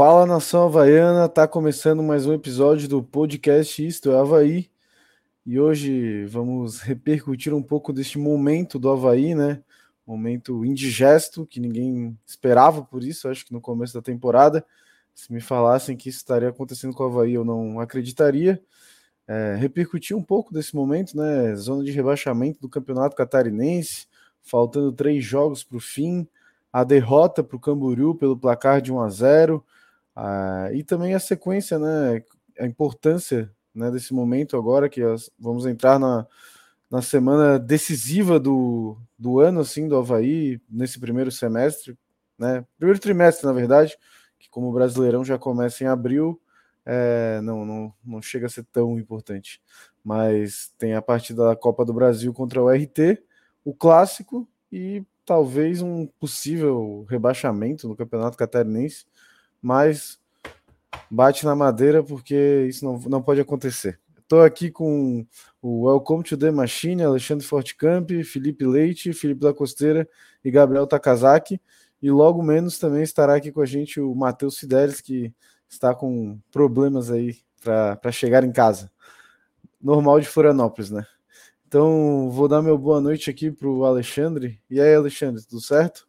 Fala, nação havaiana, tá começando mais um episódio do podcast Isto é Havaí, e hoje vamos repercutir um pouco deste momento do Havaí, né? Momento indigesto que ninguém esperava por isso, acho que no começo da temporada. Se me falassem que isso estaria acontecendo com o Havaí, eu não acreditaria. Repercutir um pouco desse momento, né? Zona de rebaixamento do Campeonato Catarinense, faltando 3 jogos para o fim, a derrota para o Camboriú pelo placar de 1-0. E também a sequência, né? A importância, né, desse momento agora que vamos entrar na semana decisiva do ano, assim, do Havaí, nesse primeiro semestre, né? Primeiro trimestre, na verdade, que como o Brasileirão já começa em abril, não chega a ser tão importante. Mas tem a partida da Copa do Brasil contra o RT, o clássico e talvez um possível rebaixamento no Campeonato Catarinense, mas bate na madeira porque isso não pode acontecer. Estou aqui com o Welcome to the Machine, Alexandre Fortcamp, Felipe Leite, Felipe da Costeira e Gabriel Takazaki. E logo menos também estará aqui com a gente o Matheus Fidelis, que está com problemas aí para chegar em casa. Normal de Florianópolis, né? Então vou dar meu boa noite aqui para o Alexandre. E aí, Alexandre, tudo certo?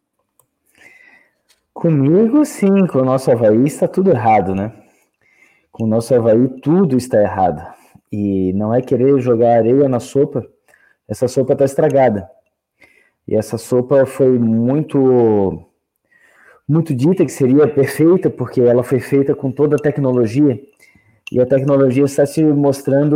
Comigo, sim, com o nosso Havaí está tudo errado, né? Com o nosso Havaí tudo está errado. E não é querer jogar areia na sopa, essa sopa está estragada. E essa sopa foi muito dita que seria perfeita, porque ela foi feita com toda a tecnologia, e a tecnologia está se mostrando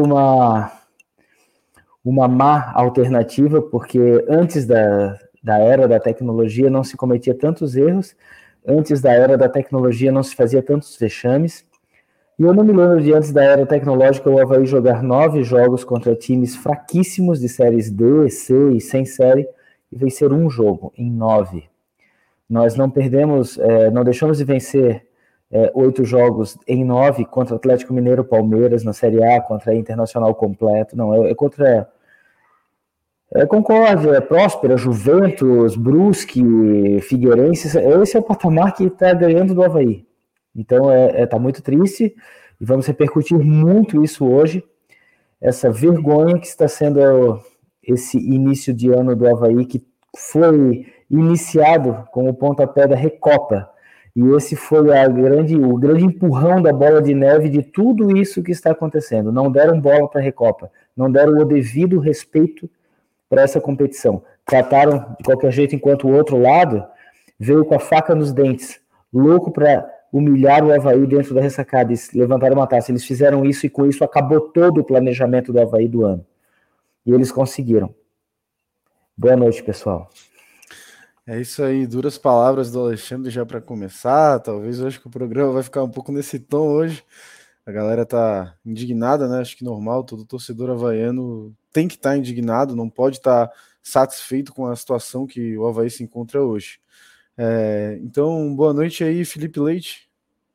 uma má alternativa, porque antes da era da tecnologia não se cometia tantos erros, antes da era da tecnologia não se fazia tantos vexames, e eu não me lembro de antes da era tecnológica o Havaí jogar 9 jogos contra times fraquíssimos de séries D, C e sem série e vencer um jogo em 9. Nós não perdemos, não deixamos de vencer 8 jogos em 9 contra Atlético Mineiro, Palmeiras na Série A, contra a Internacional completo, não, é contra Concórdia, Próspera, Juventus, Brusque, Figueirense, esse é o patamar que está ganhando do Havaí. Então, tá muito triste e vamos repercutir muito isso hoje, essa vergonha que está sendo esse início de ano do Havaí, que foi iniciado com o pontapé da Recopa. E esse foi o grande empurrão da bola de neve de tudo isso que está acontecendo. Não deram bola para a Recopa, não deram o devido respeito para essa competição. Trataram de qualquer jeito, enquanto o outro lado veio com a faca nos dentes, louco para humilhar o Havaí dentro da ressacada e levantar uma taça. Eles fizeram isso e com isso acabou todo o planejamento do Havaí do ano. E eles conseguiram. Boa noite, pessoal. É isso aí, duras palavras do Alexandre já para começar. Talvez eu acho que o programa vai ficar um pouco nesse tom hoje. A galera tá indignada, né? Acho que normal, todo torcedor havaiano tem que estar indignado, não pode estar satisfeito com a situação que o Havaí se encontra hoje. Então, boa noite aí, Felipe Leite.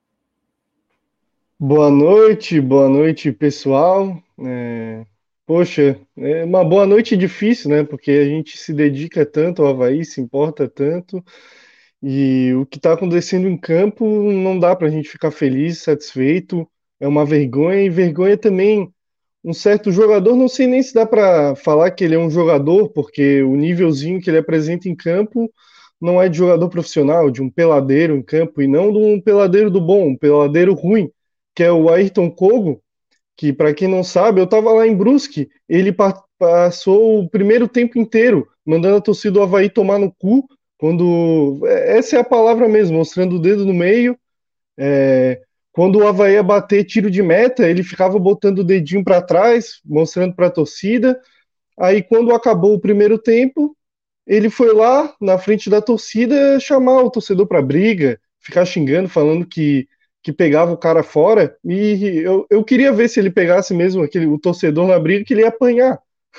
Boa noite, pessoal. Poxa, é uma boa noite difícil, né? Porque a gente se dedica tanto ao Havaí, se importa tanto, e o que está acontecendo em campo não dá para a gente ficar feliz, satisfeito. É uma vergonha, e vergonha também um certo jogador. Não sei nem se dá para falar que ele é um jogador, porque o nívelzinho que ele apresenta em campo não é de jogador profissional, de um peladeiro em campo, e não de um peladeiro do bom, um peladeiro ruim, que é o Ayrton Kogo, que para quem não sabe, eu estava lá em Brusque, ele passou o primeiro tempo inteiro mandando a torcida do Havaí tomar no cu, quando essa é a palavra mesmo, mostrando o dedo no meio. Quando o Havaí ia bater tiro de meta, ele ficava botando o dedinho para trás, mostrando para a torcida. Aí quando acabou o primeiro tempo, ele foi lá na frente da torcida chamar o torcedor para briga, ficar xingando, falando que pegava o cara fora. E eu queria ver se ele pegasse mesmo o torcedor na briga, que ele ia apanhar.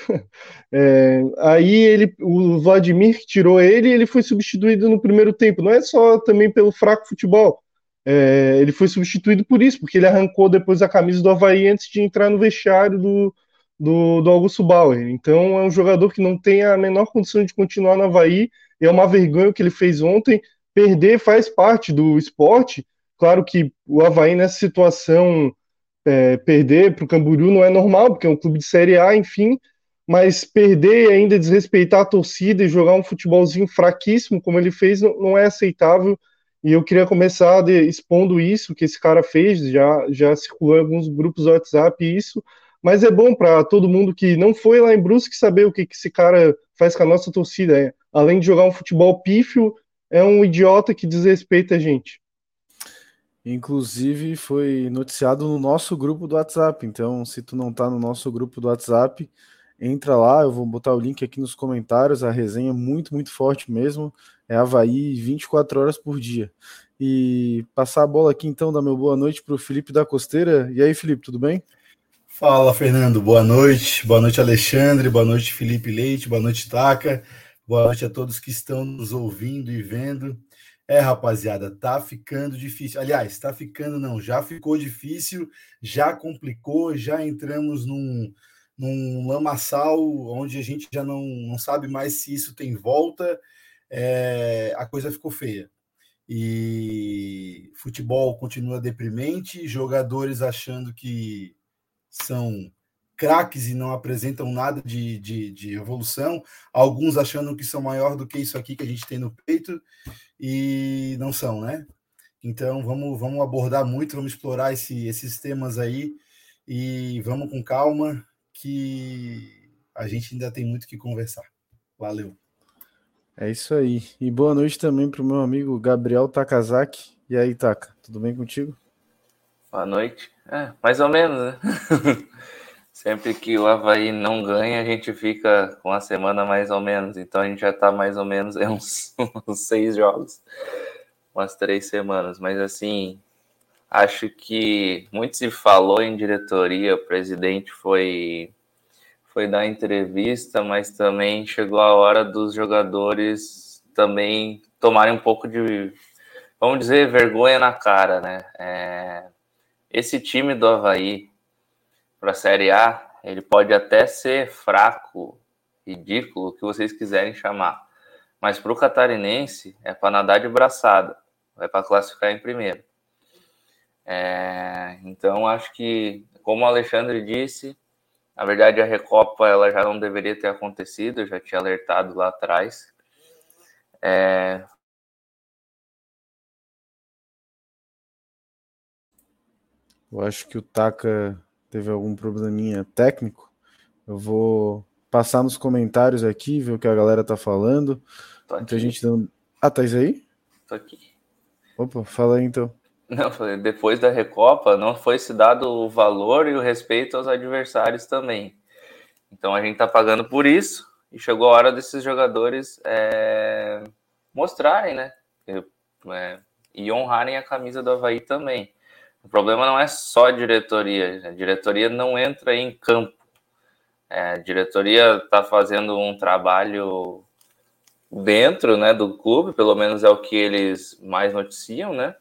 Aí o Vladimir que tirou ele foi substituído no primeiro tempo. Não é só também pelo fraco futebol. Ele foi substituído por isso, porque ele arrancou depois a camisa do Havaí antes de entrar no vestiário do Augusto Bauer. Então é um jogador que não tem a menor condição de continuar no Havaí. É uma vergonha o que ele fez ontem. Perder faz parte do esporte. claro que o Avaí nessa situação perder para o Camboriú não é normal, porque é um clube de Série A, enfim, mas perder e ainda desrespeitar a torcida e jogar um futebolzinho fraquíssimo, como ele fez, não é aceitável. E eu queria começar expondo isso que esse cara fez, já circulou em alguns grupos do WhatsApp isso, mas é bom para todo mundo que não foi lá em Brusque saber o que esse cara faz com a nossa torcida. Além de jogar um futebol pífio, é um idiota que desrespeita a gente. Inclusive foi noticiado no nosso grupo do WhatsApp. Então, se tu não tá no nosso grupo do WhatsApp, entra lá, eu vou botar o link aqui nos comentários. A resenha é muito, muito forte mesmo. É Avaí 24 horas por dia. E passar a bola aqui então, dar meu boa noite para o Felipe da Costeira. E aí, Felipe, tudo bem? Fala, Fernando. Boa noite. Boa noite, Alexandre. Boa noite, Felipe Leite. Boa noite, Taca. Boa noite a todos que estão nos ouvindo e vendo. Rapaziada, tá ficando difícil. Aliás, tá ficando não, já ficou difícil, já complicou, já entramos num lamaçal onde a gente já não sabe mais se isso tem volta. A coisa ficou feia. E futebol continua deprimente, jogadores achando que são craques e não apresentam nada de evolução, alguns achando que são maior do que isso aqui que a gente tem no peito, e não são, né? Então vamos abordar muito, vamos explorar esses temas aí, e vamos com calma, que a gente ainda tem muito que conversar. Valeu. É isso aí. E boa noite também para o meu amigo Gabriel Takazaki. E aí, Taka, tudo bem contigo? Boa noite. Mais ou menos, né? Sempre que o Avaí não ganha, a gente fica com a semana mais ou menos. Então a gente já tá mais ou menos uns 6 jogos, umas 3 semanas. Mas assim, acho que muito se falou em diretoria, o presidente foi dar entrevista, mas também chegou a hora dos jogadores também tomarem um pouco de, vamos dizer, vergonha na cara, né? Esse time do Avaí para a Série A, ele pode até ser fraco, ridículo, o que vocês quiserem chamar, mas para o catarinense é para nadar de braçada, vai para classificar em primeiro. Então acho que, como o Alexandre disse, na verdade a Recopa ela já não deveria ter acontecido, eu já tinha alertado lá atrás. Eu acho que o Taka teve algum probleminha técnico. Eu vou passar nos comentários aqui, ver o que a galera tá falando. Tô Muita aqui. gente dando... Ah, tá aí? Tô aqui. Opa, fala aí então. Não, depois da Recopa não foi se dado o valor e o respeito aos adversários também. Então a gente tá pagando por isso e chegou a hora desses jogadores mostrarem, né? E honrarem a camisa do Avaí também. O problema não é só a diretoria não entra em campo. A diretoria está fazendo um trabalho dentro, né, do clube, pelo menos é o que eles mais noticiam, né?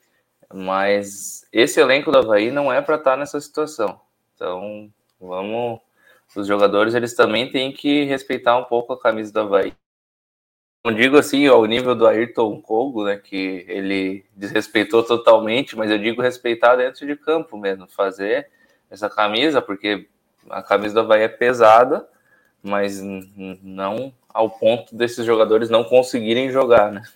Mas esse elenco do Avaí não é para estar nessa situação. Então, os jogadores eles também têm que respeitar um pouco a camisa do Avaí. Não digo assim ao nível do Ayrton Kogo, né, que ele desrespeitou totalmente, mas eu digo respeitar dentro de campo mesmo, fazer essa camisa, porque a camisa do Avaí é pesada, mas não ao ponto desses jogadores não conseguirem jogar, né?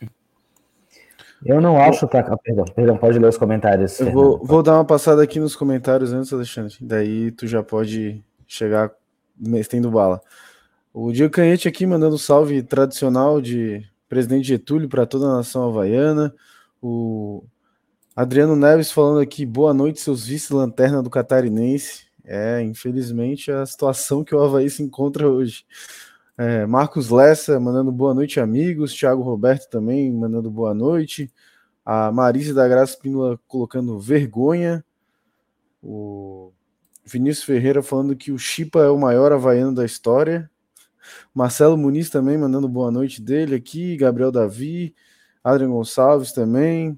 Eu não acho, tá? Perdão, pode ler os comentários. Eu vou dar uma passada aqui nos comentários antes, Alexandre. Daí tu já pode chegar metendo bala. O Diego Canhete aqui mandando salve tradicional de presidente Getúlio para toda a nação havaiana. O Adriano Neves falando aqui, boa noite, seus vice-lanterna do Catarinense. Infelizmente a situação que o Avaí se encontra hoje. Marcos Lessa mandando boa noite, amigos. Thiago Roberto também mandando boa noite. A Marise da Graça Pínola colocando vergonha. O Vinícius Ferreira falando que o Chipa é o maior havaiano da história. Marcelo Muniz também mandando boa noite dele aqui. Gabriel Davi. Adrian Gonçalves também.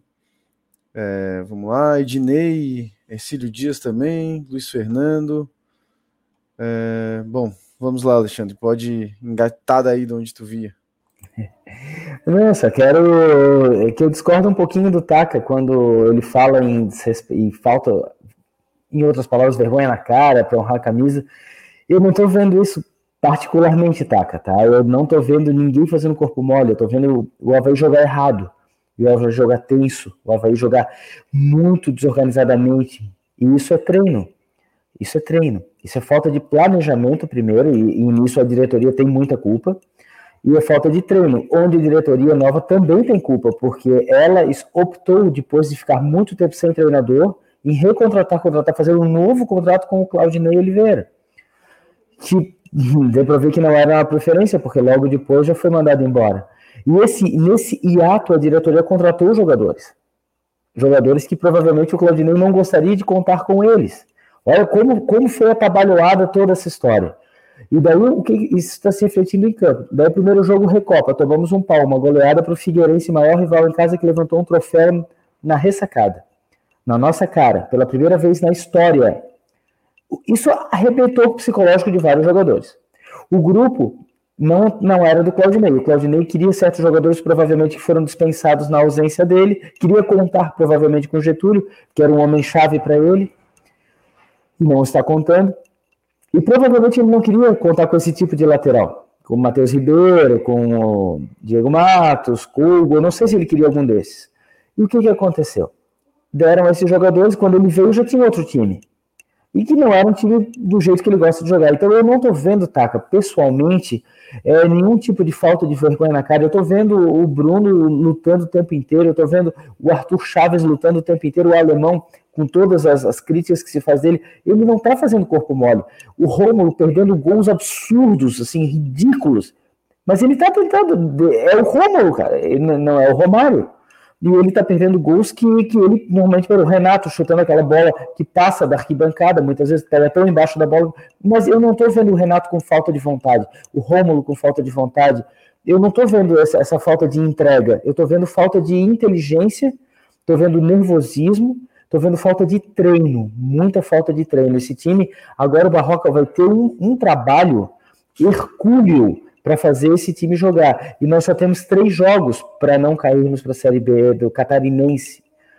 Vamos lá. Ednei. Ercílio Dias também. Luiz Fernando. Bom, vamos lá, Alexandre. Pode engatar daí de onde tu via. Não, só quero que eu discordo um pouquinho do Taka quando ele fala em falta, em outras palavras, vergonha na cara para honrar a camisa. Eu não estou vendo isso particularmente, Taka, tá? Eu não estou vendo ninguém fazendo corpo mole, eu estou vendo o Avaí jogar errado, o Avaí jogar tenso, o Avaí jogar muito desorganizadamente. E isso é treino. Isso é treino. Isso é falta de planejamento primeiro, e nisso a diretoria tem muita culpa. E a falta de treino, onde a diretoria nova também tem culpa, porque ela optou, depois de ficar muito tempo sem treinador, em contratar, fazer um novo contrato com o Claudinei Oliveira. Que deu para ver que não era uma preferência, porque logo depois já foi mandado embora. E nesse hiato, a diretoria contratou jogadores. Jogadores que provavelmente o Claudinei não gostaria de contar com eles. Olha como foi atabalhoada toda essa história. E daí o que isso está se refletindo em campo? Daí o primeiro jogo Recopa, tomamos um pau, uma goleada para o Figueirense, maior rival em casa, que levantou um troféu na ressacada, na nossa cara, pela primeira vez na história. Isso arrebentou o psicológico de vários jogadores. O grupo não era do Claudinei. O Claudinei queria certos jogadores provavelmente que foram dispensados na ausência dele, queria contar provavelmente com o Getúlio, que era um homem-chave para ele, e não está contando. E provavelmente ele não queria contar com esse tipo de lateral, com o Matheus Ribeiro, com o Diego Matos, Hugo, eu não sei se ele queria algum desses. E o que aconteceu? Deram esses jogadores, quando ele veio já tinha outro time. E que não era um time do jeito que ele gosta de jogar. Então eu não estou vendo, Taka, pessoalmente, nenhum tipo de falta de vergonha na cara. Eu estou vendo o Bruno lutando o tempo inteiro, eu estou vendo o Arthur Chaves lutando o tempo inteiro, o alemão, com todas as críticas que se faz dele, ele não está fazendo corpo mole. O Rômulo perdendo gols absurdos, assim, ridículos. Mas ele está tentando. É o Rômulo, cara, não é o Romário. E ele está perdendo gols que ele normalmente o Renato chutando aquela bola que passa da arquibancada, muitas vezes está tão embaixo da bola, mas eu não estou vendo o Renato com falta de vontade, o Rômulo com falta de vontade, eu não estou vendo essa falta de entrega, eu estou vendo falta de inteligência, estou vendo nervosismo, estou vendo falta de treino, muita falta de treino. Esse time, agora o Barroca vai ter um trabalho hercúleo para fazer esse time jogar. E nós só temos 3 jogos para não cairmos para a Série B do Catarinense.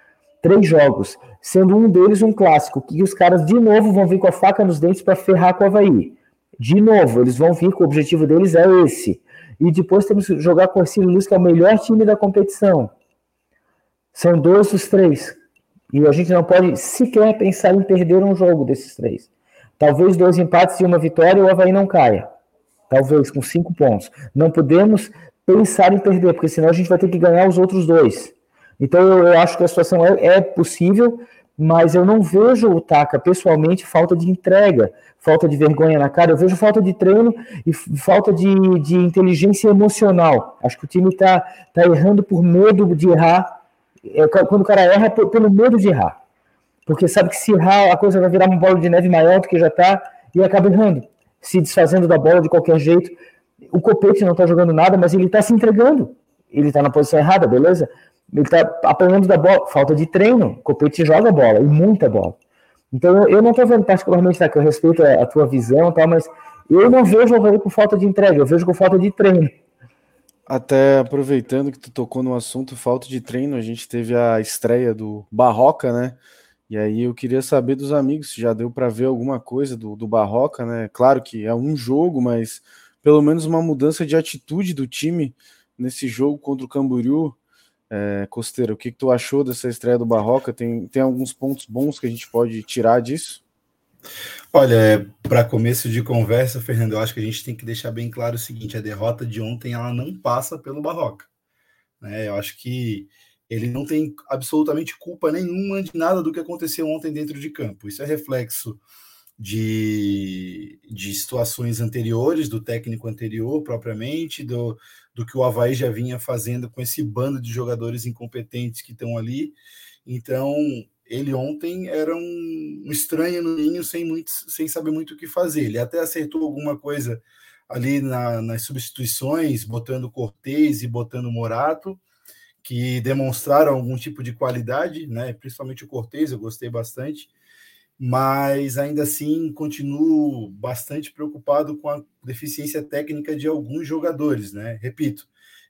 3 jogos, sendo um deles um clássico, que os caras de novo vão vir com a faca nos dentes para ferrar com o Avaí. De novo, eles vão vir com o objetivo deles é esse. E depois temos que jogar com o Ercílio Luz, que é o melhor time da competição. São 2 dos 3. E a gente não pode sequer pensar em perder um jogo desses 3. Talvez 2 empates e uma vitória e o Avaí não caia. Talvez com 5 pontos. Não podemos pensar em perder, porque senão a gente vai ter que ganhar os outros 2. Então eu acho que a situação é possível, mas eu não vejo o Taka, pessoalmente, falta de entrega, falta de vergonha na cara. Eu vejo falta de treino e falta de inteligência emocional. Acho que o time está errando por medo de errar. Quando o cara erra, pelo medo de errar. Porque sabe que se errar, a coisa vai virar uma bola de neve maior do que já está e acaba errando. Se desfazendo da bola de qualquer jeito. O Copete não está jogando nada, mas ele está se entregando. Ele está na posição errada, beleza? Ele está apanhando da bola. Falta de treino. O Copete joga bola, e muita bola. Então eu não estou vendo particularmente, tá, que eu respeito a tua visão, tá, mas eu não vejo o Avaí com falta de entrega, eu vejo com falta de treino. Até aproveitando que tu tocou no assunto falta de treino, a gente teve a estreia do Barroca, né? E aí eu queria saber dos amigos se já deu para ver alguma coisa do Barroca, né? Claro que é um jogo, mas pelo menos uma mudança de atitude do time nesse jogo contra o Camboriú. Costeiro, o que tu achou dessa estreia do Barroca? Tem alguns pontos bons que a gente pode tirar disso? Olha, para começo de conversa, Fernando, eu acho que a gente tem que deixar bem claro o seguinte: a derrota de ontem ela não passa pelo Barroca, né? Eu acho que ele não tem absolutamente culpa nenhuma de nada do que aconteceu ontem dentro de campo. Isso é reflexo de situações anteriores, do técnico anterior propriamente, do que o Avaí já vinha fazendo com esse bando de jogadores incompetentes que estão ali. Então, ele ontem era um estranho no ninho, sem saber muito o que fazer. Ele até acertou alguma coisa ali nas substituições, botando Cortez e botando Morato, que demonstraram algum tipo de qualidade, né? Principalmente o Cortez, eu gostei bastante, mas ainda assim continuo bastante preocupado com a deficiência técnica de alguns jogadores, né? Repito,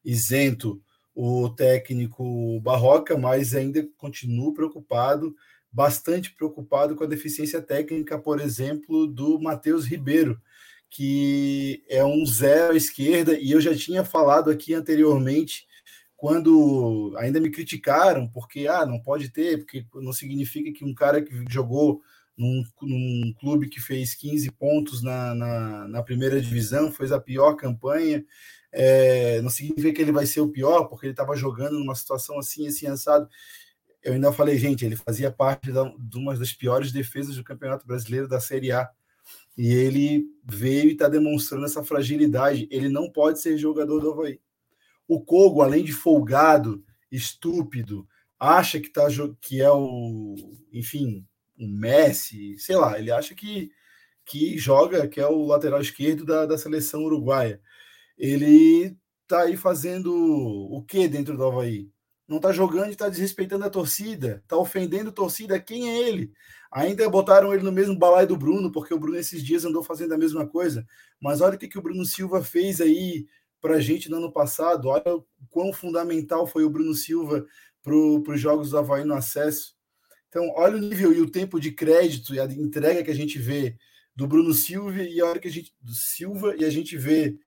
isento o técnico Barroca, mas ainda continuo preocupado, bastante preocupado com a deficiência técnica, por exemplo, do Matheus Ribeiro, que é um zero à esquerda, e eu já tinha falado aqui anteriormente, quando ainda me criticaram, porque não pode ter, porque não significa que um cara que jogou num clube que fez 15 pontos na primeira divisão, fez a pior campanha, não significa que ele vai ser o pior, porque ele estava jogando numa situação assim, assim, assado. Eu ainda falei, gente, ele fazia parte de uma das piores defesas do Campeonato Brasileiro da Série A, e ele veio e está demonstrando essa fragilidade. Ele não pode ser jogador do Avaí. O Kogo, além de folgado, estúpido, acha que é enfim, um Messi, sei lá, ele acha que joga, que é o lateral esquerdo da seleção uruguaia. Ele tá aí fazendo o que dentro do Avaí? Não tá jogando e tá desrespeitando a torcida, tá ofendendo a torcida. Quem é ele? Ainda botaram ele no mesmo balaio do Bruno, porque o Bruno esses dias andou fazendo a mesma coisa. Mas olha o que o Bruno Silva fez aí pra gente no ano passado. Olha o quão fundamental foi o Bruno Silva para os jogos do Avaí no acesso. Então, olha o nível e o tempo de crédito e a entrega que a gente vê do Bruno Silva e a hora que a gente vê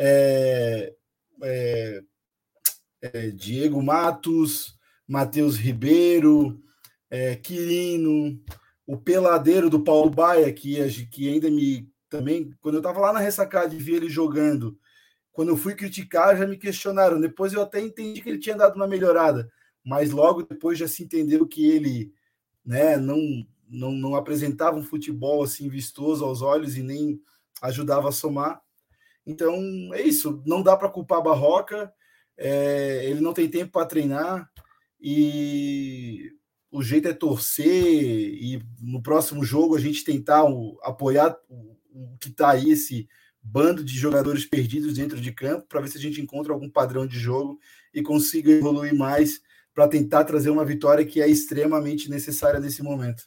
Diego Matos, Matheus Ribeiro, Quirino, o peladeiro do Paulo Baia, que ainda também, quando eu estava lá na ressacada e vi ele jogando, quando eu fui criticar, já me questionaram. Depois eu até entendi que ele tinha dado uma melhorada, mas logo depois já se entendeu que ele, né, não apresentava um futebol assim vistoso aos olhos e nem ajudava a somar. Então é isso, não dá para culpar a Barroca, ele não tem tempo para treinar e o jeito é torcer e no próximo jogo a gente tentar apoiar o que está aí, esse bando de jogadores perdidos dentro de campo, para ver se a gente encontra algum padrão de jogo e consiga evoluir mais para tentar trazer uma vitória que é extremamente necessária nesse momento.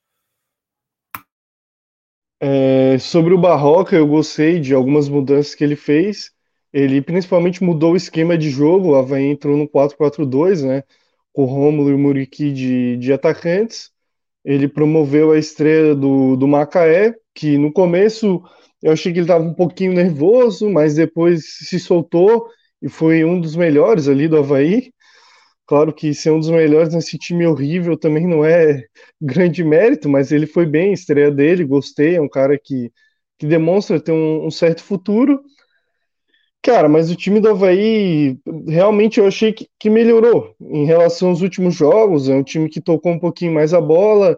Sobre o Barroca, eu gostei de algumas mudanças que ele fez. Ele principalmente mudou o esquema de jogo. O Avaí entrou no 4-4-2, né? Com o Rômulo e o Muriqui de atacantes. Ele promoveu a estreia do Macaé, que no começo eu achei que ele estava um pouquinho nervoso, mas depois se soltou e foi um dos melhores ali do Avaí. Claro que ser um dos melhores nesse time horrível também não é grande mérito, mas ele foi bem, a estreia dele, gostei, é um cara que demonstra ter um certo futuro. Cara, mas o time do Avaí, realmente eu achei que melhorou em relação aos últimos jogos, é um time que tocou um pouquinho mais a bola,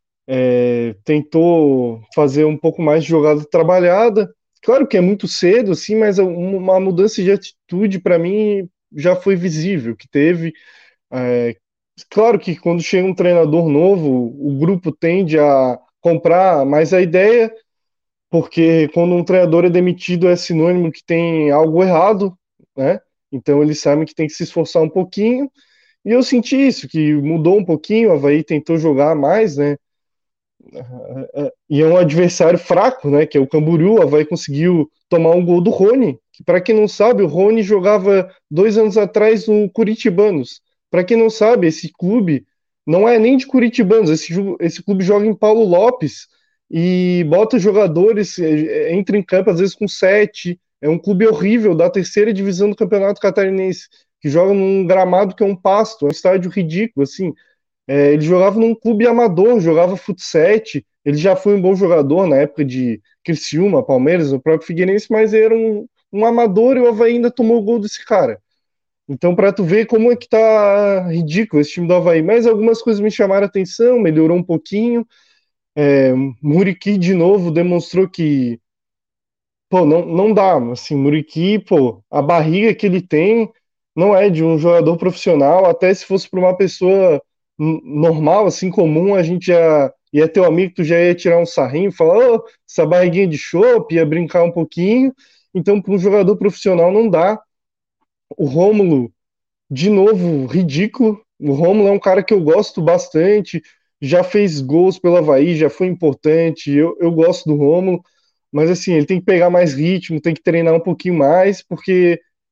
tentou fazer um pouco mais de jogada trabalhada. Claro que é muito cedo, assim, mas uma mudança de atitude para mim já foi visível que teve. É, claro que quando chega um treinador novo, o grupo tende a comprar mais a ideia, porque quando um treinador é demitido é sinônimo que tem algo errado, né? Então eles sabem que tem que se esforçar um pouquinho. E eu senti isso, que mudou um pouquinho, o Avaí tentou jogar mais, né? E é um adversário fraco, né? Que é o Camboriú. O Avaí conseguiu tomar um gol do Rony, que para quem não sabe, o Rony jogava 2 anos atrás no Curitibanos. Para quem não sabe, esse clube não é nem de Curitibanos, esse clube joga em Paulo Lopes e bota jogadores, entra em campo às vezes com 7. É um clube horrível da terceira divisão do Campeonato Catarinense, que joga num gramado que é um pasto, é um estádio ridículo, assim. Ele jogava num clube amador, jogava futsal, ele já foi um bom jogador na época de Criciúma, Palmeiras, o próprio Figueirense, mas era um amador e o Avaí ainda tomou o gol desse cara. Então, para tu ver como é que tá ridículo esse time do Avaí. Mas algumas coisas me chamaram a atenção, melhorou um pouquinho. Muriqui, de novo, demonstrou que, pô, não dá. Assim, Muriqui, pô, a barriga que ele tem não é de um jogador profissional. Até se fosse para uma pessoa normal, assim, comum, a gente já ia ter um amigo, tu já ia tirar um sarrinho, falar, oh, essa barriguinha de chope, ia brincar um pouquinho. Então, para um jogador profissional não dá. O Rômulo, de novo, ridículo. O Rômulo é um cara que eu gosto bastante, já fez gols pelo Avaí, já foi importante, eu gosto do Rômulo, mas assim, ele tem que pegar mais ritmo, tem que treinar um pouquinho mais, porque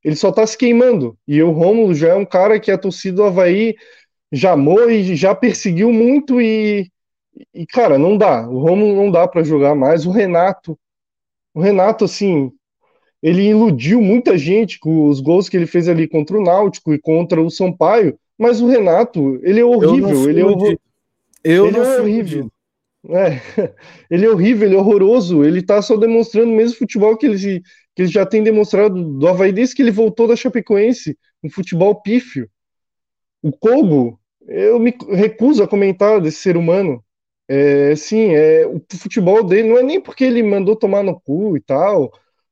ele só tá se queimando. E o Rômulo já é um cara que a torcida do Avaí já amou e já perseguiu muito cara, não dá. O Rômulo não dá para jogar mais. O Renato, assim, ele iludiu muita gente com os gols que ele fez ali contra o Náutico e contra o Sampaio, mas o Renato, ele é horrível, ele é horrível. É, ele é horrível, ele é horroroso, ele tá só demonstrando o mesmo futebol que ele já tem demonstrado do Avaí desde que ele voltou da Chapecoense, um futebol pífio. O Kogo, eu me recuso a comentar desse ser humano. Sim, o futebol dele não é nem porque ele mandou tomar no cu e tal.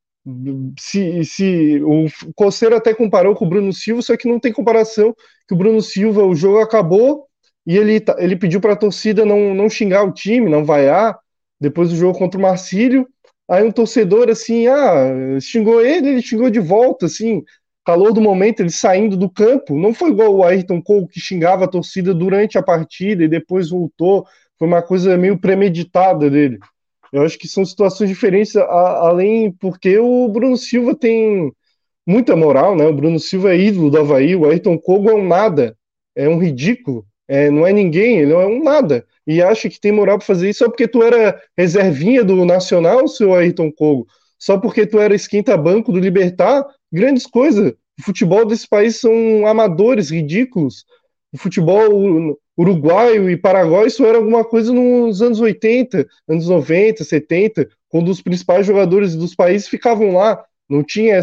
Se o Coceiro até comparou com o Bruno Silva, só que não tem comparação, que o Bruno Silva, o jogo acabou e ele pediu para a torcida não xingar o time, não vaiar, depois do jogo contra o Marcílio, aí um torcedor assim, xingou ele xingou de volta, assim, calor do momento, ele saindo do campo, não foi igual o Ayrton Cole que xingava a torcida durante a partida e depois voltou, foi uma coisa meio premeditada dele. Eu acho que são situações diferentes, além porque o Bruno Silva tem muita moral, né? O Bruno Silva é ídolo do Avaí, o Ayrton Kogo é um nada, é um ridículo, não é ninguém, ele é um nada. E acha que tem moral para fazer isso só porque tu era reservinha do Nacional, seu Ayrton Kogo, só porque tu era esquenta-banco do Libertad, grandes coisas. O futebol desse país são amadores, ridículos. O futebol uruguaio e paraguaio isso era alguma coisa nos anos 80, anos 90, 70, quando os principais jogadores dos países ficavam lá. Não tinha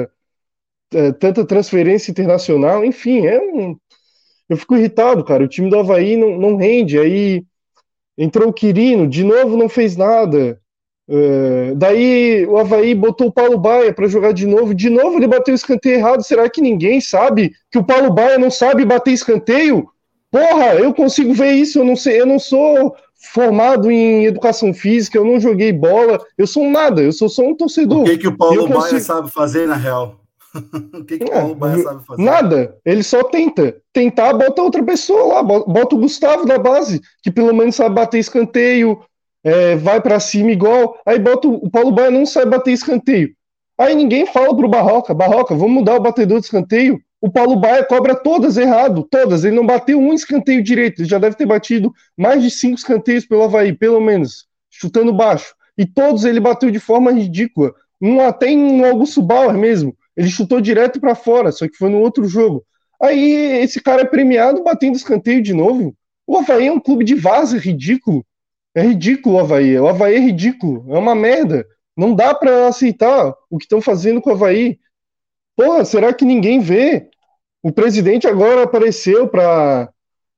tanta transferência internacional. Enfim, eu fico irritado, cara. O time do Avaí não rende. Aí entrou o Quirino, de novo não fez nada. Daí o Avaí botou o Paulo Baia para jogar de novo ele bateu o escanteio errado. Será que ninguém sabe que o Paulo Baia não sabe bater escanteio? Porra, eu consigo ver isso, eu não sei, eu não sou formado em educação física, eu não joguei bola, eu sou um nada, eu sou só um torcedor. O que o Paulo Baia sabe fazer, na real? O que o Paulo Baia sabe fazer? Nada, ele só tentar, bota outra pessoa lá, bota o Gustavo da base, que pelo menos sabe bater escanteio, vai para cima igual, aí bota o Paulo Baia não sabe bater escanteio. Aí ninguém fala pro Barroca, vamos mudar o batedor de escanteio. O Paulo Baia cobra todas errado, todas. Ele não bateu um escanteio direito. Ele já deve ter batido mais de 5 escanteios pelo Avaí, pelo menos, chutando baixo. E todos ele bateu de forma ridícula. Até em Augusto Bauer mesmo. Ele chutou direto para fora, só que foi no outro jogo. Aí esse cara é premiado batendo escanteio de novo. O Avaí é um clube de várzea ridículo. É ridículo o Avaí. O Avaí é ridículo. É uma merda. Não dá para aceitar o que estão fazendo com o Avaí. Porra, será que ninguém vê? O presidente agora apareceu para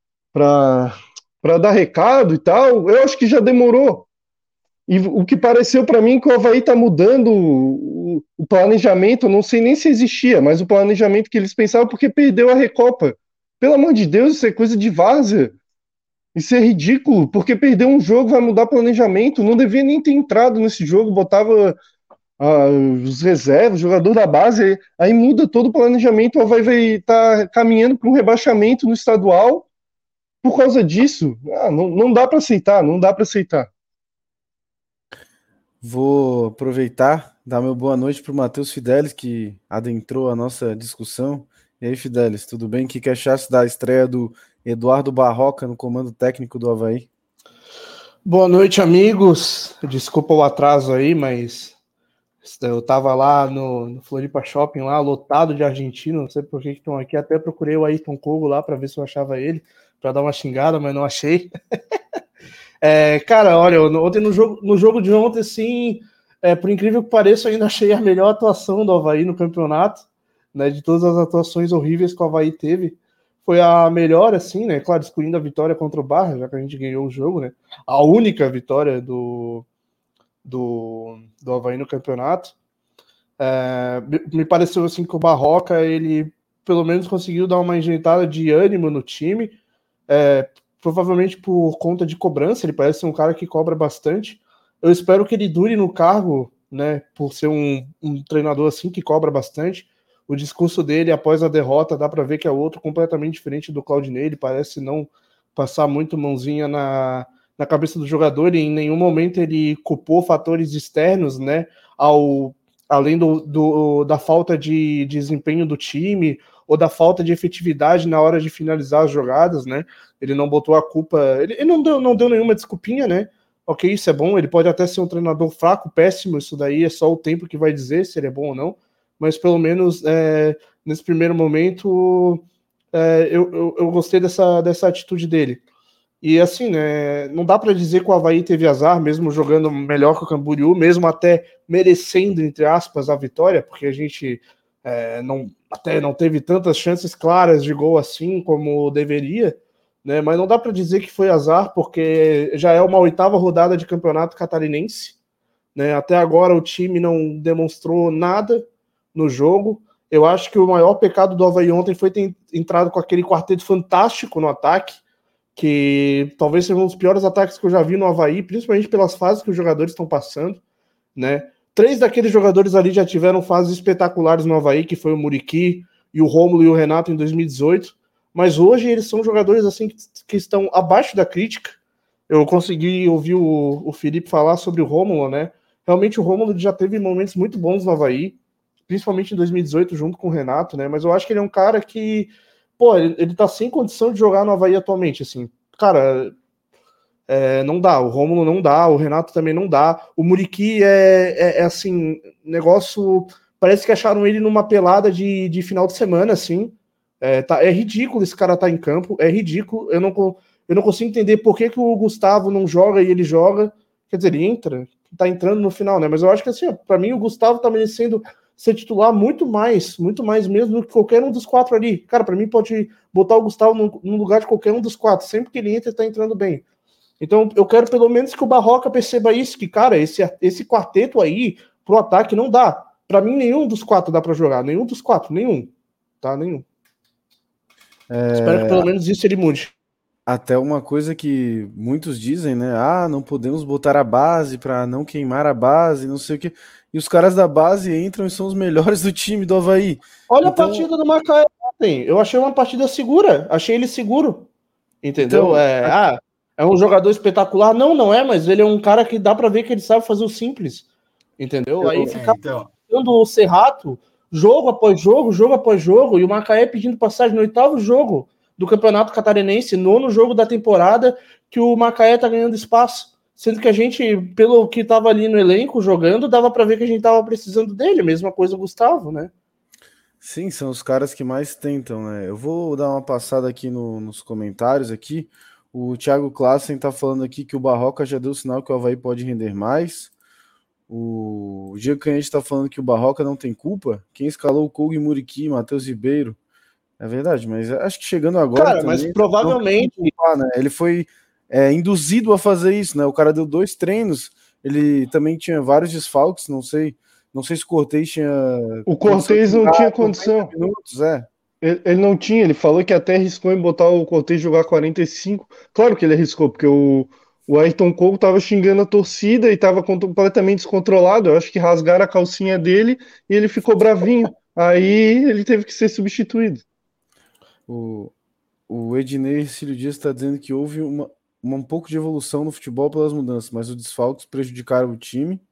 dar recado e tal. Eu acho que já demorou. E o que pareceu para mim é que o Avaí está mudando o planejamento. Eu não sei nem se existia, mas o planejamento que eles pensavam porque perdeu a Recopa. Pelo amor de Deus, isso é coisa de várzea. Isso é ridículo, porque perder um jogo vai mudar planejamento. Não devia nem ter entrado nesse jogo, botava os reservas, jogador da base, aí muda todo o planejamento. O Avaí vai estar caminhando para um rebaixamento no estadual por causa disso. Não dá para aceitar, não dá para aceitar. Vou aproveitar, dar meu boa noite para o Matheus Fidelis, que adentrou a nossa discussão. E aí, Fidelis, tudo bem? O que achaste da estreia do Eduardo Barroca no comando técnico do Avaí? Boa noite, amigos. Desculpa o atraso aí, mas eu tava lá no Floripa Shopping, lá, lotado de argentinos, não sei por que estão aqui. Até procurei o Ayrton Kogo lá para ver se eu achava ele, para dar uma xingada, mas não achei. Cara, olha, ontem no jogo de ontem, assim, por incrível que pareça, eu ainda achei a melhor atuação do Avaí no campeonato, né? De todas as atuações horríveis que o Avaí teve, foi a melhor, assim, né? Claro, excluindo a vitória contra o Barra, já que a gente ganhou o jogo, né? A única vitória do Avaí no campeonato. Me pareceu assim que o Barroca, ele pelo menos conseguiu dar uma injetada de ânimo no time, provavelmente por conta de cobrança. Ele parece ser um cara que cobra bastante. Eu espero que ele dure no cargo, né, por ser um treinador assim que cobra bastante. O discurso dele após a derrota dá para ver que é outro completamente diferente do Claudinei. Ele parece não passar muito mãozinha na cabeça do jogador, e em nenhum momento ele culpou fatores externos, né, ao além da falta de desempenho do time, ou da falta de efetividade na hora de finalizar as jogadas, né? Ele não botou a culpa... Ele não deu nenhuma desculpinha, né? Ok, isso é bom, ele pode até ser um treinador fraco, péssimo, isso daí é só o tempo que vai dizer se ele é bom ou não, mas pelo menos nesse primeiro momento eu gostei dessa atitude dele. E assim, né, não dá para dizer que o Avaí teve azar, mesmo jogando melhor que o Camboriú, mesmo até merecendo, entre aspas, a vitória, porque a gente não teve tantas chances claras de gol assim como deveria, né, mas não dá para dizer que foi azar, porque já é uma 8ª rodada de campeonato catarinense, né, até agora o time não demonstrou nada no jogo. Eu acho que o maior pecado do Avaí ontem foi ter entrado com aquele quarteto fantástico no ataque, que talvez seja um dos piores ataques que eu já vi no Avaí, principalmente pelas fases que os jogadores estão passando, né? 3 daqueles jogadores ali já tiveram fases espetaculares no Avaí, que foi o Muriqui e o Rômulo e o Renato em 2018, mas hoje eles são jogadores assim que estão abaixo da crítica. Eu consegui ouvir o Felipe falar sobre o Rômulo, né? Realmente o Rômulo já teve momentos muito bons no Avaí, principalmente em 2018 junto com o Renato, né? Mas eu acho que ele é um cara que ele tá sem condição de jogar no Avaí atualmente, assim. Cara, não dá. O Rômulo não dá, o Renato também não dá. O Muriqui assim, negócio... Parece que acharam ele numa pelada de final de semana, assim. É ridículo esse cara tá em campo, é ridículo. Eu não consigo entender por que o Gustavo não joga e ele joga. Quer dizer, ele tá entrando no final, né? Mas eu acho que, assim, pra mim o Gustavo tá merecendo ser titular muito mais mesmo do que qualquer um dos 4 ali. Cara, para mim pode botar o Gustavo no lugar de qualquer um dos 4. Sempre que ele entra, ele tá entrando bem. Então eu quero pelo menos que o Barroca perceba isso, que, cara, esse quarteto aí pro ataque não dá. Para mim nenhum dos 4 dá para jogar. Nenhum dos 4, nenhum. Tá? Nenhum. Espero que pelo menos isso ele mude. Até uma coisa que muitos dizem, né? Não podemos botar a base para não queimar a base, não sei o quê. E os caras da base entram e são os melhores do time do Avaí. Olha a partida do Macaé ontem. Eu achei uma partida segura. Achei ele seguro. Entendeu? Então, é um jogador espetacular. Não é, mas ele é um cara que dá para ver que ele sabe fazer o simples. Entendeu? Aí fica dando o Serrato, jogo após jogo, e o Macaé pedindo passagem no 8º jogo do Campeonato Catarinense, 9º jogo da temporada, que o Macaé tá ganhando espaço. Sendo que a gente, pelo que tava ali no elenco jogando, dava para ver que a gente tava precisando dele. Mesma coisa o Gustavo, né? Sim, são os caras que mais tentam, né? Eu vou dar uma passada aqui nos comentários aqui. O Thiago Klassen tá falando aqui que o Barroca já deu sinal que o Avaí pode render mais. O Diego Canhete tá falando que o Barroca não tem culpa. Quem escalou o Cougue Muriqui, Matheus Ribeiro. É verdade, mas acho que chegando agora... Cara, mas provavelmente... Culpar, né? Ele foi induzido a fazer isso, né? O cara deu 2 treinos, ele também tinha vários desfalques, não sei se o Cortez tinha... O Cortez não tinha condição. Minutos, Ele não tinha, ele falou que até arriscou em botar o Cortez jogar 45. Claro que ele arriscou, porque o Ayrton Coco tava xingando a torcida e tava completamente descontrolado. Eu acho que rasgaram a calcinha dele e ele ficou bravinho. Aí ele teve que ser substituído. O Ednei Cílio Dias está dizendo que houve um pouco de evolução no futebol pelas mudanças, mas os desfalques prejudicaram o time.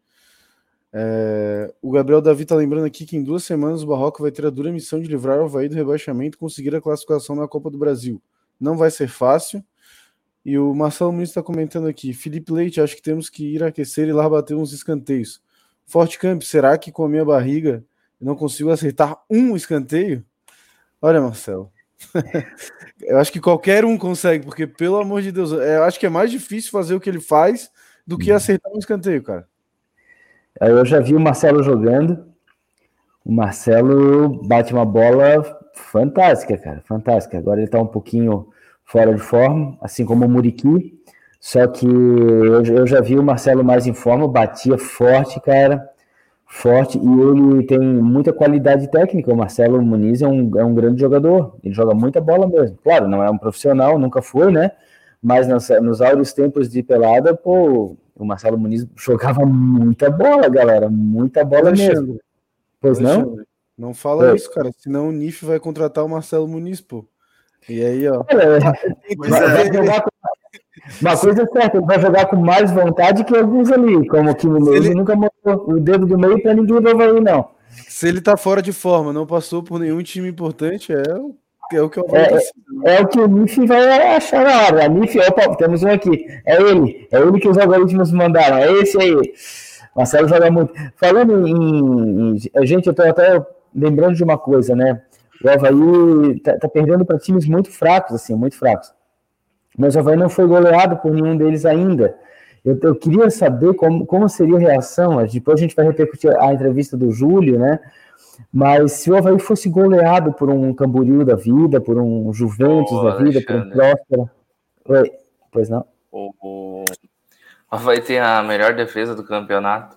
O Gabriel Davi está lembrando aqui que em 2 semanas o Barroca vai ter a dura missão de livrar o Avaí do rebaixamento e conseguir a classificação na Copa do Brasil. Não vai ser fácil. E o Marcelo Muniz está comentando aqui: Felipe Leite, acho que temos que ir aquecer e lá bater uns escanteios. Forte Camp, será que com a minha barriga eu não consigo acertar um escanteio? Olha, Marcelo, eu acho que qualquer um consegue, porque, pelo amor de Deus, eu acho que é mais difícil fazer o que ele faz do que acertar um escanteio, cara. Eu já vi o Marcelo jogando. O Marcelo bate uma bola fantástica, cara, fantástica. Agora ele tá um pouquinho fora de forma, assim como o Muriqui. Só que eu já vi o Marcelo mais em forma, batia forte, cara, forte, e ele tem muita qualidade técnica. O Marcelo Muniz é um grande jogador, ele joga muita bola mesmo. Claro, não é um profissional, nunca foi, né? Mas nos áureos tempos de pelada, pô, o Marcelo Muniz jogava muita bola, galera, muita bola mesmo. Pois Alexandre, não fala isso, cara, senão o NIF vai contratar o Marcelo Muniz, pô. E aí, ó. Uma coisa é certa, ele vai jogar com mais vontade que alguns ali, como que o Leuso nunca mostrou o dedo do meio para ninguém do Avaí, não. Se ele tá fora de forma, não passou por nenhum time importante, é o que o Avaí precisa. É o que o NIF vai achar na hora. A NIF, opa, temos um aqui. É ele que os algoritmos mandaram. É esse aí. Marcelo joga muito. Falando gente, eu tô até lembrando de uma coisa, né? O Avaí tá perdendo para times muito fracos, assim, muito fracos. Mas o Avaí não foi goleado por nenhum deles ainda. Eu queria saber como seria a reação. Depois a gente vai repercutir a entrevista do Júlio, né? Mas se o Avaí fosse goleado por um Camboriú da vida, por um Juventus da vida, por um Próspera... Oi, pois não? O Avaí tem a melhor defesa do campeonato.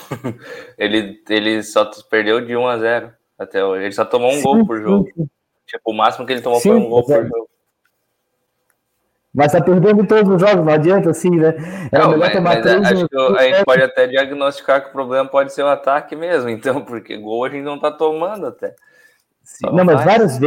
ele só perdeu de 1-0 até hoje. Ele só tomou um gol por jogo. Sim. Tipo, o máximo que ele tomou foi um gol por jogo. Mas tá perdendo todos os jogos, não adianta assim, né? Acho que a gente pode até diagnosticar que o problema pode ser o ataque mesmo, então, porque gol a gente não tá tomando até. Não, mas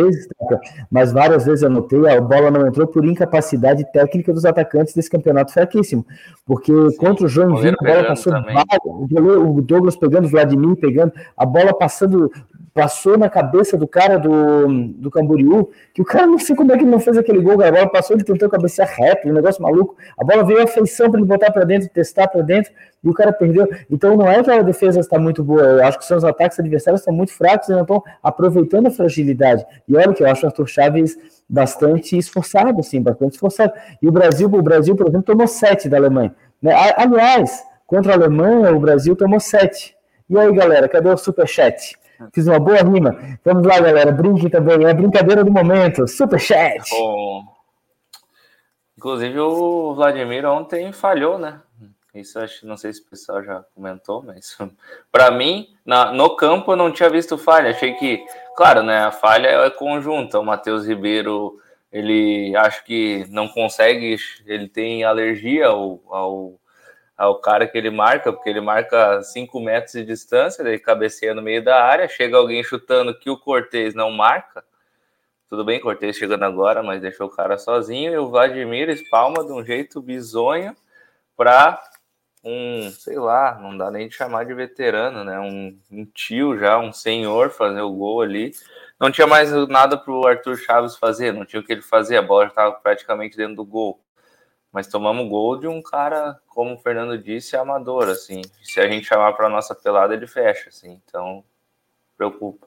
várias vezes eu notei, a bola não entrou por incapacidade técnica dos atacantes desse campeonato fraquíssimo. Porque contra o Joinville, a bola passou o Douglas pegando, o Vladimir pegando, a bola passou na cabeça do cara do Camboriú, que o cara não sei como é que ele não fez aquele gol, a bola passou, ele tentou cabecear reto, um negócio maluco, a bola veio a feição para ele botar para dentro, testar para dentro, e o cara perdeu. Então não é que a defesa está muito boa, eu acho que os adversários estão muito fracos e não estão aproveitando a fragilidade. E olha que eu acho o Arthur Chaves bastante esforçado, assim, bastante esforçado. E o Brasil, por exemplo, tomou 7 da Alemanha. Né? Aliás, contra a Alemanha, o Brasil tomou 7. E aí, galera, cadê o superchat? Fiz uma boa rima. Vamos lá, galera, brinque também. É a brincadeira do momento. Superchat! Inclusive, o Vladimir ontem falhou, né? Isso não sei se o pessoal já comentou, mas para mim, no campo eu não tinha visto falha. Achei que, claro, né, a falha é conjunta. O Matheus Ribeiro, ele acho que não consegue, ele tem alergia ao cara que ele marca, porque ele marca 5 metros de distância, ele cabeceia no meio da área, chega alguém chutando que o Cortez não marca. Tudo bem, Cortez chegando agora, mas deixou o cara sozinho, e o Vladimir espalma de um jeito bizonho para sei lá, não dá nem de chamar de veterano, né? Um tio já, um senhor fazer o gol ali. Não tinha mais nada pro Arthur Chaves fazer, não tinha o que ele fazer, a bola já estava praticamente dentro do gol. Mas tomamos gol de um cara, como o Fernando disse, amador, assim. Se a gente chamar para nossa pelada, ele fecha, assim. Então, preocupa.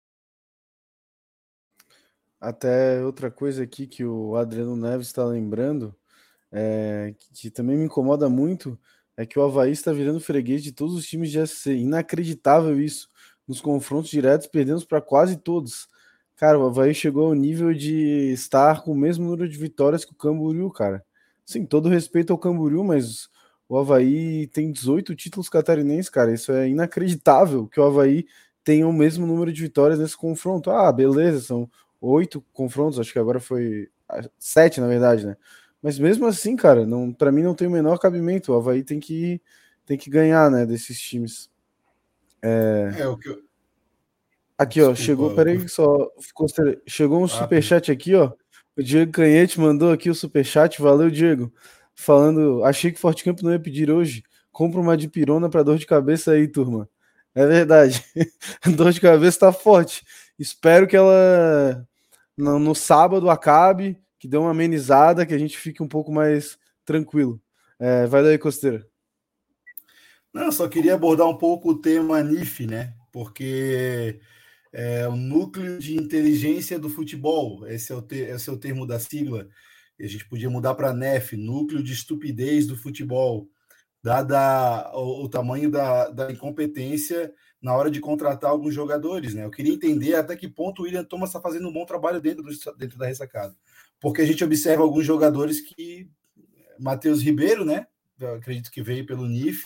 Até outra coisa aqui que o Adriano Neves está lembrando, que também me incomoda muito, é que o Avaí está virando freguês de todos os times de SC. Inacreditável isso. Nos confrontos diretos, perdemos para quase todos. Cara, o Avaí chegou ao nível de estar com o mesmo número de vitórias que o Camboriú, cara. Sim, todo respeito ao Camboriú, mas o Avaí tem 18 títulos catarinenses, cara. Isso é inacreditável que o Avaí tenha o mesmo número de vitórias nesse confronto. Ah, beleza, são 8 confrontos, acho que agora foi 7, na verdade, né? Mas mesmo assim, cara, para mim não tem o menor cabimento. O Avaí tem que ganhar, né, desses times. O que eu... Aqui, ó, chegou, peraí, chegou um superchat aqui, ó. O Diego Canhete mandou aqui o superchat, valeu, Diego. Falando, achei que o Forte Campo não ia pedir hoje. Compra uma dipirona para dor de cabeça aí, turma. É verdade. Dor de cabeça tá forte. Espero que ela no sábado acabe, que dê uma amenizada, que a gente fique um pouco mais tranquilo. Vai daí, Costeira. Não, só queria abordar um pouco o tema NIF, né? Porque o núcleo de inteligência do futebol, esse é o termo da sigla. A gente podia mudar para NEF, núcleo de estupidez do futebol, dada o tamanho da incompetência na hora de contratar alguns jogadores, né? Eu queria entender até que ponto o William Thomas está fazendo um bom trabalho dentro da ressacada. Porque a gente observa alguns jogadores que... Matheus Ribeiro, né? Eu acredito que veio pelo NIF.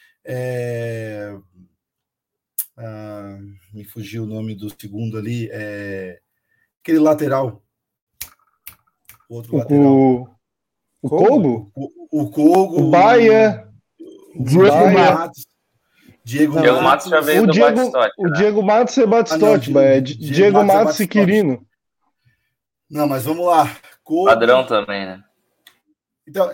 Me fugiu o nome do segundo ali. Aquele lateral. O outro lateral. O Kogo? O Kogo. O Baia. Diego Matos já veio do Batistote. O Diego Matos é Batistote, Diego Matos e Quirino. Não, mas vamos lá. Padrão também, né? Então,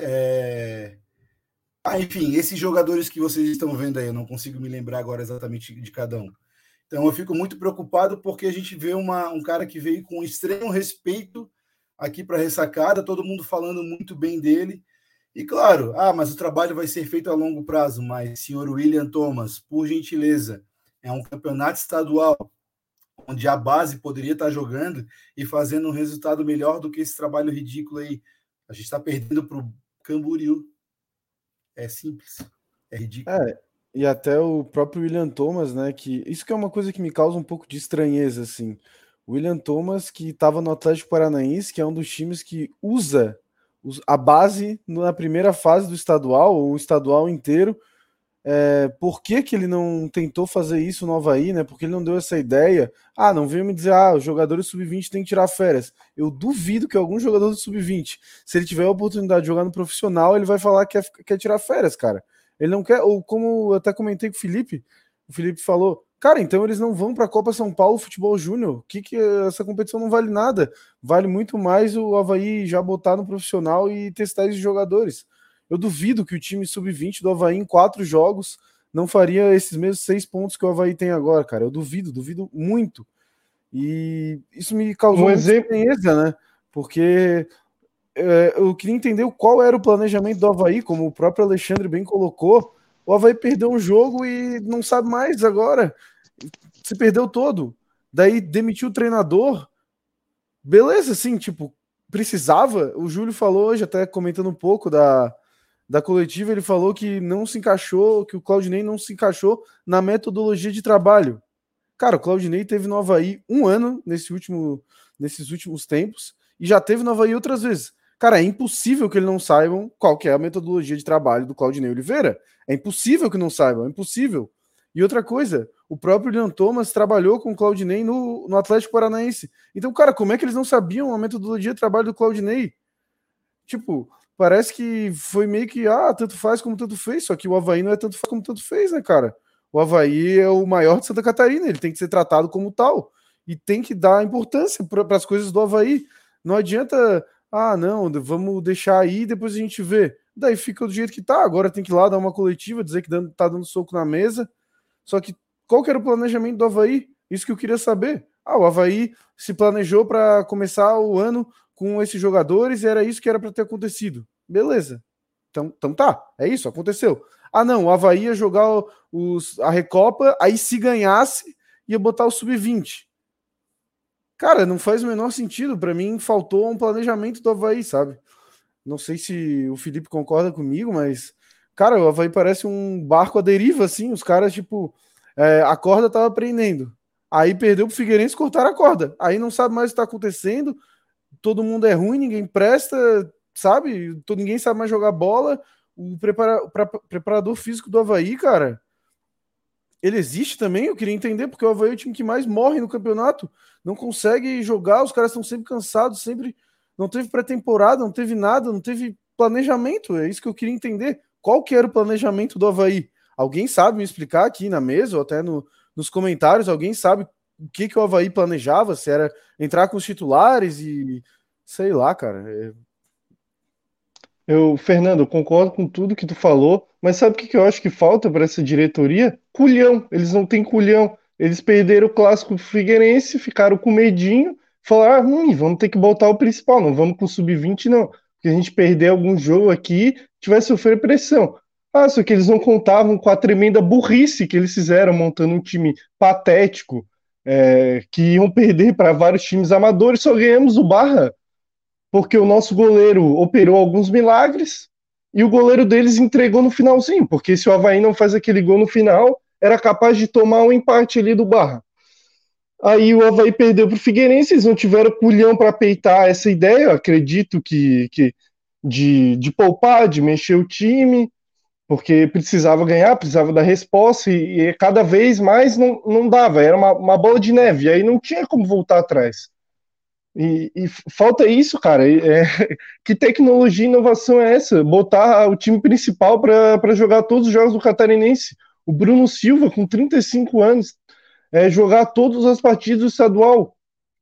enfim, esses jogadores que vocês estão vendo aí, eu não consigo me lembrar agora exatamente de cada um. Então, eu fico muito preocupado porque a gente vê um cara que veio com extremo respeito aqui para a ressacada, todo mundo falando muito bem dele. E claro, mas o trabalho vai ser feito a longo prazo, mas, senhor William Thomas, por gentileza, é um campeonato estadual onde a base poderia estar jogando e fazendo um resultado melhor do que esse trabalho ridículo aí. A gente está perdendo para o Camboriú. É simples, é ridículo. E até o próprio William Thomas, né? Que isso que é uma coisa que me causa um pouco de estranheza, assim. O William Thomas, que estava no Atlético Paranaense, que é um dos times que usa a base na primeira fase do estadual, ou o estadual inteiro. Por que ele não tentou fazer isso no Avaí, né? Porque ele não deu essa ideia. Não veio me dizer, os jogadores sub-20 têm que tirar férias. Eu duvido que algum jogador do sub-20, se ele tiver a oportunidade de jogar no profissional, ele vai falar que quer tirar férias, cara. Ele não quer, ou como eu até comentei com o Felipe falou, cara, então eles não vão para a Copa São Paulo Futebol Júnior. Que essa competição não vale nada. Vale muito mais o Avaí já botar no profissional e testar esses jogadores. Eu duvido que o time sub-20 do Avaí em 4 jogos não faria esses mesmos 6 pontos que o Avaí tem agora, cara. Eu duvido muito. E isso me causou muita estranheza, né? Porque eu queria entender qual era o planejamento do Avaí, como o próprio Alexandre bem colocou. O Avaí perdeu um jogo e não sabe mais agora. Se perdeu todo. Daí demitiu o treinador. Beleza, assim, tipo, precisava. O Júlio falou hoje, até comentando um pouco da coletiva, ele falou que não se encaixou, que o Claudinei não se encaixou na metodologia de trabalho. Cara, o Claudinei teve no Avaí 1 ano nesses últimos tempos e já teve no Avaí outras vezes. Cara, é impossível que eles não saibam qual que é a metodologia de trabalho do Claudinei Oliveira. É impossível que não saibam, é impossível. E outra coisa, o próprio William Thomas trabalhou com o Claudinei no Atlético Paranaense. Então, cara, como é que eles não sabiam a metodologia de trabalho do Claudinei? Tipo, parece que foi meio que, tanto faz como tanto fez, só que o Avaí não é tanto faz como tanto fez, né, cara? O Avaí é o maior de Santa Catarina, ele tem que ser tratado como tal, e tem que dar importância para as coisas do Avaí. Não adianta, não, vamos deixar aí, depois a gente vê. Daí fica do jeito que tá, agora tem que ir lá dar uma coletiva, dizer que tá dando soco na mesa. Só que qual que era o planejamento do Avaí? Isso que eu queria saber. O Avaí se planejou para começar o ano com esses jogadores e era isso que era para ter acontecido. Beleza. Então tá, é isso, aconteceu. Não, o Avaí ia jogar a Recopa, aí se ganhasse, ia botar o Sub-20. Cara, não faz o menor sentido. Para mim, faltou um planejamento do Avaí, sabe? Não sei se o Felipe concorda comigo, mas, cara, o Avaí parece um barco à deriva, assim. Os caras, tipo, a corda tava prendendo. Aí perdeu pro Figueirense, cortaram a corda. Aí não sabe mais o que tá acontecendo. Todo mundo é ruim, ninguém presta, sabe? Ninguém sabe mais jogar bola. O preparador físico do Avaí, cara, ele existe também? Eu queria entender, porque o Avaí é o time que mais morre no campeonato. Não consegue jogar, os caras estão sempre cansados, sempre não teve pré-temporada, não teve nada, não teve planejamento. É isso que eu queria entender. Qual que era o planejamento do Avaí? Alguém sabe me explicar aqui na mesa ou até nos comentários? Alguém sabe o que o Avaí planejava? Se era entrar com os titulares e sei lá, cara. Fernando, eu concordo com tudo que tu falou, mas sabe o que eu acho que falta para essa diretoria? Culhão. Eles não têm culhão. Eles perderam o clássico Figueirense, ficaram com medinho, falaram: vamos ter que botar o principal, não vamos com o sub-20, não. Porque a gente perder algum jogo aqui, a gente vai sofrer pressão. Só que eles não contavam com a tremenda burrice que eles fizeram montando um time patético, que iam perder para vários times amadores, só ganhamos o Barra porque o nosso goleiro operou alguns milagres e o goleiro deles entregou no finalzinho, porque se o Avaí não faz aquele gol no final, era capaz de tomar um empate ali do Barra. Aí o Avaí perdeu para o Figueirense, eles não tiveram culhão para peitar essa ideia, eu acredito que de poupar, de mexer o time, porque precisava ganhar, precisava dar resposta, e cada vez mais não dava, era uma bola de neve, aí não tinha como voltar atrás. E falta isso, cara. Que tecnologia e inovação é essa? Botar o time principal para jogar todos os jogos do Catarinense. O Bruno Silva, com 35 anos, jogar todas as partidas do estadual.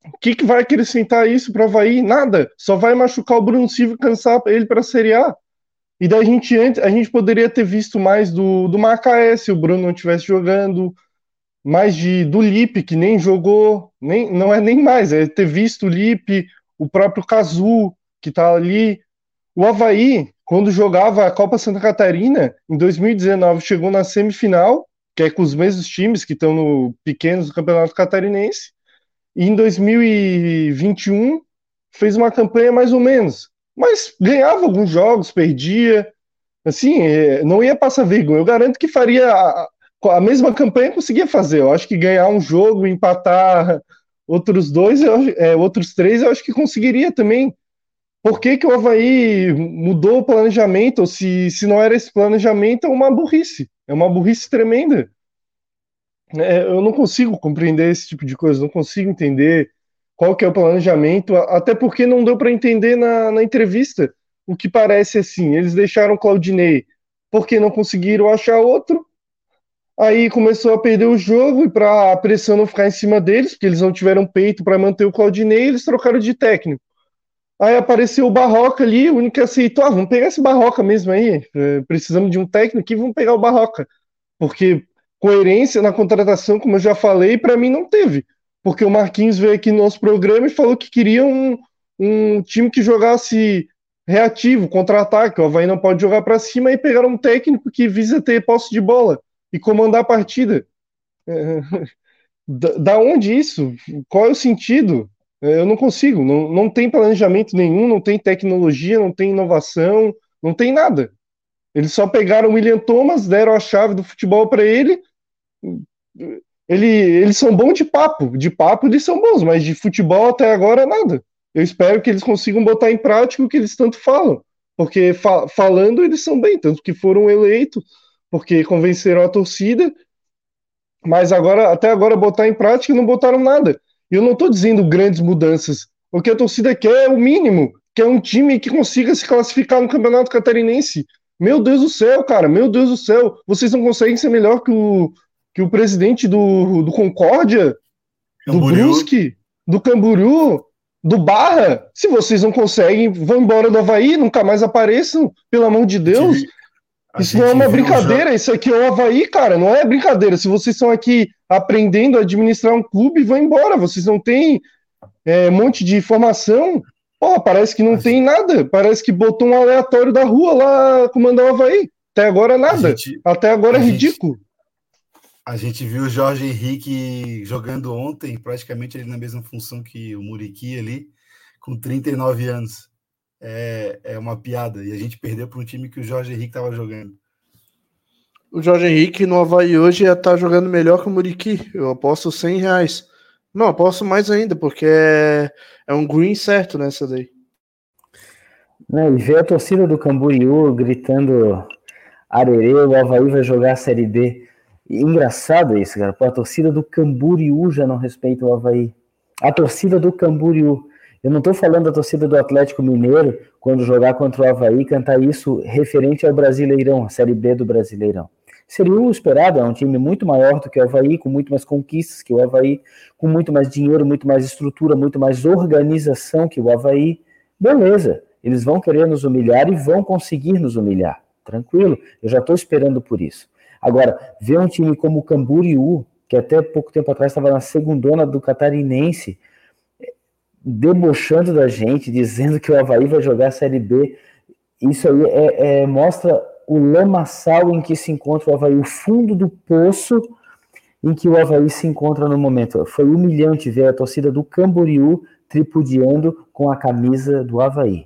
O que vai acrescentar isso para o Avaí? Nada. Só vai machucar o Bruno Silva e cansar ele para a Série A. E daí a gente poderia ter visto mais do Macaé, se o Bruno não estivesse jogando, mais do Lipe, que nem jogou, não é nem mais, é ter visto o Lipe, o próprio Cazu, que tá ali. O Avaí, quando jogava a Copa Santa Catarina, em 2019, chegou na semifinal, que é com os mesmos times que estão no pequenos do Campeonato Catarinense, e em 2021 fez uma campanha mais ou menos, mas ganhava alguns jogos, perdia, assim, não ia passar vergonha. Eu garanto que faria a mesma campanha, conseguia fazer. Eu acho que ganhar um jogo, empatar outros dois, outros três, eu acho que conseguiria também. Por que que o Avaí mudou o planejamento? Ou se não era esse planejamento, é uma burrice tremenda. Eu não consigo compreender esse tipo de coisa, não consigo entender qual que é o planejamento, até porque não deu para entender na entrevista. O que parece assim, eles deixaram o Claudinei porque não conseguiram achar outro, aí começou a perder o jogo e para a pressão não ficar em cima deles, porque eles não tiveram peito para manter o Claudinei, eles trocaram de técnico. Aí apareceu o Barroca ali, o único que aceitou, vamos pegar esse Barroca mesmo aí, precisamos de um técnico aqui, vamos pegar o Barroca. Porque coerência na contratação, como eu já falei, para mim não teve. Porque o Marquinhos veio aqui no nosso programa e falou que queria um time que jogasse reativo, contra-ataque. O Avaí não pode jogar para cima e pegaram um técnico que visa ter posse de bola e comandar a partida. Da onde isso? Qual é o sentido? Eu não consigo. Não tem planejamento nenhum, não tem tecnologia, não tem inovação, não tem nada. Eles só pegaram o William Thomas, deram a chave do futebol para ele. Eles são bons de papo eles são bons, mas de futebol até agora nada. Eu espero que eles consigam botar em prática o que eles tanto falam, porque falando eles são bem, tanto que foram eleitos, porque convenceram a torcida, mas agora até agora botar em prática não botaram nada. E eu não estou dizendo grandes mudanças. O que a torcida quer é o mínimo, que é um time que consiga se classificar no Campeonato Catarinense. Meu Deus do céu, cara, meu Deus do céu. Vocês não conseguem ser melhor que o presidente do Concórdia, do Camboriú. Brusque, do Camboriú, do Barra. Se vocês não conseguem, vão embora do Avaí, nunca mais apareçam, pelo amor de Deus. Isso não é uma brincadeira, isso aqui é o Avaí, cara, não é brincadeira. Se vocês estão aqui aprendendo a administrar um clube, vão embora. Vocês não têm um monte de informação. Pô, parece que não tem nada. Parece que botou um aleatório da rua lá comandar o Avaí. Até agora nada. Até agora é ridículo. A gente viu o Jorge Henrique jogando ontem, praticamente ele na mesma função que o Muriqui ali, com 39 anos. É uma piada. E a gente perdeu para um time que o Jorge Henrique estava jogando. O Jorge Henrique no Avaí hoje ia estar jogando melhor que o Muriqui. Eu aposto R$100. Não, aposto mais ainda, porque é um green certo nessa daí. E ver a torcida do Camboriú gritando Arerê, o Avaí vai jogar a Série B. Engraçado isso, cara. Pô, a torcida do Camboriú já não respeita o Avaí. A torcida do Camboriú. Eu não estou falando da torcida do Atlético Mineiro quando jogar contra o Avaí, cantar isso referente ao Brasileirão, a Série B do Brasileirão. Seria o esperado, é um time muito maior do que o Avaí, com muito mais conquistas que o Avaí, com muito mais dinheiro, muito mais estrutura, muito mais organização que o Avaí. Beleza, eles vão querer nos humilhar e vão conseguir nos humilhar. Tranquilo, eu já estou esperando por isso. Agora, ver um time como o Camboriú, que até pouco tempo atrás estava na segundona do Catarinense, debochando da gente, dizendo que o Avaí vai jogar a Série B, isso aí mostra o lamaçal em que se encontra o Avaí, o fundo do poço em que o Avaí se encontra no momento. Foi humilhante ver a torcida do Camboriú tripudiando com a camisa do Avaí.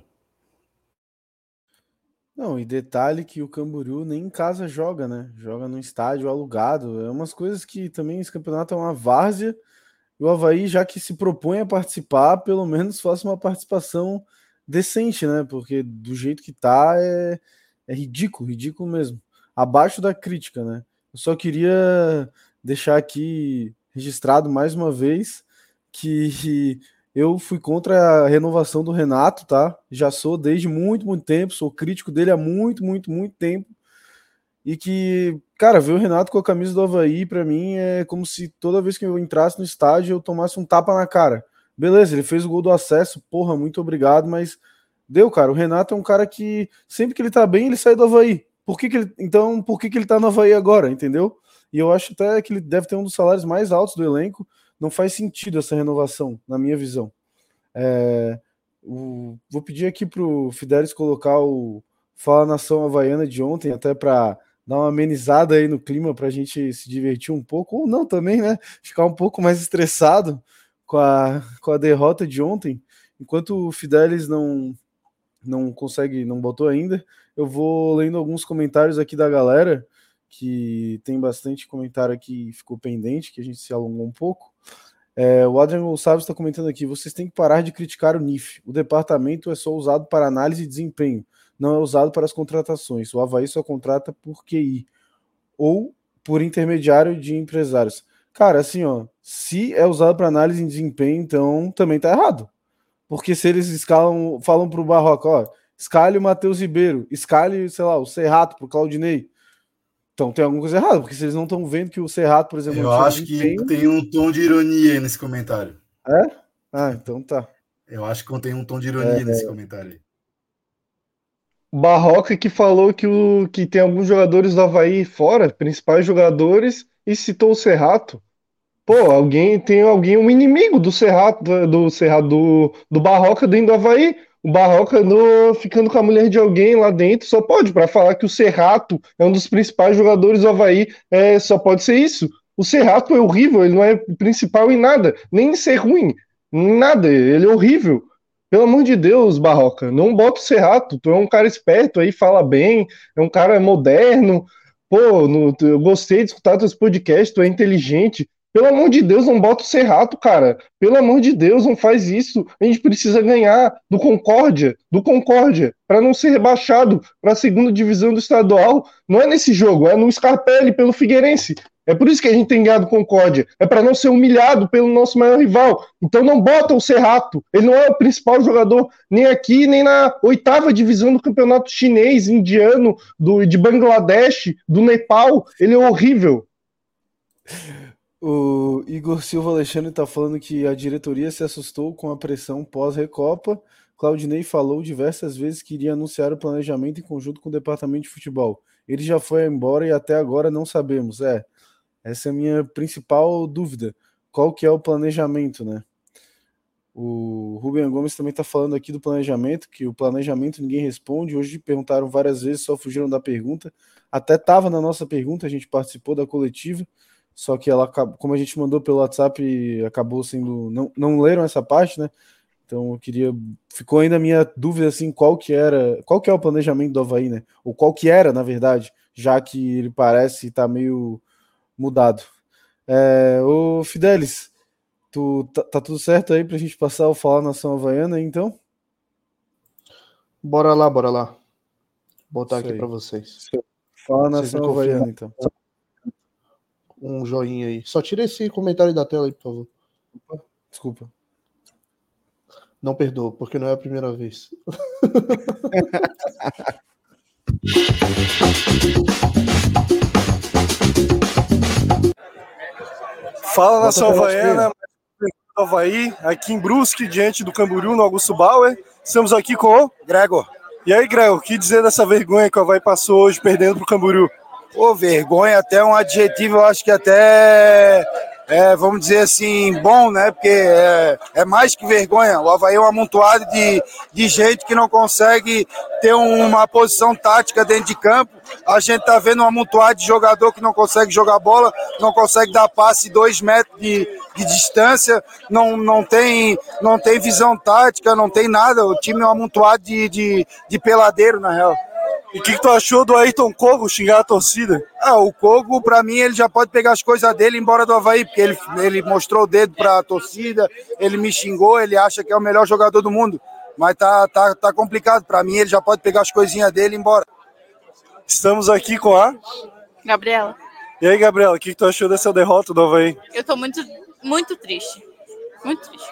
Não, e detalhe que o Camboriú nem em casa joga, né? Joga num estádio alugado. É umas coisas que também esse campeonato é uma várzea. E o Avaí, já que se propõe a participar, pelo menos faça uma participação decente, né? Porque do jeito que tá, é ridículo, ridículo mesmo. Abaixo da crítica, né? Eu só queria deixar aqui registrado mais uma vez que eu fui contra a renovação do Renato, tá? Já sou desde muito, muito tempo, sou crítico dele há muito, muito, muito tempo. E que, cara, ver o Renato com a camisa do Avaí, pra mim, é como se toda vez que eu entrasse no estádio eu tomasse um tapa na cara. Beleza, ele fez o gol do acesso, porra, muito obrigado, mas deu, cara. O Renato é um cara que sempre que ele tá bem, ele sai do Avaí. Então, por que ele tá no Avaí agora, entendeu? E eu acho até que ele deve ter um dos salários mais altos do elenco. Não faz sentido essa renovação, na minha visão. Vou pedir aqui pro Fidelis colocar o Fala Nação Havaiana de ontem, até para dar uma amenizada aí no clima, pra gente se divertir um pouco, ou não também, né? Ficar um pouco mais estressado com a derrota de ontem. Enquanto o Fidelis não consegue, não botou ainda, eu vou lendo alguns comentários aqui da galera, que tem bastante comentário aqui que ficou pendente, que a gente se alongou um pouco. O Adrian Gonçalves está comentando aqui: vocês têm que parar de criticar o NIF. O departamento é só usado para análise de desempenho, não é usado para as contratações. O Avaí só contrata por QI ou por intermediário de empresários. Cara, assim, ó, se é usado para análise de desempenho, então também tá errado. Porque se eles falam pro Barroca, ó, escale o Matheus Ribeiro, escale, sei lá, o Serrato pro Claudinei. Então tem alguma coisa errada, porque se eles não estão vendo que o Serrato, por exemplo... Eu acho que tem um tom de ironia aí nesse comentário. É? Ah, então tá. Eu acho que contém um tom de ironia nesse comentário aí. Barroca que falou que tem alguns jogadores do Avaí fora, principais jogadores, e citou o Serrato. Pô, um inimigo do Serrato, do Barroca dentro do Avaí. O Barroca ficando com a mulher de alguém lá dentro, só pode, para falar que o Serrato é um dos principais jogadores do Avaí, só pode ser isso. O Serrato é horrível, ele não é principal em nada, nem em ser ruim, em nada, ele é horrível. Pelo amor de Deus, Barroca, não bota o Serrato, tu é um cara esperto aí, fala bem, é um cara moderno, pô, eu gostei de escutar teus podcasts, tu é inteligente. Pelo amor de Deus, não bota o Serrato, cara. Pelo amor de Deus, não faz isso. A gente precisa ganhar do Concórdia, para não ser rebaixado para a segunda divisão do estadual. Não é nesse jogo, é no Scarpelli pelo Figueirense. É por isso que a gente tem ganhado Concórdia. É para não ser humilhado pelo nosso maior rival. Então não bota o Serrato. Ele não é o principal jogador nem aqui, nem na 8ª divisão do campeonato chinês, indiano, de Bangladesh, do Nepal. Ele é horrível. O Igor Silva Alexandre está falando que a diretoria se assustou com a pressão pós-Recopa. Claudinei falou diversas vezes que iria anunciar o planejamento em conjunto com o departamento de futebol. Ele já foi embora e até agora não sabemos. Essa é a minha principal dúvida. Qual que é o planejamento, né? O Rubem Gomes também está falando aqui do planejamento, que o planejamento ninguém responde. Hoje perguntaram várias vezes, só fugiram da pergunta. Até estava na nossa pergunta, a gente participou da coletiva, só que ela, como a gente mandou pelo WhatsApp, acabou sendo... Não leram essa parte, né? Então ficou ainda a minha dúvida, assim, qual que é o planejamento do Avaí, né? Ou qual que era, na verdade, já que ele parece estar meio mudado. Ô Fidelis, tá tudo certo aí pra gente passar o Fala Nação Havaiana, então? Bora lá. Vou botar aqui para vocês. Fala Nação Havaiana, então. Um joinha aí. Só tira esse comentário da tela aí, por favor. Desculpa. Não perdoa, porque não é a primeira vez. Fala Nação Havaiana, Avaí, aqui em Brusque, diante do Camboriú, no Augusto Bauer. Estamos aqui com o Gregor. E aí, Gregor, o que dizer dessa vergonha que o Avaí passou hoje perdendo pro Camboriú? Pô, vergonha, até um adjetivo, eu acho que até, vamos dizer assim, bom, né? Porque é mais que vergonha. O Avaí é um amontoado de gente que não consegue ter uma posição tática dentro de campo. A gente tá vendo um amontoado de jogador que não consegue jogar bola, não consegue dar passe 2 metros de distância, não tem visão tática, não tem nada. O time é um amontoado de peladeiro, na real. E o que tu achou do Ayrton Kogo xingar a torcida? O Kogo, pra mim, ele já pode pegar as coisas dele e ir embora do Avaí, porque ele mostrou o dedo pra torcida, ele me xingou, ele acha que é o melhor jogador do mundo, mas tá complicado. Pra mim, ele já pode pegar as coisinhas dele e ir embora. Estamos aqui com a Gabriela. E aí, Gabriela, o que tu achou dessa derrota do Avaí? Eu tô muito, muito triste. Muito triste.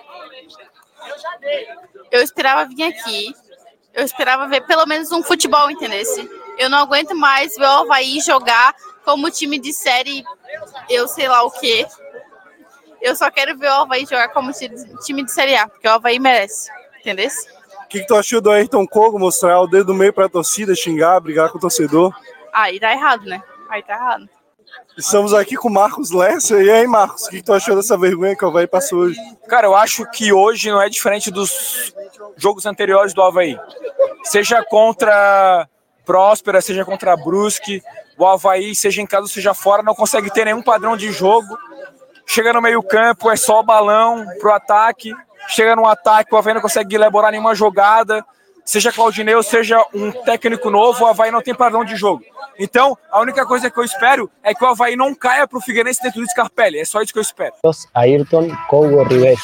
Eu esperava vir aqui. Eu esperava ver pelo menos um futebol, entendesse? Eu não aguento mais ver o Avaí jogar como time de série, eu sei lá o quê. Eu só quero ver o Avaí jogar como time de Série A, porque o Avaí merece, entendeu? O que tu achou do Ayrton Kogo mostrar o dedo no meio pra torcida, xingar, brigar com o torcedor? Aí tá errado, né? Aí tá errado. Estamos aqui com o Marcos Lessa. E aí, Marcos, o que tu achou dessa vergonha que o Avaí passou hoje? Cara, eu acho que hoje não é diferente dos jogos anteriores do Avaí. Seja contra Próspera, seja contra Brusque, o Avaí, seja em casa, seja fora, não consegue ter nenhum padrão de jogo. Chega no meio campo, é só balão pro ataque. Chega no ataque, o Avaí não consegue elaborar nenhuma jogada. Seja Claudinei ou seja um técnico novo, o Avaí não tem padrão de jogo. Então, a única coisa que eu espero é que o Avaí não caia pro Figueirense dentro do Scarpelli. É só isso que eu espero. Ayrton Kogo Rivera.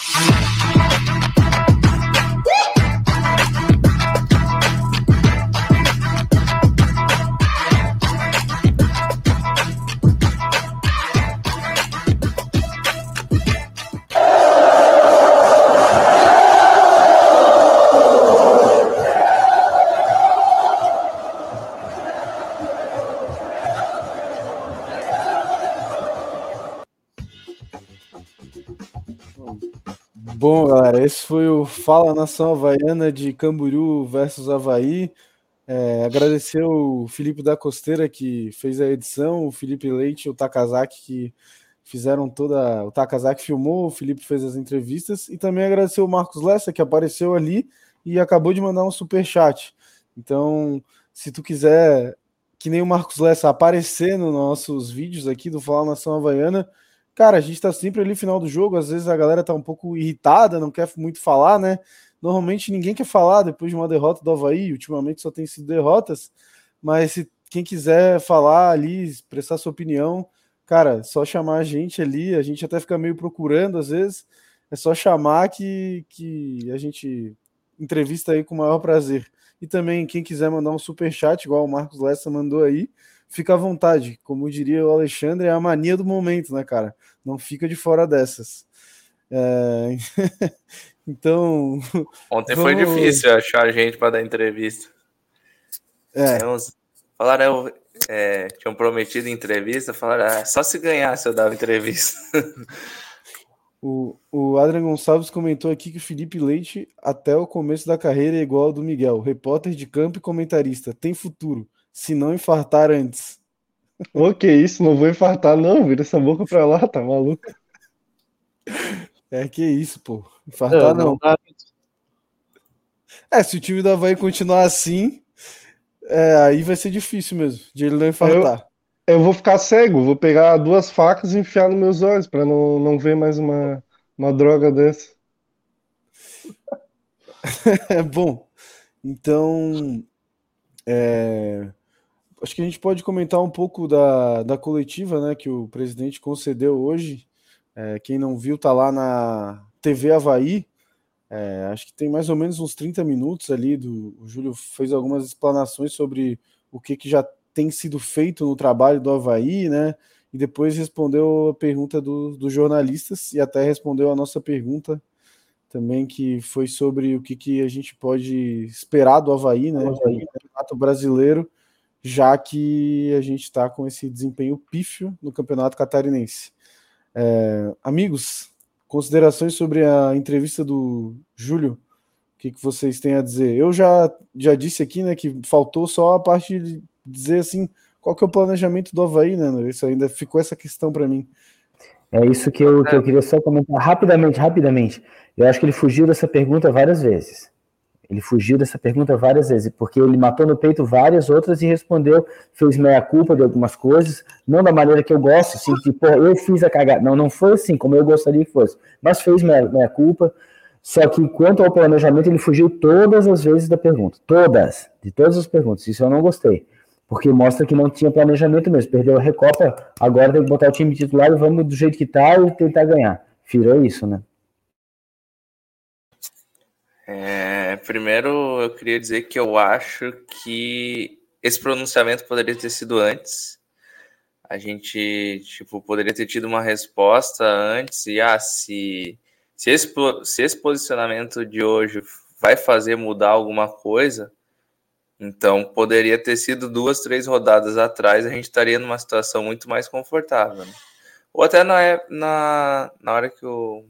Bom, galera, esse foi o Fala Nação Havaiana de Camboriú versus Avaí. Agradecer o Felipe da Costeira, que fez a edição, o Felipe Leite e o Takazaki, que fizeram toda... O Takazaki filmou, o Felipe fez as entrevistas, e também agradecer o Marcos Lessa, que apareceu ali e acabou de mandar um superchat. Então, se tu quiser, que nem o Marcos Lessa, aparecer nos nossos vídeos aqui do Fala Nação Havaiana, cara, a gente tá sempre ali no final do jogo, às vezes a galera tá um pouco irritada, não quer muito falar, né? Normalmente ninguém quer falar depois de uma derrota do Avaí, ultimamente só tem sido derrotas, mas se quem quiser falar ali, expressar sua opinião, cara, só chamar a gente ali, a gente até fica meio procurando às vezes, é só chamar que a gente entrevista aí com o maior prazer. E também quem quiser mandar um superchat, igual o Marcos Lessa mandou aí, fica à vontade. Como diria o Alexandre, é a mania do momento, né, cara? Não fica de fora dessas. Então... Ontem foi difícil achar gente para dar entrevista. Falaram, tinham prometido entrevista, falaram, só se ganhasse eu dava entrevista. O Adrian Gonçalves comentou aqui que o Felipe Leite, até o começo da carreira, é igual ao do Miguel, repórter de campo e comentarista. Tem futuro, se não infartar antes. Que isso, não vou infartar não, vira essa boca pra lá, tá maluco? Que isso, pô. Infartar não. Se o time do Avaí continuar assim, aí vai ser difícil mesmo, de ele não infartar. Eu vou ficar cego, vou pegar 2 facas e enfiar nos meus olhos pra não ver mais uma droga dessa. Bom, então acho que a gente pode comentar um pouco da coletiva, né, que o presidente concedeu hoje. Quem não viu tá lá na TV Avaí. Acho que tem mais ou menos uns 30 minutos ali. O Júlio fez algumas explanações sobre o que já tem sido feito no trabalho do Avaí, né? E depois respondeu a pergunta dos jornalistas e até respondeu a nossa pergunta também, que foi sobre o que a gente pode esperar do Avaí, né? No Campeonato Brasileiro, já que a gente está com esse desempenho pífio no Campeonato Catarinense. Amigos, considerações sobre a entrevista do Júlio, o que vocês têm a dizer? Eu já disse aqui, né, que faltou só a parte de dizer assim, qual que é o planejamento do Avaí, né? Isso ainda ficou essa questão para mim. É isso que eu queria só comentar rapidamente. Eu acho que ele fugiu dessa pergunta várias vezes. Porque ele matou no peito várias outras e respondeu, fez meia-culpa de algumas coisas, não da maneira que eu gosto, assim, de, eu fiz a cagada. Não foi assim como eu gostaria que fosse, mas fez meia-culpa. Só que quanto ao planejamento, ele fugiu todas as vezes da pergunta. De todas as perguntas. Isso eu não gostei. Porque mostra que não tinha planejamento mesmo. Perdeu a Recopa, agora tem que botar o time titular e vamos do jeito que tá e tentar ganhar. Virou isso, né? Primeiro, eu queria dizer que eu acho que esse pronunciamento poderia ter sido antes. A gente, poderia ter tido uma resposta antes e, se esse posicionamento de hoje vai fazer mudar alguma coisa, então poderia ter sido 2, 3 rodadas atrás, a gente estaria numa situação muito mais confortável, né? Ou até na hora que o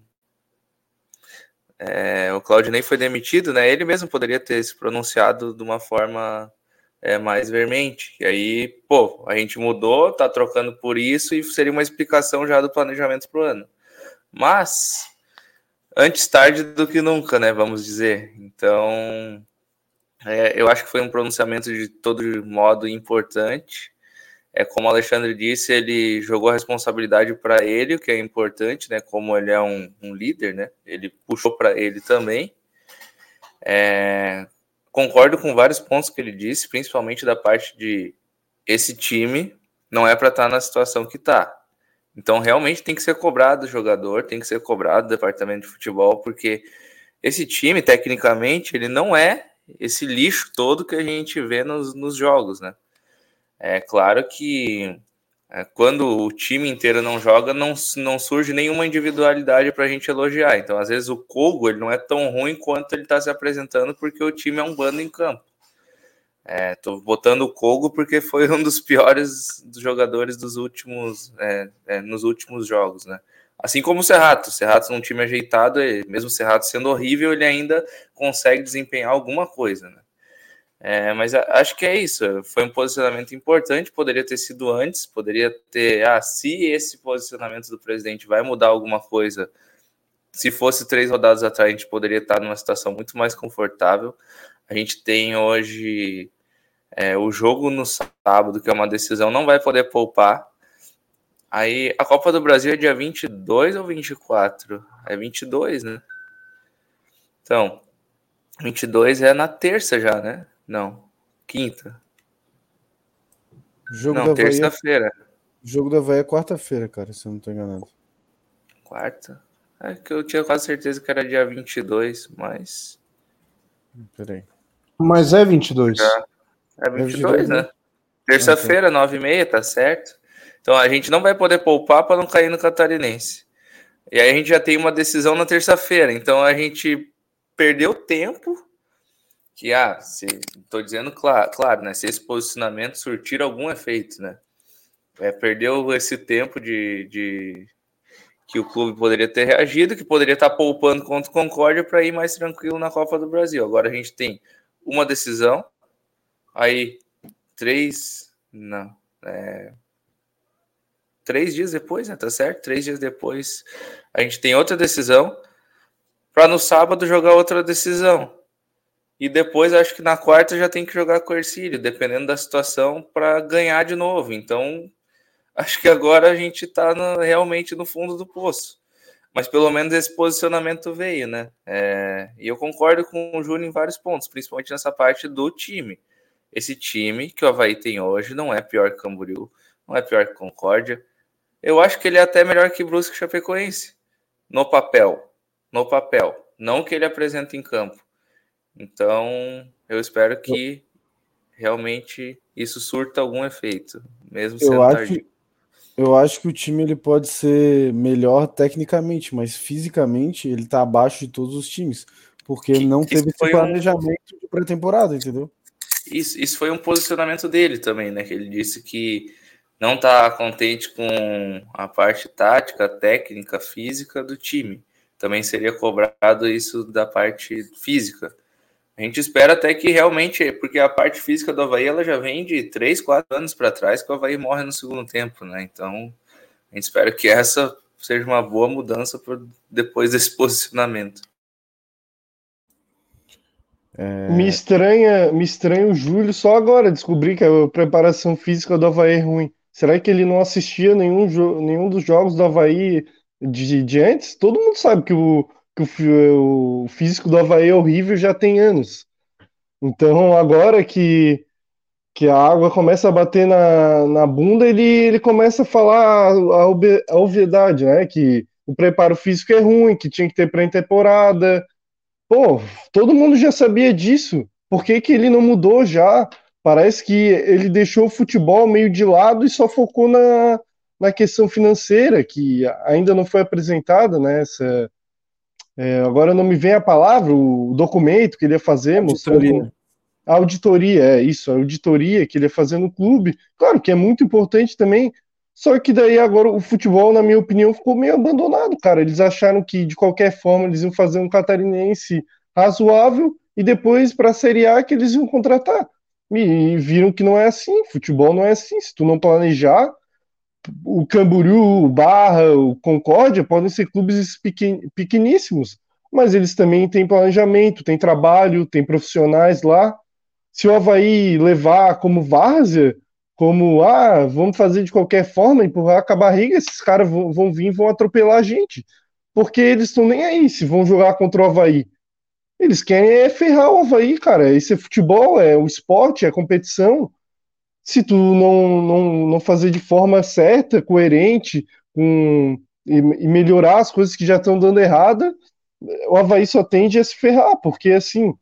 Claudinei foi demitido, né? Ele mesmo poderia ter se pronunciado de uma forma mais veemente. E aí, pô, a gente mudou, tá trocando por isso, e seria uma explicação já do planejamento pro ano. Mas, antes tarde do que nunca, né? Vamos dizer. Então, eu acho que foi um pronunciamento de todo modo importante. Como o Alexandre disse, ele jogou a responsabilidade para ele, o que é importante, né? Como ele é um líder, né? Ele puxou para ele também. Concordo com vários pontos que ele disse, principalmente da parte de esse time não é para estar na situação que está. Então, realmente tem que ser cobrado o jogador, tem que ser cobrado o departamento de futebol, porque esse time, tecnicamente, ele não é esse lixo todo que a gente vê nos jogos, né? É claro que quando o time inteiro não joga, não surge nenhuma individualidade para a gente elogiar. Então, às vezes, o Kogo ele não é tão ruim quanto ele está se apresentando, porque o time é um bando em campo. Tô botando o Kogo porque foi um dos piores dos jogadores dos últimos, nos últimos jogos, né? Assim como o Serrato. O Serrato num time ajeitado, mesmo o Serrato sendo horrível, ele ainda consegue desempenhar alguma coisa, né? Mas acho que é isso. Foi um posicionamento importante, poderia ter sido antes, poderia ter... se esse posicionamento do presidente vai mudar alguma coisa, se fosse 3 rodadas atrás, a gente poderia estar numa situação muito mais confortável. A gente tem hoje o jogo no sábado, que é uma decisão, não vai poder poupar. Aí a Copa do Brasil é dia 22 ou 24? É 22, né? Então, 22 é na terça já, né? Não, quinta. Não, terça-feira. O jogo da Avaí é quarta-feira, cara, se eu não tô enganado. Quarta? Que eu tinha quase certeza que era dia 22, mas... Peraí. Mas é 22. É 22, né? Terça-feira, 9h30, tá certo? Então a gente não vai poder poupar para não cair no Catarinense. E aí a gente já tem uma decisão na terça-feira. Então a gente perdeu tempo... Estou dizendo claro, né? Se esse posicionamento surtir algum efeito, né? Perdeu esse tempo de que o clube poderia ter reagido, que poderia estar poupando contra o Concórdia para ir mais tranquilo na Copa do Brasil. Agora a gente tem uma decisão, aí 3 dias depois, né? Tá certo? 3 dias depois a gente tem outra decisão para no sábado jogar outra decisão. E depois, acho que na quarta já tem que jogar com o Ercílio, dependendo da situação, para ganhar de novo. Então, acho que agora a gente está realmente no fundo do poço. Mas pelo menos esse posicionamento veio, né? E eu concordo com o Júnior em vários pontos, principalmente nessa parte do time. Esse time que o Avaí tem hoje não é pior que Camboriú, não é pior que Concórdia. Eu acho que ele é até melhor que Brusque e Chapecoense. No papel. Não que ele apresenta em campo. Então, eu espero que realmente isso surta algum efeito, mesmo sendo tardio. Eu acho que o time ele pode ser melhor tecnicamente, mas fisicamente ele tá abaixo de todos os times, porque não teve esse planejamento de pré-temporada, entendeu? Isso foi um posicionamento dele também, né? Que ele disse que não tá contente com a parte tática, técnica, física do time. Também seria cobrado isso da parte física. A gente espera até que realmente, porque a parte física do Avaí ela já vem de 3, 4 anos para trás, que o Avaí morre no segundo tempo, né? Então, a gente espera que essa seja uma boa mudança depois desse posicionamento. Me estranha o Júlio só agora descobrir que a preparação física do Avaí é ruim. Será que ele não assistia nenhum dos jogos do Avaí de antes? Todo mundo sabe que o físico do Avaí é horrível já tem anos. Então, agora que a água começa a bater na bunda, ele começa a falar a obviedade, né? Que o preparo físico é ruim, que tinha que ter pré-temporada. Pô, todo mundo já sabia disso. Por que que ele não mudou já? Parece que ele deixou o futebol meio de lado e só focou na questão financeira, que ainda não foi apresentada, né? Agora não me vem a palavra, o documento que ele ia fazer, mostrando a auditoria, a auditoria que ele ia fazer no clube. Claro que é muito importante também, Só que daí agora o futebol, na minha opinião, ficou meio abandonado, cara. Eles acharam que de qualquer forma eles iam fazer um catarinense razoável e depois para a Série A que eles iam contratar. E viram que não é assim, futebol não é assim. Se tu não planejar, o Camboriú, o Barra, o Concórdia podem ser clubes pequeníssimos, mas eles também têm planejamento, têm trabalho, têm profissionais lá. Se o Avaí levar como várzea, como, vamos fazer de qualquer forma, empurrar com a barriga, esses caras vão vir e vão atropelar a gente. Porque eles estão nem aí se vão jogar contra o Avaí. Eles querem ferrar o Avaí, cara. Isso é futebol, é o esporte, é competição. Se tu não fazer de forma certa, coerente, e melhorar as coisas que já estão dando errada, o Avaí só tende a se ferrar, porque assim,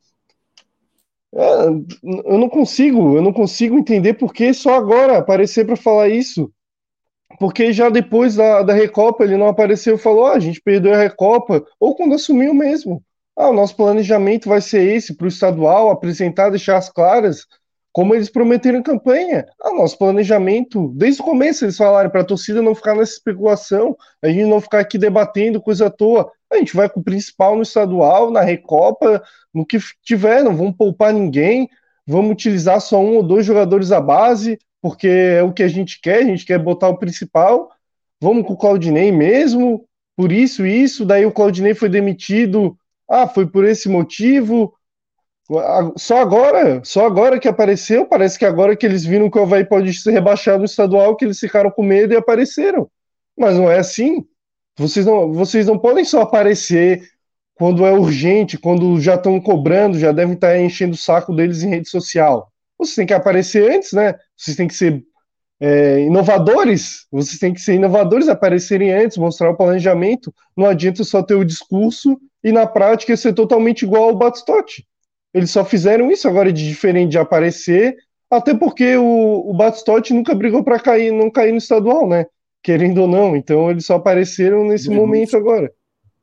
eu não consigo entender por que só agora aparecer para falar isso. Porque já depois da Recopa ele não apareceu e falou: a gente perdeu a Recopa, ou quando assumiu mesmo. O nosso planejamento vai ser esse para o estadual, apresentar, deixar as claras, como eles prometeram em campanha. Nosso planejamento, desde o começo eles falaram para a torcida não ficar nessa especulação, a gente não ficar aqui debatendo coisa à toa. A gente vai com o principal no estadual, na Recopa, no que tiver, não vamos poupar ninguém, vamos utilizar só 1 ou 2 jogadores à base, porque é o que a gente quer botar o principal, vamos com o Claudinei mesmo, por isso, daí o Claudinei foi demitido, foi por esse motivo, só agora que apareceu, parece que agora que eles viram que o Avaí pode ser rebaixado no estadual, que eles ficaram com medo e apareceram, mas não é assim, vocês não podem só aparecer quando é urgente, quando já estão cobrando, já devem estar enchendo o saco deles em rede social. Vocês têm que aparecer antes, né? Vocês têm que ser inovadores, aparecerem antes, mostrar o planejamento. Não adianta só ter o discurso e na prática ser totalmente igual ao Batistotti. Eles só fizeram isso agora de diferente de aparecer, até porque o Batistotti nunca brigou para não cair no estadual, né? Querendo ou não. Então eles só apareceram nesse momento agora.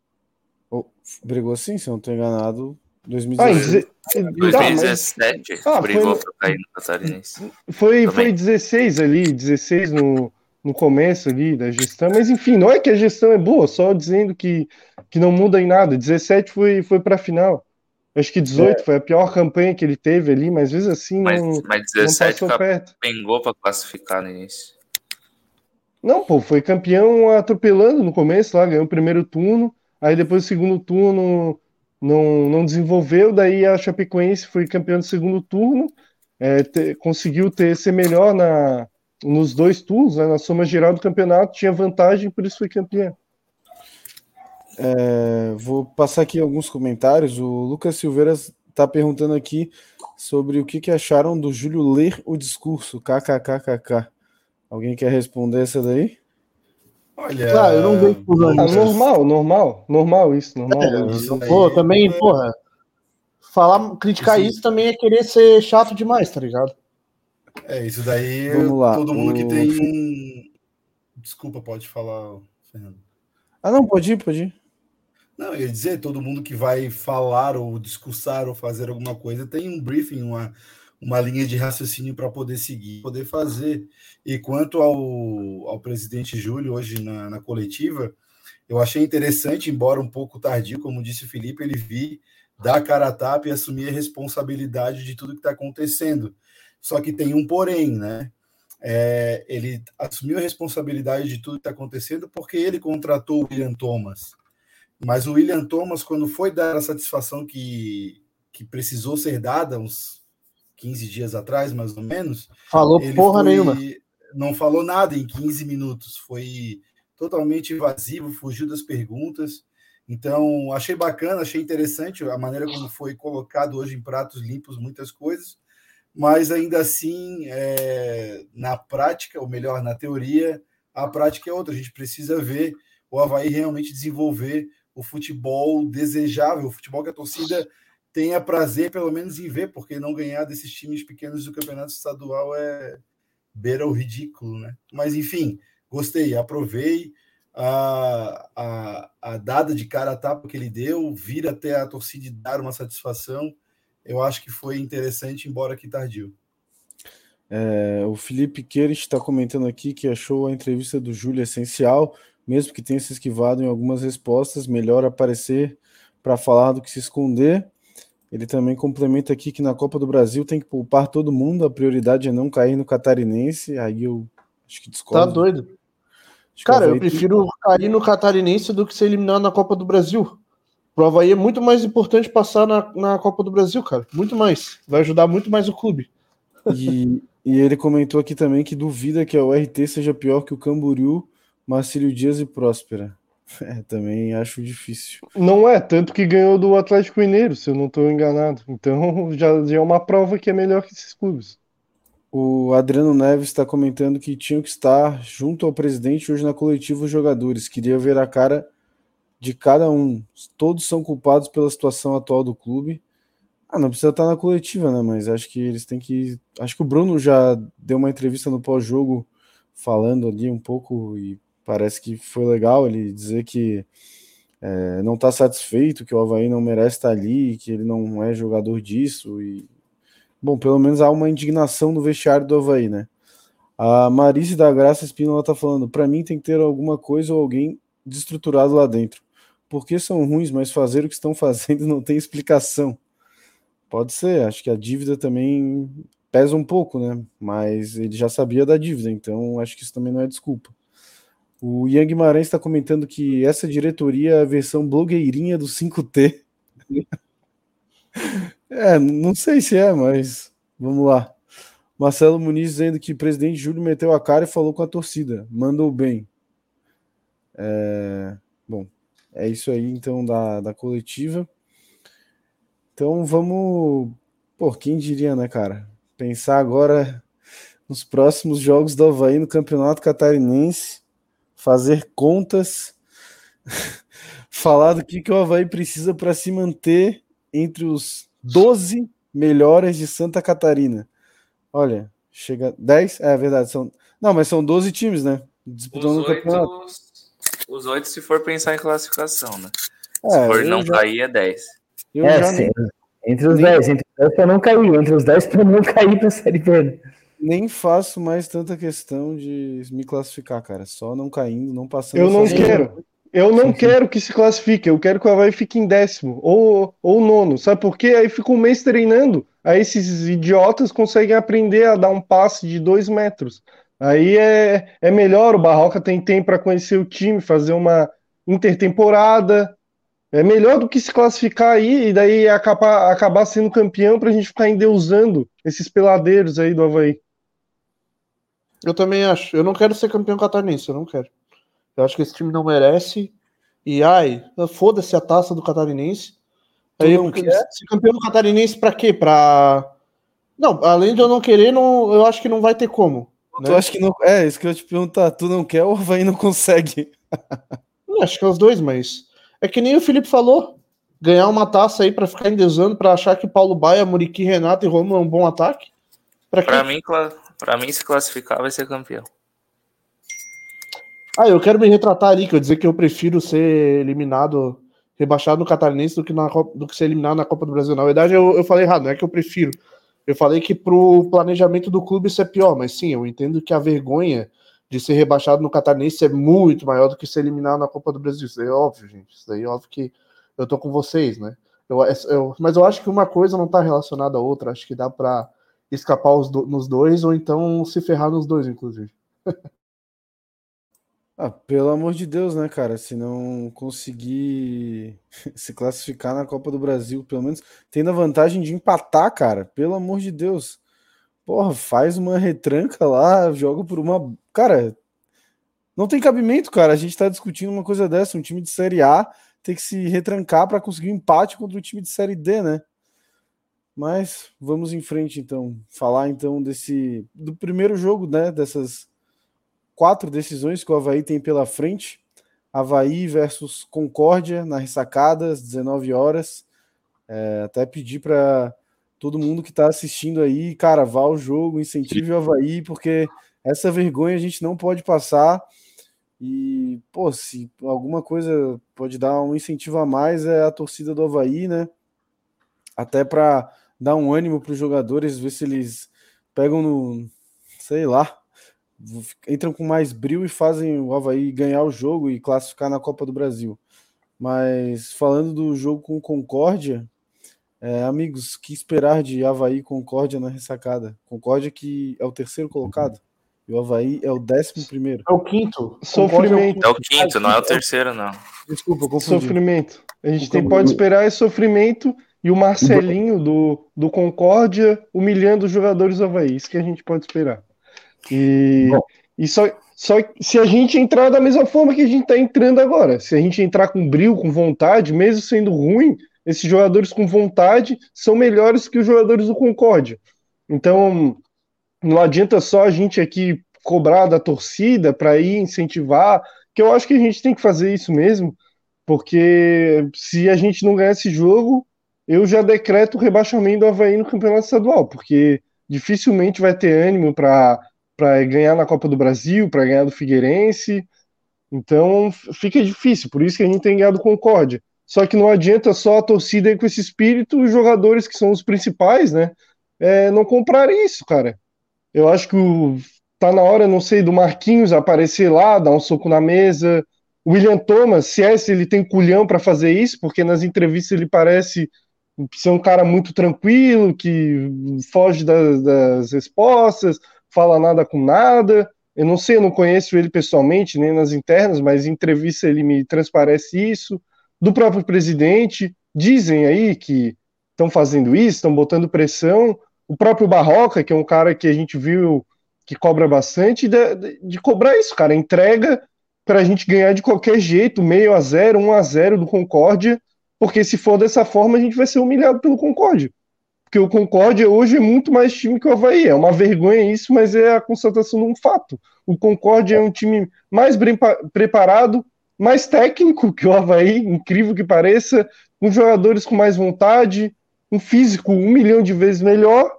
Brigou sim, se eu não estou enganado. 2017 brigou para cair no Catarinense. Foi 16 ali, 16 no começo ali da gestão, mas enfim, não é que a gestão é boa, só dizendo que não muda em nada. 17 foi para a final. Acho que 18 foi a pior campanha que ele teve ali, mas às vezes assim mas 17 não passou perto. Pingou para classificar no início. Não, foi campeão atropelando no começo lá, ganhou o primeiro turno, aí depois o segundo turno não desenvolveu, daí a Chapecoense foi campeão do segundo turno, conseguiu ser melhor nos 2 turnos, né, na soma geral do campeonato, tinha vantagem, por isso foi campeão. Vou passar aqui alguns comentários. O Lucas Silveira está perguntando aqui sobre o que acharam do Júlio ler o discurso, kkkk. Alguém quer responder essa daí? Olha, eu não vejo normal isso, normal. Também, porra, criticar isso também é querer ser chato demais, tá ligado? Isso daí. Vamos lá. Todo mundo que tem um. Desculpa, pode falar, Fernando. Não, pode ir. Não, eu ia dizer, todo mundo que vai falar ou discursar ou fazer alguma coisa tem um briefing, uma linha de raciocínio para poder seguir, poder fazer. E quanto ao presidente Júlio, hoje na coletiva, eu achei interessante, embora um pouco tardio, como disse o Felipe, ele vir dar a cara a tapa e assumir a responsabilidade de tudo que está acontecendo. Só que tem um porém, né? Ele assumiu a responsabilidade de tudo que está acontecendo porque ele contratou o William Thomas. Mas o William Thomas, quando foi dar a satisfação que precisou ser dada, uns 15 dias atrás, mais ou menos... Falou porra nenhuma. Não falou nada em 15 minutos. Foi totalmente evasivo, fugiu das perguntas. Então, achei bacana, achei interessante a maneira como foi colocado hoje em pratos limpos muitas coisas, mas ainda assim, na prática, ou melhor, na teoria, a prática é outra. A gente precisa ver o Avaí realmente desenvolver o futebol desejável, o futebol que a torcida tenha prazer, pelo menos, em ver, porque não ganhar desses times pequenos do campeonato estadual beira o ridículo, né? Mas, enfim, gostei, aprovei a dada de cara a tapa que ele deu, vir até a torcida e dar uma satisfação. Eu acho que foi interessante, embora que tardio. O Felipe Queires está comentando aqui que achou a entrevista do Júlio essencial, mesmo que tenha se esquivado em algumas respostas, melhor aparecer para falar do que se esconder. Ele também complementa aqui que na Copa do Brasil tem que poupar todo mundo, a prioridade é não cair no Catarinense. Aí eu acho que discordo. Tá doido. Cara, eu prefiro cair no Catarinense do que ser eliminado na Copa do Brasil. Pro Avaí é muito mais importante passar na Copa do Brasil, cara. Muito mais. Vai ajudar muito mais o clube. E ele comentou aqui também que duvida que a URT seja pior que o Camboriú, Marcílio Dias e Próspera. Também acho difícil. Não é, tanto que ganhou do Atlético Mineiro, se eu não estou enganado. Então já é uma prova que é melhor que esses clubes. O Adriano Neves está comentando que tinham que estar junto ao presidente hoje na coletiva os jogadores. Queria ver a cara de cada um. Todos são culpados pela situação atual do clube. Não precisa estar na coletiva, né? Mas acho que eles têm que... Acho que o Bruno já deu uma entrevista no pós-jogo falando ali um pouco e parece que foi legal ele dizer que não está satisfeito, que o Avaí não merece estar ali, que ele não é jogador disso. Bom, pelo menos há uma indignação no vestiário do Avaí, né? A Marice da Graça Espínola tá falando, para mim tem que ter alguma coisa ou alguém desestruturado lá dentro. Porque são ruins, mas fazer o que estão fazendo não tem explicação. Pode ser, acho que a dívida também pesa um pouco, né? Mas ele já sabia da dívida, então acho que isso também não é desculpa. O Ian Guimarães está comentando que essa diretoria é a versão blogueirinha do 5T. Não sei se é, mas vamos lá. Marcelo Muniz dizendo que o presidente Júlio meteu a cara e falou com a torcida. Mandou bem. Bom, é isso aí então da coletiva. Então vamos... Pô, quem diria, né, cara? Pensar agora nos próximos jogos do Avaí no Campeonato Catarinense, fazer contas, falar do que o Avaí precisa para se manter entre os 12 melhores de Santa Catarina. Olha, chega 10? É verdade, mas são 12 times, né? Disputando o campeonato. Os 8 se for pensar em classificação, né? Se for não cair, é 10. Entre os 10 para não cair, entre os 10 para não cair para a Série B. Nem faço mais tanta questão de me classificar, cara. Só não caindo, não passando. Eu não quero. Eu não quero que se classifique, eu quero que o Avaí fique em 10º ou 9º, sabe por quê? Aí fica um mês treinando, aí esses idiotas conseguem aprender a dar um passe de 2 metros. Aí é melhor, o Barroca tem tempo para conhecer o time, fazer uma intertemporada, é melhor do que se classificar aí e daí acabar sendo campeão pra gente ficar endeusando esses peladeiros aí do Avaí. Eu também acho, eu não quero ser campeão catarinense, eu não quero. Eu acho que esse time não merece. E foda-se a taça do Catarinense. Aí eu quero ser campeão do Catarinense pra quê? Não, além de eu não querer, eu acho que não vai ter como. Tu acha que não? Isso que eu ia te perguntar. Tu não quer ou o Avaí não consegue? Eu acho que é os dois, mas é que nem o Felipe falou. Ganhar uma taça aí pra ficar endeusando, pra achar que Paulo Baia, Muriqui, Renato e Romulo é um bom ataque? Pra mim, se classificar, vai ser campeão. Eu quero me retratar ali, que eu dizer que eu prefiro ser eliminado, rebaixado no Catarinense do que ser eliminado na Copa do Brasil. Na verdade, eu falei errado, não é que eu prefiro. Eu falei que pro planejamento do clube isso é pior, mas sim, eu entendo que a vergonha de ser rebaixado no Catarinense é muito maior do que ser eliminado na Copa do Brasil. Isso aí é óbvio, gente. Isso aí é óbvio que eu tô com vocês, né? Mas eu acho que uma coisa não tá relacionada à outra. Acho que dá pra escapar nos dois, ou então se ferrar nos dois, inclusive. Pelo amor de Deus, né, cara? Se não conseguir se classificar na Copa do Brasil, pelo menos tendo a vantagem de empatar, cara, pelo amor de Deus. Porra, faz uma retranca lá, joga por uma... Cara, não tem cabimento, cara. A gente tá discutindo uma coisa dessa. Um time de Série A tem que se retrancar para conseguir um empate contra o time de Série D, né? Mas vamos em frente, então. Falar, então, do primeiro jogo, né? Dessas 4 decisões que o Avaí tem pela frente. Avaí versus Concórdia na ressacada, às 19 horas. Até pedir para todo mundo que está assistindo aí, cara, vá ao jogo, incentive o Avaí, porque essa vergonha a gente não pode passar. E, pô, se alguma coisa pode dar um incentivo a mais é a torcida do Avaí, né? Até para dar um ânimo para os jogadores, ver se eles pegam sei lá, entram com mais brio e fazem o Avaí ganhar o jogo e classificar na Copa do Brasil. Mas falando do jogo com o Concórdia, amigos, que esperar de Avaí e Concórdia na ressacada? Concórdia que é o terceiro colocado e o Avaí é o 11º. É o quinto. Sofrimento. É o quinto, não é o terceiro, não. Desculpa, confundi. Sofrimento. A gente pode esperar esse sofrimento e o Marcelinho do Concórdia humilhando os jogadores do Avaí. Isso que a gente pode esperar. E só se a gente entrar da mesma forma que a gente está entrando agora, se a gente entrar com brio, com vontade, mesmo sendo ruim, esses jogadores com vontade são melhores que os jogadores do Concórdia. Então, não adianta só a gente aqui cobrar da torcida para ir incentivar, que eu acho que a gente tem que fazer isso mesmo, porque se a gente não ganhar esse jogo, eu já decreto o rebaixamento do Avaí no Campeonato Estadual, porque dificilmente vai ter ânimo para ganhar na Copa do Brasil, para ganhar do Figueirense. Então fica difícil, por isso que a gente tem ganhado Concórdia. Só que não adianta só a torcida aí com esse espírito, os jogadores que são os principais, né, não comprarem isso, cara. Eu acho que tá na hora, não sei, do Marquinhos aparecer lá, dar um soco na mesa. O William Thomas, se ele tem culhão para fazer isso, porque nas entrevistas ele parece ser um cara muito tranquilo, que foge das respostas, fala nada com nada. Eu não sei, eu não conheço ele pessoalmente, nem nas internas, mas em entrevista ele me transparece isso. Do próprio presidente, dizem aí que estão fazendo isso, estão botando pressão. O próprio Barroca, que é um cara que a gente viu que cobra bastante, de cobrar isso, cara, entrega para a gente ganhar de qualquer jeito, 0-0, 1-0 do Concórdia, porque se for dessa forma a gente vai ser humilhado pelo Concórdia, porque o Concórdia hoje é muito mais time que o Avaí, é uma vergonha isso, mas é a constatação de um fato. O Concórdia é um time mais bem preparado, mais técnico que o Avaí, incrível que pareça, com jogadores com mais vontade, um físico 1 milhão de vezes melhor.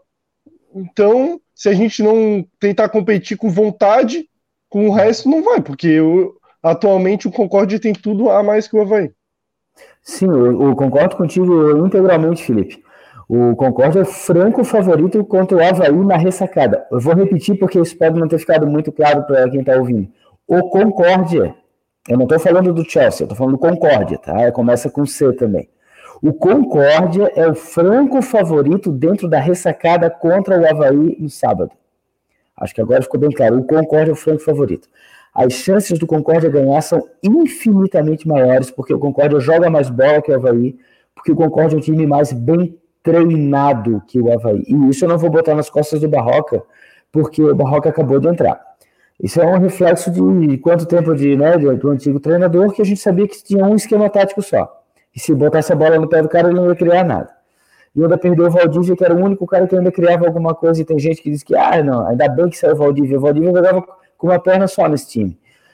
Então, se a gente não tentar competir com vontade, com o resto não vai, porque atualmente o Concórdia tem tudo a mais que o Avaí. Sim, eu concordo contigo integralmente, Felipe. O Concórdia é franco favorito contra o Avaí na ressacada. Eu vou repetir porque isso pode não ter ficado muito claro para quem está ouvindo. O Concórdia, eu não estou falando do Chelsea, eu estou falando do Concórdia, tá? Começa com C também. O Concórdia é o franco favorito dentro da ressacada contra o Avaí no sábado. Acho que agora ficou bem claro. O Concórdia é o franco favorito. As chances do Concórdia ganhar são infinitamente maiores, porque o Concórdia joga mais bola que o Avaí, porque o Concórdia é um time mais bem treinado que o Avaí. E isso eu não vou botar nas costas do Barroca, porque o Barroca acabou de entrar. Isso é um reflexo de quanto tempo do antigo treinador, que a gente sabia que tinha um esquema tático só. E se botasse a bola no pé do cara, ele não ia criar nada. E ainda perdeu o Valdívia, que era o único cara que ainda criava alguma coisa, e tem gente que diz que, não, ainda bem que saiu o Valdívia. O Valdívia jogava com uma perna só nesse time.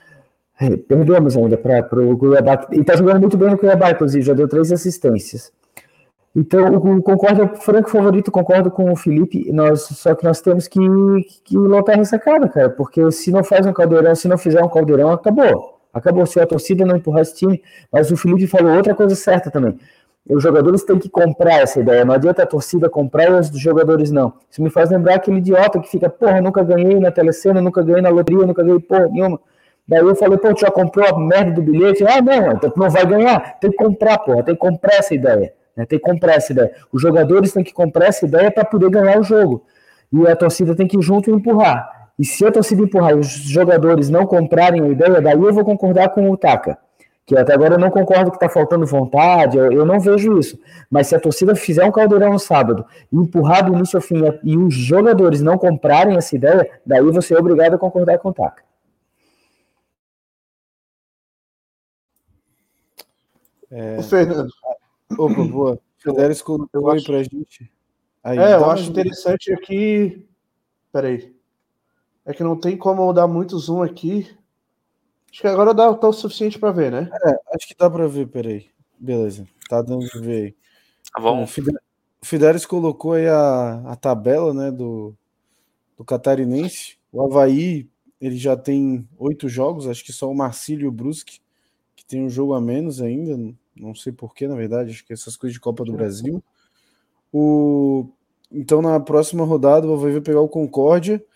Perdemos ainda para o Cuiabá, e está jogando muito bem no Cuiabá, inclusive, já deu 3 assistências. Então, o Concórdia é o franco favorito, concordo com o Felipe, só que nós temos que lotar a ressacada, cara, porque se não faz um caldeirão, se não fizer um caldeirão, acabou. Acabou, se a torcida não empurrar esse time. Mas o Felipe falou outra coisa certa também. Os jogadores têm que comprar essa ideia. Não adianta a torcida comprar e os jogadores não. Isso me faz lembrar aquele idiota que fica, porra, nunca ganhei na telecena, nunca ganhei na loteria, nunca ganhei porra nenhuma. Daí eu falei, pô, tu já comprou a merda do bilhete? Não, então não vai ganhar. Tem que comprar, porra, tem que comprar essa ideia. Né? Tem que comprar essa ideia. Os jogadores têm que comprar essa ideia para poder ganhar o jogo. E a torcida tem que ir junto e empurrar. E se a torcida empurrar e os jogadores não comprarem a ideia, daí eu vou concordar com o Taka, que até agora eu não concordo que está faltando vontade, eu não vejo isso. Mas se a torcida fizer um caldeirão no sábado, e empurrar do início ao fim, e os jogadores não comprarem essa ideia, daí você é obrigado a concordar com o Taka. O Fernando. Opa, boa. Fidelis colocou aí pra gente. Aí, eu acho interessante aqui. Peraí. É que não tem como dar muito zoom aqui. Acho que agora tá o suficiente para ver, né? Acho que dá para ver, peraí. Beleza, tá dando de ver aí. Tá bom. O Fidelis colocou aí a tabela, né, do Catarinense. O Avaí, ele já tem 8 jogos, acho que só o Marcílio e o Brusque, que tem um jogo a menos ainda, não sei porquê, na verdade, acho que essas coisas de Copa do Brasil. Então, na próxima rodada, o Avaí vai pegar o Concórdia,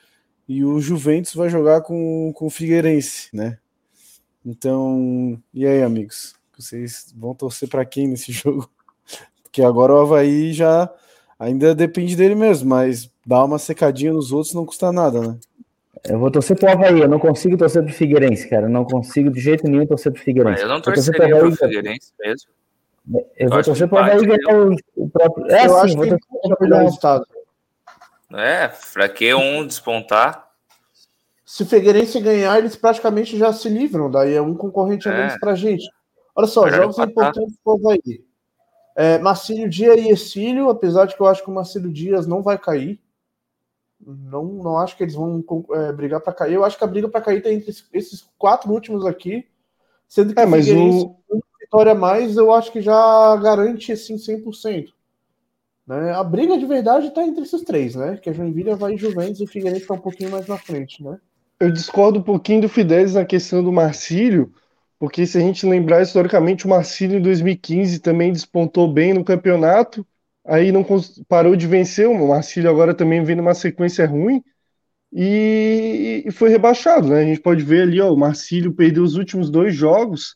e o Juventus vai jogar com o Figueirense, né? Então, e aí, amigos? Vocês vão torcer para quem nesse jogo? Porque agora o Avaí já ainda depende dele mesmo, mas dar uma secadinha nos outros não custa nada, né? Eu vou torcer pro Avaí, eu não consigo torcer pro Figueirense, cara. Eu não consigo de jeito nenhum torcer pro Figueirense. Eu não torceria pro Figueirense mesmo. Eu vou torcer pro Avaí ganhar o próprio. Eu acho que é o melhor resultado. Pra que um despontar? Se o Figueirense ganhar, eles praticamente já se livram. Daí é um concorrente a menos pra gente. Olha só, Melhor jogos empatar. importantes pro Avaí. Marcílio Dias e Exílio, apesar de que eu acho que o Marcílio Dias não vai cair. Não acho que eles vão brigar para cair. Eu acho que a briga para cair tá entre esses 4 últimos aqui. Sendo que o Figueirense, uma vitória a mais, eu acho que já garante assim, 100%. Né? A briga de verdade está entre esses 3, né? Que a Joinville, Avaí e Juventus, e o Figueirense está um pouquinho mais na frente, né? Eu discordo um pouquinho do Fidelis na questão do Marcílio, porque se a gente lembrar historicamente, o Marcílio em 2015 também despontou bem no campeonato, aí não parou de vencer, o Marcílio agora também vem numa sequência ruim e foi rebaixado, né? A gente pode ver ali, ó, o Marcílio perdeu os últimos 2 jogos,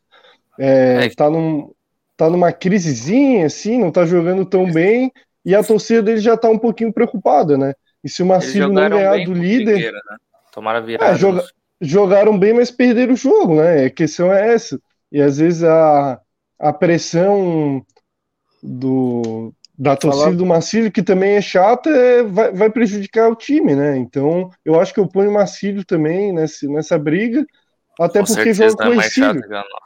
tá numa crisezinha, assim, não tá jogando tão bem, e a torcida dele já tá um pouquinho preocupada, né? E se o Marcílio não ganhar do líder... Figueira, né? Tomaram a virada. Jogaram bem, mas perderam o jogo, né? A questão é essa. E às vezes a pressão da torcida do Marcílio, que também é chata, vai prejudicar o time, né? Então, eu acho que eu ponho o Marcílio também nessa briga, até com porque joga com o Exílio.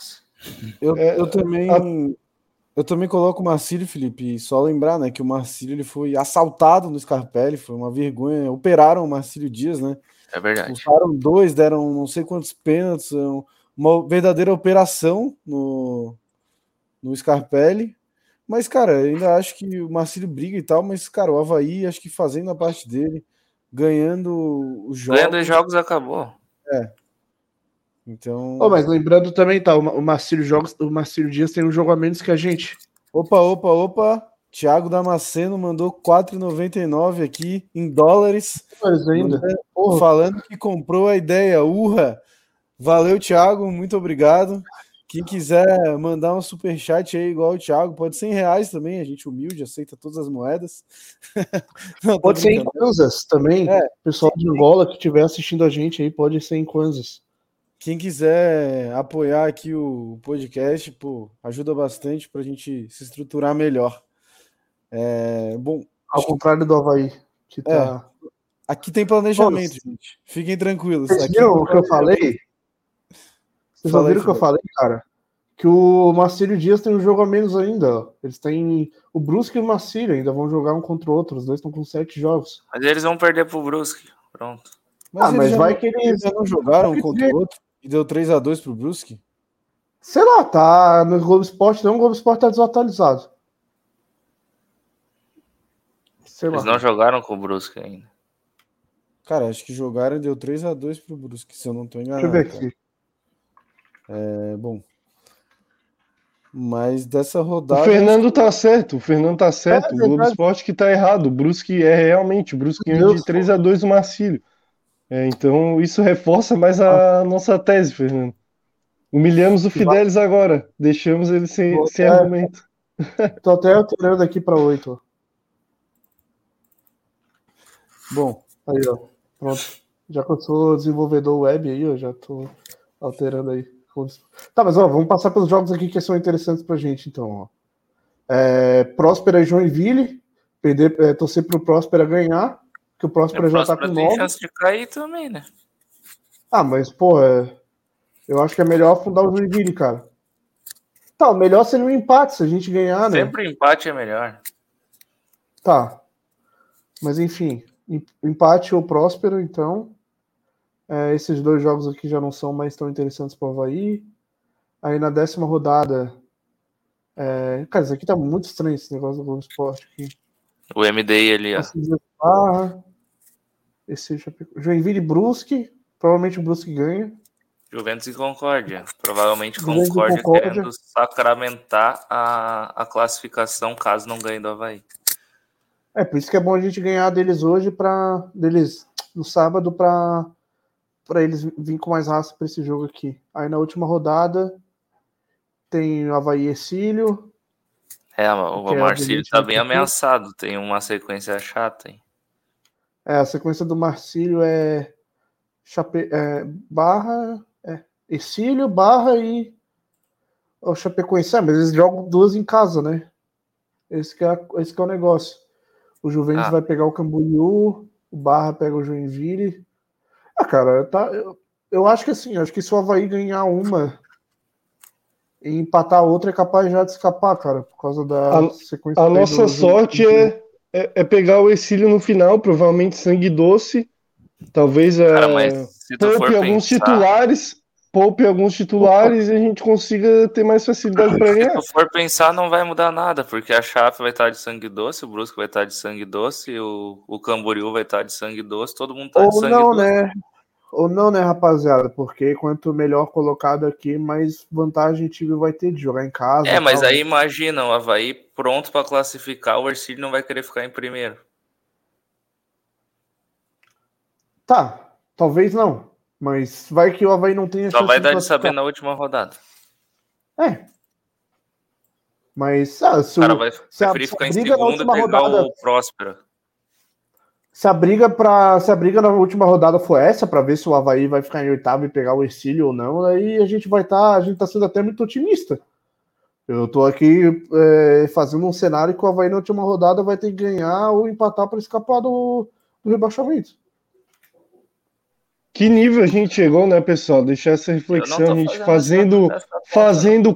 Eu também coloco o Marcílio, Felipe, e só lembrar, né, que o Marcílio ele foi assaltado no Scarpelli, foi uma vergonha. Operaram o Marcílio Dias, né? É verdade. Usaram 2, deram não sei quantos pênaltis, uma verdadeira operação no Scarpelli. Mas, cara, ainda acho que o Marcílio briga e tal, mas, cara, o Avaí, acho que fazendo a parte dele, ganhando os jogos. Ganhando os jogos, acabou. Então. Mas lembrando também, tá, o Marcílio Dias tem um jogo a menos que a gente. Opa. Thiago Damasceno mandou 4,99 aqui em dólares. Ainda. Falando que comprou a ideia. Urra! Valeu, Thiago, muito obrigado. Quem quiser mandar um superchat aí, igual o Thiago, pode ser em reais também, a gente humilde, aceita todas as moedas. Não, pode ser em kwanzas também. O pessoal de Angola que estiver assistindo a gente aí, pode ser em kwanzas. Quem quiser apoiar aqui o podcast, ajuda bastante para a gente se estruturar melhor. Bom, ao contrário do Avaí, que tá... Aqui tem planejamento, gente. Fiquem tranquilos. Vocês viram o que eu falei? Vocês ouviram o que eu falei, cara? Que o Marcílio Dias tem um jogo a menos ainda. Eles têm... O Brusque e o Marcílio ainda vão jogar um contra o outro. Os dois estão com 7 jogos. Mas eles vão perder pro Brusque. Pronto. Mas vai que eles já não jogaram um contra o outro e deu 3-2 pro Brusque? Sei lá, tá no Globo Esporte. Não, o Globo Esporte tá desatualizado. Eles não jogaram com o Brusque ainda. Cara, acho que jogaram e deu 3-2 pro Brusque, se eu não tô enganado. Deixa eu ver aqui. Bom. Mas dessa rodada... O Fernando tá certo. O Globo Esporte que tá errado. O Brusque realmente. O Brusque ganhou de 3-2 no Marcílio. Então isso reforça mais a nossa tese, Fernando. Humilhamos o Fidelis agora. Deixamos ele sem argumento. Tô até alterando aqui para 8. Bom. Aí, ó. Pronto. Já que eu sou desenvolvedor web aí, eu já tô alterando aí. Tá, mas vamos passar pelos jogos aqui que são interessantes pra gente, então. Próspera e Joinville. Torcer pro Próspera ganhar, que o Próspera já tá com 9. Tem chance de cair também, né? Mas, eu acho que é melhor afundar o Joinville, cara. Tá, o melhor seria um empate, se a gente ganhar, né? Sempre empate é melhor. Tá. Mas, enfim, empate ou Próspera, então... esses 2 jogos aqui já não são mais tão interessantes para o Avaí. Aí na 10ª rodada... cara, isso aqui tá muito estranho, esse negócio do Globo Esporte aqui. O MDI ali, ó. Joinville e Brusque. Provavelmente o Brusque ganha. Juventus e Concórdia. Provavelmente Concórdia querendo sacramentar a classificação caso não ganhe do Avaí. Por isso que é bom a gente ganhar deles hoje no sábado para eles virem com mais raça para esse jogo aqui. Aí na última rodada tem o Avaí e Ercílio. O Marcílio tá bem ameaçado, tem uma sequência chata, hein? A sequência do Marcílio é Barra, Ercílio, Barra e o Chapecoense. Mas eles jogam duas em casa, né? Esse que é o negócio. O Juventus vai pegar o Camboriú, o Barra pega o Joinville. Cara, eu acho que assim, acho que se o Avaí ganhar uma e empatar a outra, é capaz já de escapar, cara, por causa da sequência. A nossa sorte é pegar o Ercílio no final, provavelmente sangue doce. Talvez poupe alguns titulares e a gente consiga ter mais facilidade para ganhar. Se tu for pensar, não vai mudar nada, porque a Chape vai estar de sangue doce, o Brusque vai estar de sangue doce, o Camboriú vai estar de sangue doce, todo mundo tá de sangue doce. Ou não, né, rapaziada? Porque quanto melhor colocado aqui, mais vantagem o time vai ter de jogar em casa. Mas aí imagina, o Avaí pronto para classificar, o Ercílio não vai querer ficar em primeiro. Tá, talvez não. Mas vai que o Avaí não tenha chance. Só vai dar de saber na última rodada. Mas o cara vai preferir ficar em segundo e pegar o Próspera. Se a briga na última rodada for essa, para ver se o Avaí vai ficar em oitavo e pegar o Ercílio ou não, aí a gente tá sendo até muito otimista. Eu tô aqui fazendo um cenário que o Avaí na última rodada vai ter que ganhar ou empatar para escapar do rebaixamento. Que nível a gente chegou, né, pessoal? Deixar essa reflexão, a gente fazendo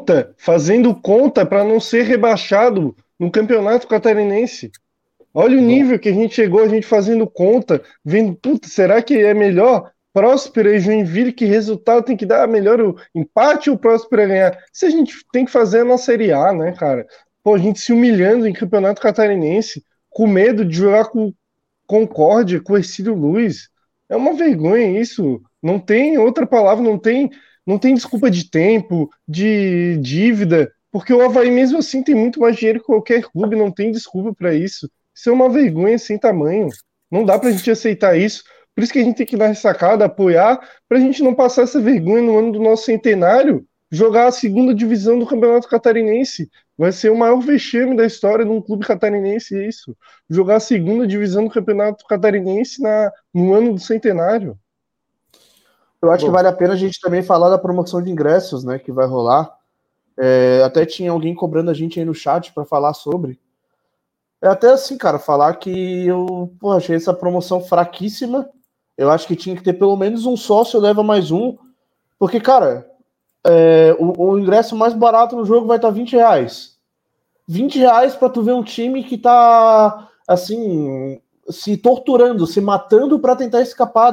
conta para não ser rebaixado no Campeonato Catarinense. Olha o nível que a gente chegou, a gente fazendo conta, vendo, será que é melhor Próspera e Joinville? Que resultado tem que dar? Melhor o empate ou o Próspera ganhar? Se a gente tem que fazer na Série A, né, cara? A gente se humilhando em Campeonato Catarinense, com medo de jogar com Concórdia, com Ercílio Luz. É uma vergonha isso. Não tem outra palavra, não tem desculpa de tempo, de dívida, porque o Avaí mesmo assim tem muito mais dinheiro que qualquer clube, não tem desculpa para isso. Isso é uma vergonha sem tamanho. Não dá pra gente aceitar isso. Por isso que a gente tem que dar ressacada, apoiar, pra gente não passar essa vergonha no ano do nosso centenário, jogar a segunda divisão do Campeonato Catarinense. Vai ser o maior vexame da história de um clube catarinense, isso. Jogar a segunda divisão do Campeonato Catarinense no ano do centenário. Eu acho que vale a pena a gente também falar da promoção de ingressos, né, que vai rolar. Até tinha alguém cobrando a gente aí no chat para falar sobre. Até assim, cara, falar que eu achei essa promoção fraquíssima. Eu acho que tinha que ter pelo menos um sócio, leva mais um. Porque, cara, o ingresso mais barato no jogo vai estar R$20. R$20 para tu ver um time que tá, assim, se torturando, se matando para tentar escapar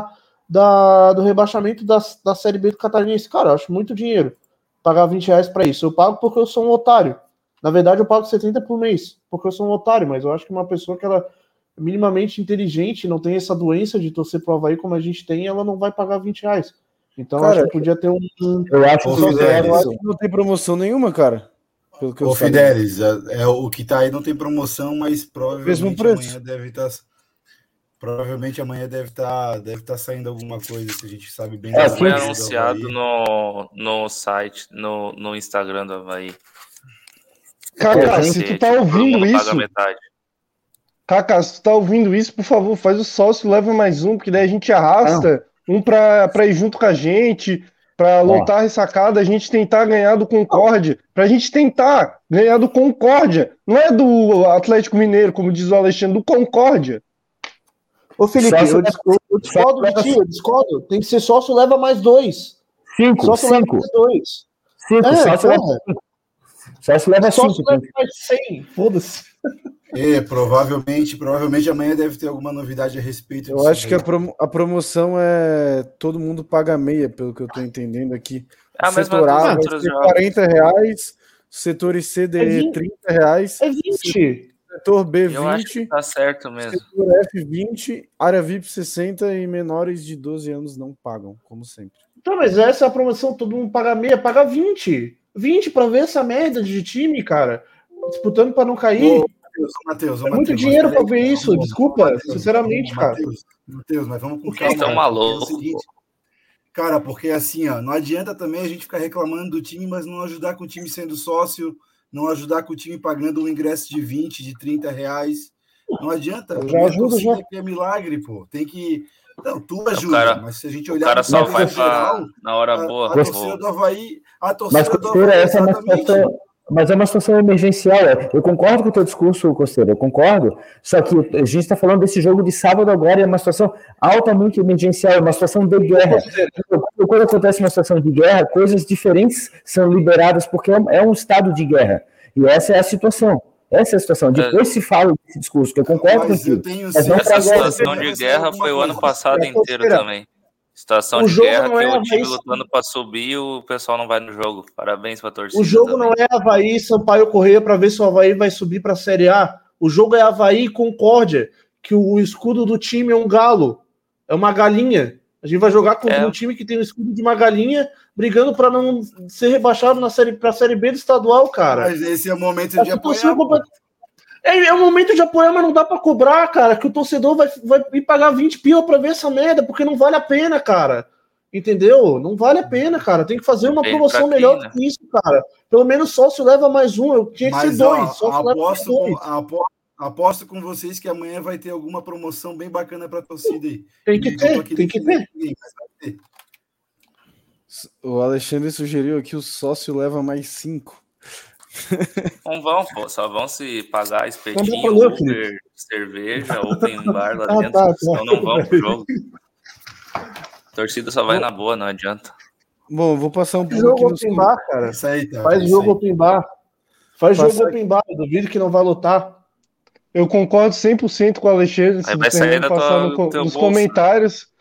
do rebaixamento da Série B do Catarinense. Cara, eu acho muito dinheiro pagar R$20 para isso. Eu pago porque eu sou um otário. Na verdade, eu pago 70 por mês, porque eu sou um otário, mas eu acho que uma pessoa que ela é minimamente inteligente, não tem essa doença de torcer pro Avaí como a gente tem, ela não vai pagar R$20. Então, cara, acho que podia ter um... Eu acho que não tem promoção nenhuma, cara. Pelo que Fidelis, o que tá aí não tem promoção, mas provavelmente amanhã deve estar... Provavelmente amanhã deve estar saindo alguma coisa, se a gente sabe bem. Foi anunciado no site, no Instagram do Avaí. Kaká, se tu tá ouvindo isso, Kaká, se tu tá ouvindo isso, por favor, faz o sócio, leva mais um, porque daí a gente arrasta um pra ir junto com a gente, pra lotar a ressacada, a gente tentar ganhar do Concórdia, pra gente tentar ganhar do Concórdia, não é do Atlético Mineiro, como diz o Alexandre, do Concórdia. Ô Felipe, eu discordo de ti, eu discordo, tem que ser sócio, leva mais 2. 5, sócio leva mais 2. 5, sócio leva 5. Sócio leva 5. Sócio leva mais 100, foda-se. Provavelmente amanhã deve ter alguma novidade a respeito disso. Eu acho que a promoção é todo mundo paga meia, pelo que eu tô entendendo aqui. O setor A vai ser R$40, setor IC de R$30. É 20. Setor B, 20. Eu acho que tá certo mesmo. Setor F, 20. Área VIP, 60 e menores de 12 anos não pagam, como sempre. Então, mas essa é a promoção, todo mundo paga meia, paga 20. 20 pra ver essa merda de time, cara. Disputando pra não cair. Matheus. É muito dinheiro para ver isso, desculpa, sinceramente, cara. Matheus, mas vamos com calma. Estão malucos. Cara, porque assim, ó, não adianta também a gente ficar reclamando do time, mas não ajudar com o time sendo sócio, não ajudar com o time pagando um ingresso de 20, de 30 reais. Não adianta. Eu já ajudo, já. Que é milagre, pô. Tem que... Não, tu ajuda, mas se a gente olhar... O cara só vai geral, na hora boa. A torcida do Avaí... Mas, Costeira, essa é uma situação... Mas é uma situação emergencial. Eu concordo com o teu discurso, Costeira, eu concordo. Só que a gente está falando desse jogo de sábado agora, é uma situação altamente emergencial, é uma situação de guerra. Quando acontece uma situação de guerra, coisas diferentes são liberadas, porque é um estado de guerra. E essa é a situação. Essa é a situação. Depois se fala desse discurso, que eu concordo contigo. Essa situação de guerra foi o ano passado inteiro também. Situação de guerra que o time lutando para subir, o pessoal não vai no jogo. Parabéns para a torcida. O jogo também. Não é Avaí e Sampaio Corrêa para ver se o Avaí vai subir para a Série A. O jogo é Avaí e Concórdia, que o escudo do time é um galo, é uma galinha. A gente vai jogar contra um time que tem o escudo de uma galinha, brigando para não ser rebaixado para a Série B do estadual, cara. Mas esse é o momento de apoiar. É o momento de apoiar, mas não dá pra cobrar, cara, que o torcedor vai ir pagar 20 pila pra ver essa merda, porque não vale a pena, cara. Entendeu? Não vale a pena, cara. Tem que fazer uma promoção melhor do que isso, cara. Pelo menos sócio leva mais um. Eu tinha que ser dois. Aposto com vocês que amanhã vai ter alguma promoção bem bacana pra torcida aí. Tem que ter. O Alexandre sugeriu aqui o sócio leva mais 5. Não vão, pô, só vão se pagar espetinho, Uber, cerveja, open bar lá dentro, senão não vão pro jogo. A torcida só vai na boa, não adianta. Bom, vou passar um pouco jogo open bar, cara. Isso aí, tá. Faz jogo open bar. Faz jogo open bar, eu duvido que não vai lotar. Eu concordo 100% com o Alexandre, se você passar nos comentários.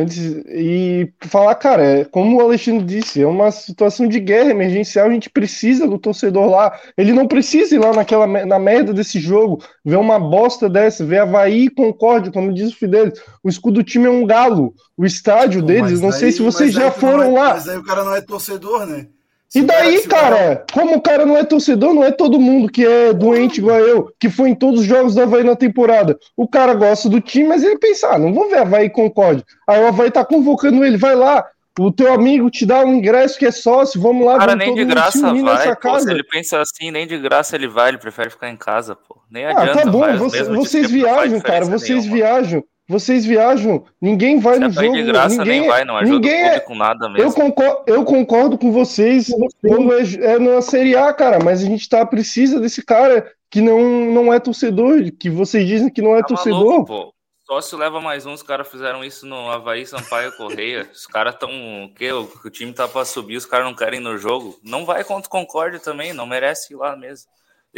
E falar, cara, como o Alexandre disse, é uma situação de guerra emergencial, a gente precisa do torcedor lá, ele não precisa ir lá na merda desse jogo, ver uma bosta dessa, ver Avaí e Concórdia, como diz o Fidelis, o escudo do time é um galo, o estádio deles, não sei se vocês já foram lá. Mas aí o cara não é torcedor, né? E daí, cara, como o cara não é torcedor, não é todo mundo que é doente igual eu, que foi em todos os jogos do Avaí na temporada. O cara gosta do time, mas ele pensa, não vou ver Avaí e Concórdia. Aí o Avaí tá convocando ele, vai lá, o teu amigo te dá um ingresso que é sócio, vamos lá, cara, vamos nem de graça vai, pô, se ele pensa assim, nem de graça ele vai, ele prefere ficar em casa, pô. Nem adianta, tá bom, vocês viajam, cara, vocês viajam, ninguém vai no jogo. De graça, ninguém vai, não ajuda o clube com nada mesmo. Eu concordo com vocês quando é na Série A, cara, mas a gente precisa desse cara que não é torcedor, que vocês dizem que não é torcedor. Maluco, pô. Sócio leva mais um, os caras fizeram isso no Avaí, Sampaio Corrêa. Os caras estão... O time tá pra subir, os caras não querem ir no jogo. Não vai contra o Concórdia também, não merece ir lá mesmo.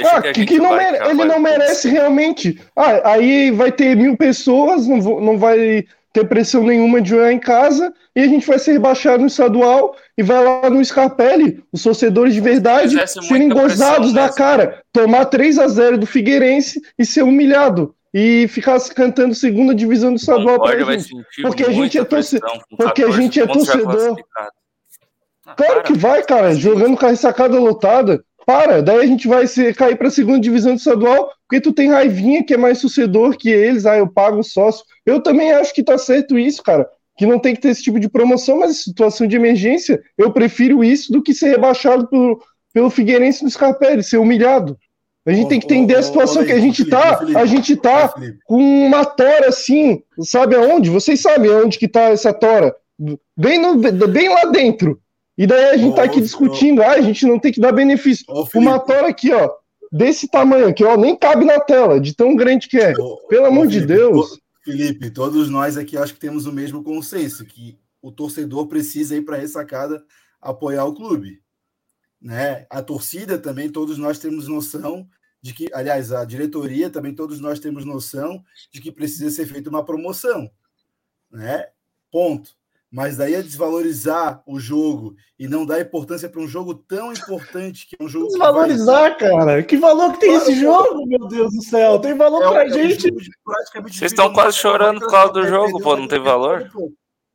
Ele não merece realmente. Aí vai ter 1.000 pessoas, não vai ter pressão nenhuma de jogar em casa, e a gente vai ser rebaixado no estadual e vai lá no Scarpelli, os torcedores de verdade serem gozados na cara, tomar 3-0 do Figueirense e ser humilhado. E ficar cantando segunda divisão do estadual pra gente. Porque a gente é torcedor. Porque a gente é torcedor. Claro que vai, cara, jogando com a ressacada lotada. Daí a gente vai cair para a segunda divisão do estadual, porque tu tem raivinha que é mais torcedor que eles, eu pago o sócio. Eu também acho que tá certo isso, cara, que não tem que ter esse tipo de promoção, mas em situação de emergência, eu prefiro isso do que ser rebaixado pelo Figueirense no Scarpelli, ser humilhado. A gente tem que entender a situação que a gente tá com uma tora assim, sabe aonde? Vocês sabem aonde que tá essa tora? Bem lá dentro. E daí a gente tá aqui discutindo, a gente não tem que dar benefício. Uma tora aqui, ó, desse tamanho aqui, ó, nem cabe na tela, de tão grande que é. Pelo amor de Deus. Felipe, todos nós aqui acho que temos o mesmo consenso, que o torcedor precisa ir para a ressacada apoiar o clube. Né? A torcida também, todos nós temos noção de que, aliás, a diretoria também, todos nós temos noção de que precisa ser feita uma promoção. Né? Ponto. Mas daí é desvalorizar o jogo e não dar importância para um jogo tão importante que é um jogo. Desvalorizar, cara? Que valor que tem esse jogo, meu Deus do céu? Tem valor pra gente. Vocês estão quase chorando por causa do jogo, pô, não tem valor?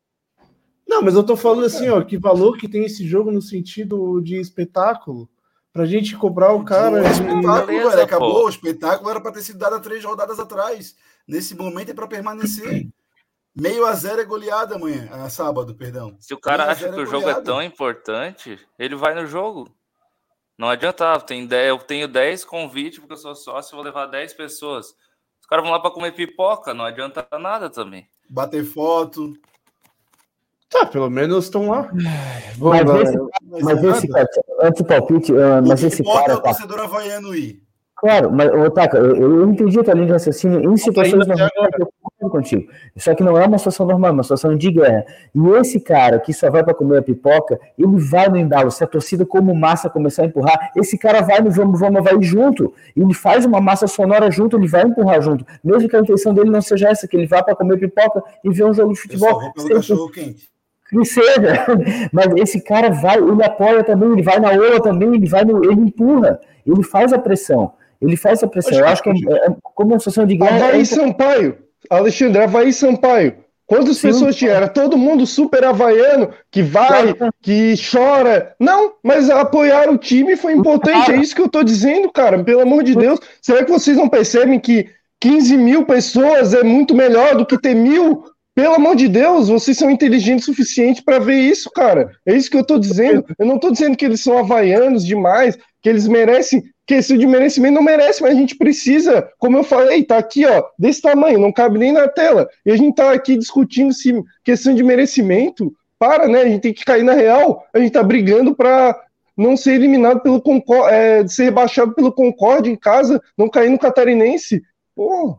Não, mas eu tô falando assim, ó, que valor que tem esse jogo no sentido de espetáculo. pra gente cobrar o cara. O espetáculo, Beleza, velho, acabou. pô. O espetáculo era para ter sido dado há 3 rodadas atrás. Nesse momento é para permanecer. 0-0 é goleada amanhã. Sábado, perdão. Se o cara 0-0 acha que o jogo é tão importante, ele vai no jogo. Não adianta, eu tenho 10 convites porque eu sou sócio, vou levar 10 pessoas. Os caras vão lá para comer pipoca, não adianta nada também. Bater foto. Tá, pelo menos estão lá. Mas esse cara, antes do palpite, mas esse cara. É o torcedor havaiano ir. Claro, mas, Taka, eu entendi a tua linha de raciocínio em situações normais, eu concordo contigo. Só que não é uma situação normal, é uma situação de guerra. E esse cara que só vai para comer a pipoca, ele vai no embalo. Se a torcida como massa começar a empurrar, esse cara vai no Vamos Havaí junto. Ele faz uma massa sonora junto, ele vai empurrar junto. Mesmo que a intenção dele não seja essa, que ele vá para comer pipoca e ver um jogo de futebol. Que seja, mas esse cara vai, ele apoia também, ele vai na ola também, ele empurra, ele faz a pressão. Eu acho que como uma situação de guerra. Havaí Sampaio, Alexandre, Havaí Sampaio. Quantas pessoas tinha? Era todo mundo super havaiano, que vai, que chora. Não, mas apoiar o time foi importante. É isso que eu tô dizendo, cara. Pelo amor de Deus. Será que vocês não percebem que 15 mil pessoas é muito melhor do que ter 1.000? Pelo amor de Deus, vocês são inteligentes o suficiente para ver isso, cara. É isso que eu tô dizendo. Eu não tô dizendo que eles são havaianos demais, que eles merecem. Questão de merecimento não merece, mas a gente precisa, como eu falei, tá aqui, ó, desse tamanho, não cabe nem na tela. E a gente tá aqui discutindo se questão de merecimento. Para, né? A gente tem que cair na real. A gente tá brigando para não ser eliminado pelo Concórdia, ser rebaixado pelo Concórdia em casa, não cair no Catarinense. Pô.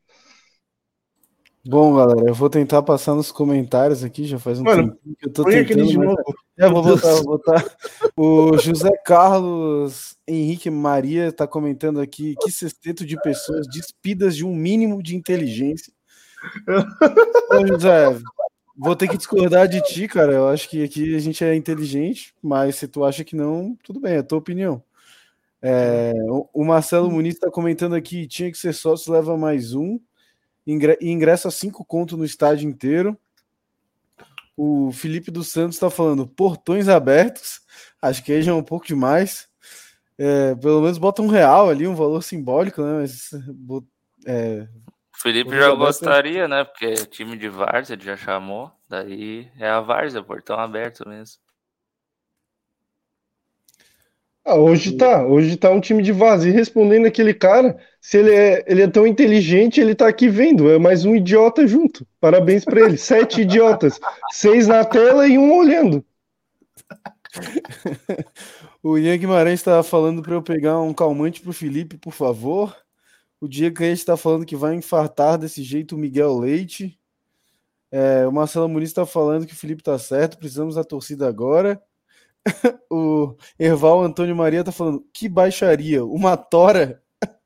Bom, galera, eu vou tentar passar nos comentários aqui, já faz um tempo que eu tô tentando. De novo. Vou botar. O José Carlos Henrique Maria tá comentando aqui: que sexteto de pessoas despidas de um mínimo de inteligência. Ô, José, vou ter que discordar de ti, cara. Eu acho que aqui a gente é inteligente, mas se tu acha que não, tudo bem, é a tua opinião. O Marcelo Muniz tá comentando aqui: tinha que ser sócio, leva mais um. Ingresso a 5 conto no estádio inteiro. O Felipe dos Santos está falando portões abertos. Acho que aí já é um pouco demais. Pelo menos bota R$1 ali, um valor simbólico, né? Mas, o Felipe já gostaria, né? Porque time de várzea, ele já chamou. Daí é a várzea, portão aberto mesmo. Hoje tá um time de vazio. E respondendo aquele cara, se ele é tão inteligente, ele tá aqui vendo. É mais um idiota junto. Parabéns pra ele. 7 idiotas. 6 na tela e 1 olhando. O Ian Guimarães estava falando para eu pegar um calmante pro Felipe, por favor. O Diego Reis está falando que vai infartar desse jeito o Miguel Leite. O Marcelo Muniz está falando que o Felipe tá certo, precisamos da torcida agora. O Erval Antônio Maria tá falando: que baixaria, uma tora.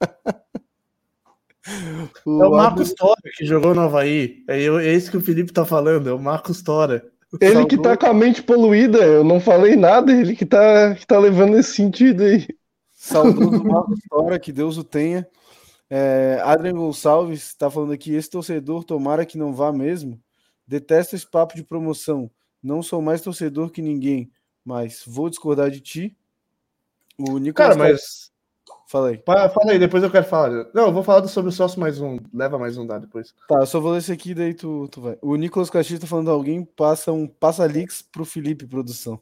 É o Marcos Tora que jogou no Havaí. É isso que o Felipe tá falando, é o Marcos Tora. Ele que tá com a mente poluída, eu não falei nada, ele que tá levando esse sentido aí. Saudoso Marcos Tora, que Deus o tenha. Adrian Gonçalves tá falando aqui: esse torcedor, tomara que não vá mesmo. Detesto esse papo de promoção. Não sou mais torcedor que ninguém, mas vou discordar de ti. O Nicolas. Cara, mas. Fala aí. Fala aí, depois eu quero falar. Não, eu vou falar sobre o sócio mais um. Leva mais um dado depois. Tá, eu só vou ler esse aqui, daí tu vai. O Nicolas Castilho tá falando: alguém passa um passa-lix pro Felipe, produção.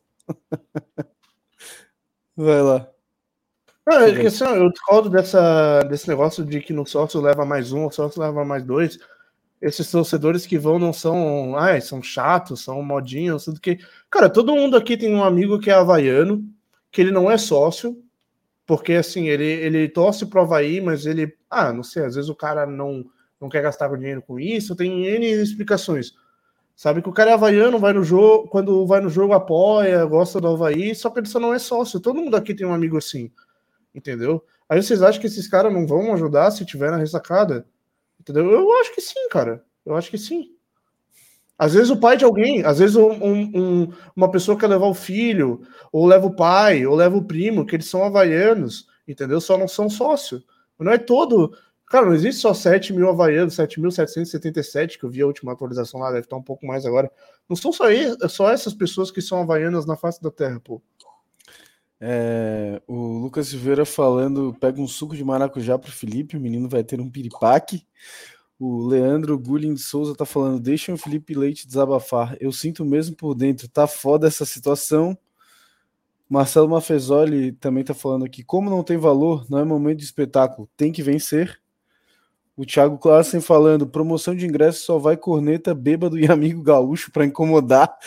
Vai lá. Eu discordo desse negócio de que no sócio leva mais um, o sócio leva mais dois. Esses torcedores que vão não são. São chatos, são modinhos, tudo que. Cara, todo mundo aqui tem um amigo que é havaiano, que ele não é sócio, porque assim, ele torce pro Havaí, mas ele. Não sei, às vezes o cara não quer gastar dinheiro com isso, tem N explicações. Sabe que o cara é havaiano, vai no jogo, quando vai no jogo apoia, gosta do Havaí, só que ele só não é sócio. Todo mundo aqui tem um amigo assim, entendeu? Aí vocês acham que esses caras não vão ajudar se tiver na ressacada? Entendeu? Eu acho que sim, cara. Eu acho que sim. Às vezes o pai de alguém, às vezes uma pessoa quer levar o filho, ou leva o pai, ou leva o primo, que eles são havaianos, entendeu? Só não são sócio. Não é todo... Cara, não existe só 7 mil havaianos, 7.777, que eu vi a última atualização lá, deve estar um pouco mais agora. Não são só essas pessoas que são havaianas na face da terra, pô. O Lucas Silveira falando, pega um suco de maracujá pro Felipe, o menino vai ter um piripaque. O Leandro Gulin de Souza tá falando, deixa o Felipe Leite desabafar, eu sinto mesmo por dentro, tá foda essa situação. Marcelo Mafezoli também tá falando aqui, como não tem valor, não é momento de espetáculo, tem que vencer. O Thiago Classen falando, promoção de ingresso só vai corneta, bêbado e amigo gaúcho para incomodar.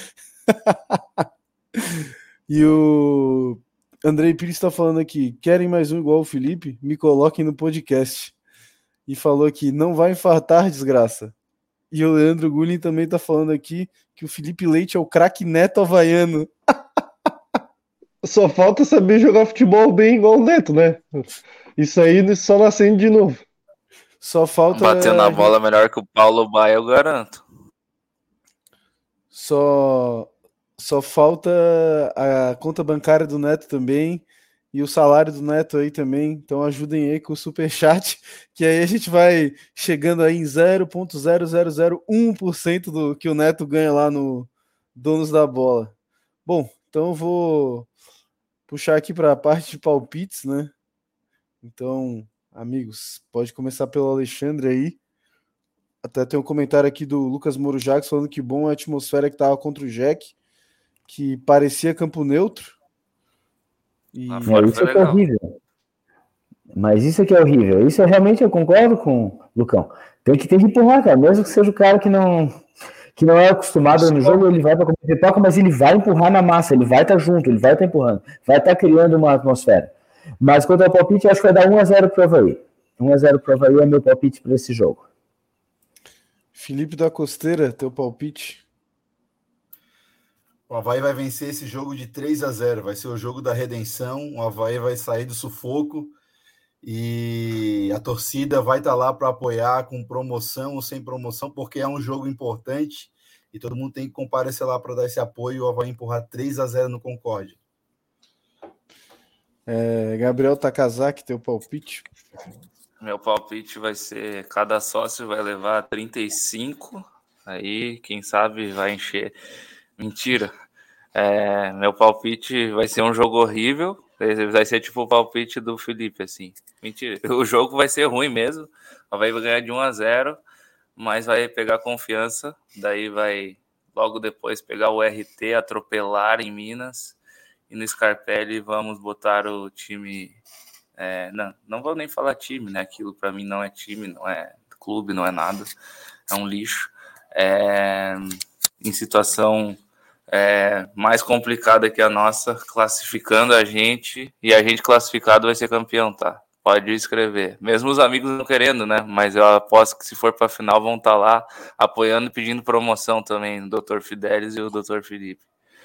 E o Andrei Pires está falando aqui, querem mais um igual o Felipe? Me coloquem no podcast. E falou aqui, não vai infartar, desgraça. E o Leandro Gulin também está falando aqui que o Felipe Leite é o craque Neto havaiano. Só falta saber jogar futebol bem igual o Neto, né? Isso aí só nascendo de novo. Só falta... Bater na bola melhor que o Paulo Baia, eu garanto. Só falta a conta bancária do Neto também e o salário do Neto aí também. Então ajudem aí com o superchat, que aí a gente vai chegando aí em 0,0001% do que o Neto ganha lá no Donos da Bola. Bom, então eu vou puxar aqui para a parte de palpites, né? Então, amigos, pode começar pelo Alexandre aí. Até tem um comentário aqui do Lucas Moro Jacques falando que bom a atmosfera que tava contra o Jack, que parecia campo neutro. E... isso é horrível. Mas isso aqui é horrível. Isso realmente eu concordo com o Lucão. Tem que empurrar, cara. Mesmo que seja o cara que não é acostumado no jogo, ele vai para cometer toca, mas ele vai empurrar na massa, ele vai estar junto, ele vai estar empurrando, vai estar criando uma atmosfera. Mas quanto ao palpite, eu acho que vai dar 1-0 pro Avaí. 1-0 pro Avaí é meu palpite para esse jogo. Felipe da Costeira, teu palpite? O Avaí vai vencer esse jogo de 3-0. Vai ser o jogo da redenção. O Avaí vai sair do sufoco e a torcida vai estar lá para apoiar com promoção ou sem promoção, porque é um jogo importante e todo mundo tem que comparecer lá para dar esse apoio. E o Avaí empurrar 3-0 no Concórdia. Gabriel Takazaki, teu palpite? Meu palpite vai ser, cada sócio vai levar 35, aí quem sabe vai encher. Mentira. Meu palpite vai ser um jogo horrível, vai ser tipo o palpite do Felipe, assim. Mentira, o jogo vai ser ruim mesmo, vai ganhar de 1-0, mas vai pegar confiança, daí vai logo depois pegar o RT, atropelar em Minas, e no Scarpelli vamos botar o time... não vou nem falar time, né? Aquilo para mim não é time, não é clube, não é nada, é um lixo. Em situação mais complicada que a nossa, classificando a gente, e a gente classificado vai ser campeão, tá? Pode escrever. Mesmo os amigos não querendo, né? Mas eu aposto que se for para final vão estar lá apoiando e pedindo promoção também, o Dr. Fidelis e o Dr. Felipe.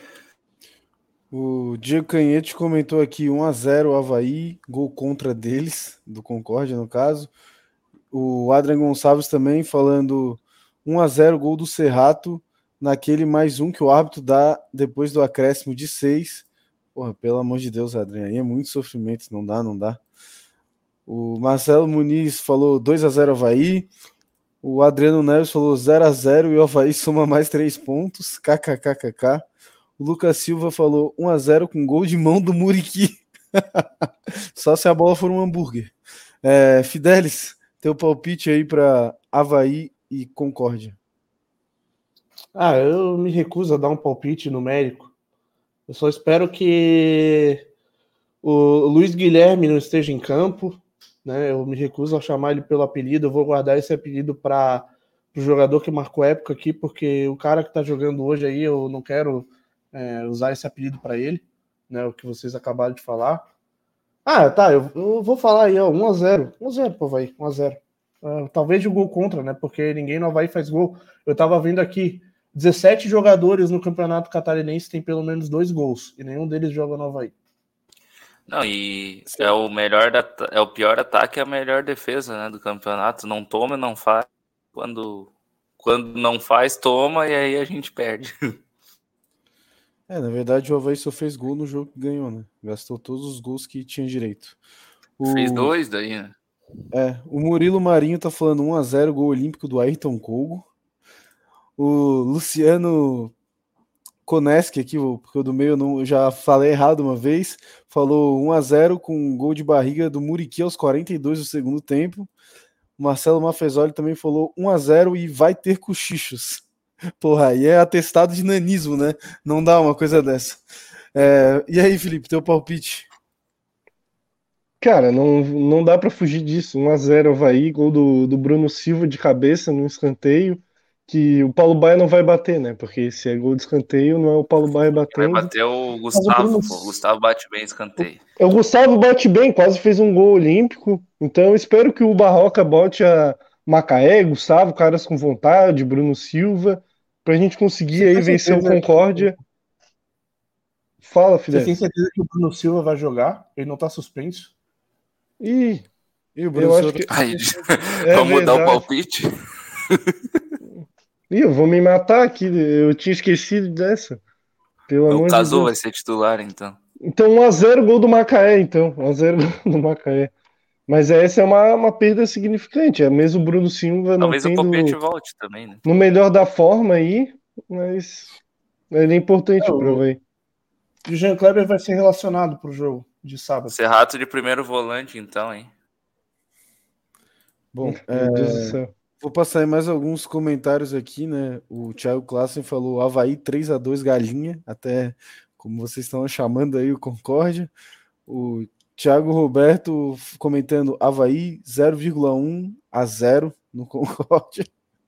O Diego Canhete comentou aqui 1-0 Avaí, gol contra deles, do Concórdia no caso. O Adrian Gonçalves também falando 1-0 gol do Serrato, naquele mais um que o árbitro dá depois do acréscimo de 6. Porra, pelo amor de Deus, Adrian, aí é muito sofrimento, não dá. O Marcelo Muniz falou 2-0 Avaí. O Adriano Neves falou 0-0 e o Avaí soma mais 3 pontos. KKKKK. O Lucas Silva falou 1-0 com gol de mão do Muriqui. Só se a bola for um hambúrguer. Fidelis, teu palpite aí para Avaí e Concórdia. Eu me recuso a dar um palpite numérico. Eu só espero que o Luiz Guilherme não esteja em campo, né? Eu me recuso a chamar ele pelo apelido. Eu vou guardar esse apelido para o jogador que marcou época aqui, porque o cara que está jogando hoje aí, eu não quero usar esse apelido para ele, né? O que vocês acabaram de falar. Eu vou falar aí, 1-0. 1-0 pro Avaí, 1-0. Talvez de gol contra, né? Porque ninguém no Avaí faz gol. Eu tava vendo aqui, 17 jogadores no Campeonato Catarinense tem pelo menos 2 gols, e nenhum deles joga no Avaí. Não, e é o pior ataque e a melhor defesa, né, do campeonato. Não toma, não faz. Quando não faz, toma, e aí a gente perde. Na verdade, o Avaí só fez gol no jogo que ganhou, né? Gastou todos os gols que tinha direito. Fez 2 daí, né? O Murilo Marinho tá falando 1-0, gol olímpico do Ayrton Kogo. O Luciano Koneski aqui, porque o do meio eu já falei errado uma vez, falou 1-0 com um gol de barriga do Muriqui aos 42 do segundo tempo. O Marcelo Mafezoli também falou 1-0 e vai ter cochichos. Porra, aí é atestado de nanismo, né? Não dá uma coisa dessa. E aí, Felipe, teu palpite? Cara, não dá pra fugir disso. 1-0 Avaí, gol do Bruno Silva de cabeça no escanteio, que o Paulo Baia não vai bater, né? Porque se é gol de escanteio, não é o Paulo Baia Vai batendo. bater o Mas o Gustavo, Bruno- pô. O Gustavo bate bem escanteio. O Gustavo bate bem, quase fez um gol olímpico. Então eu espero que o Barroca bote a Macaé, Gustavo, caras com vontade, Bruno Silva, pra gente conseguir Você aí tem vencer o certeza Concórdia. Fala, Você tem Fidel. certeza que o Bruno Silva vai jogar? Ele não tá suspenso? Ih, E o Bruno eu acho Silva que. Aí, É vamos mudar o verdade. palpite? Ih, eu vou me matar aqui, eu tinha esquecido dessa. Pelo O amor de Cazu vai Deus. ser titular, então. Então 1-0 gol do Macaé, então. 1-0 gol do Macaé. Mas essa é uma perda significante. É mesmo o Bruno Silva não Talvez o Copete tendo volte também, né? no melhor da forma aí, mas ele é importante Não, para o Avaí. o Jean Kleber vai ser relacionado pro jogo de sábado. Serrato de primeiro volante, então, hein? Bom, Meu Deus do céu. vou passar aí mais alguns comentários aqui, né? O Thiago Klassen falou Avaí 3-2 Galinha, até como vocês estão chamando aí o Concórdia. O Thiago Roberto comentando Avaí 0,1-0 no Concórdia.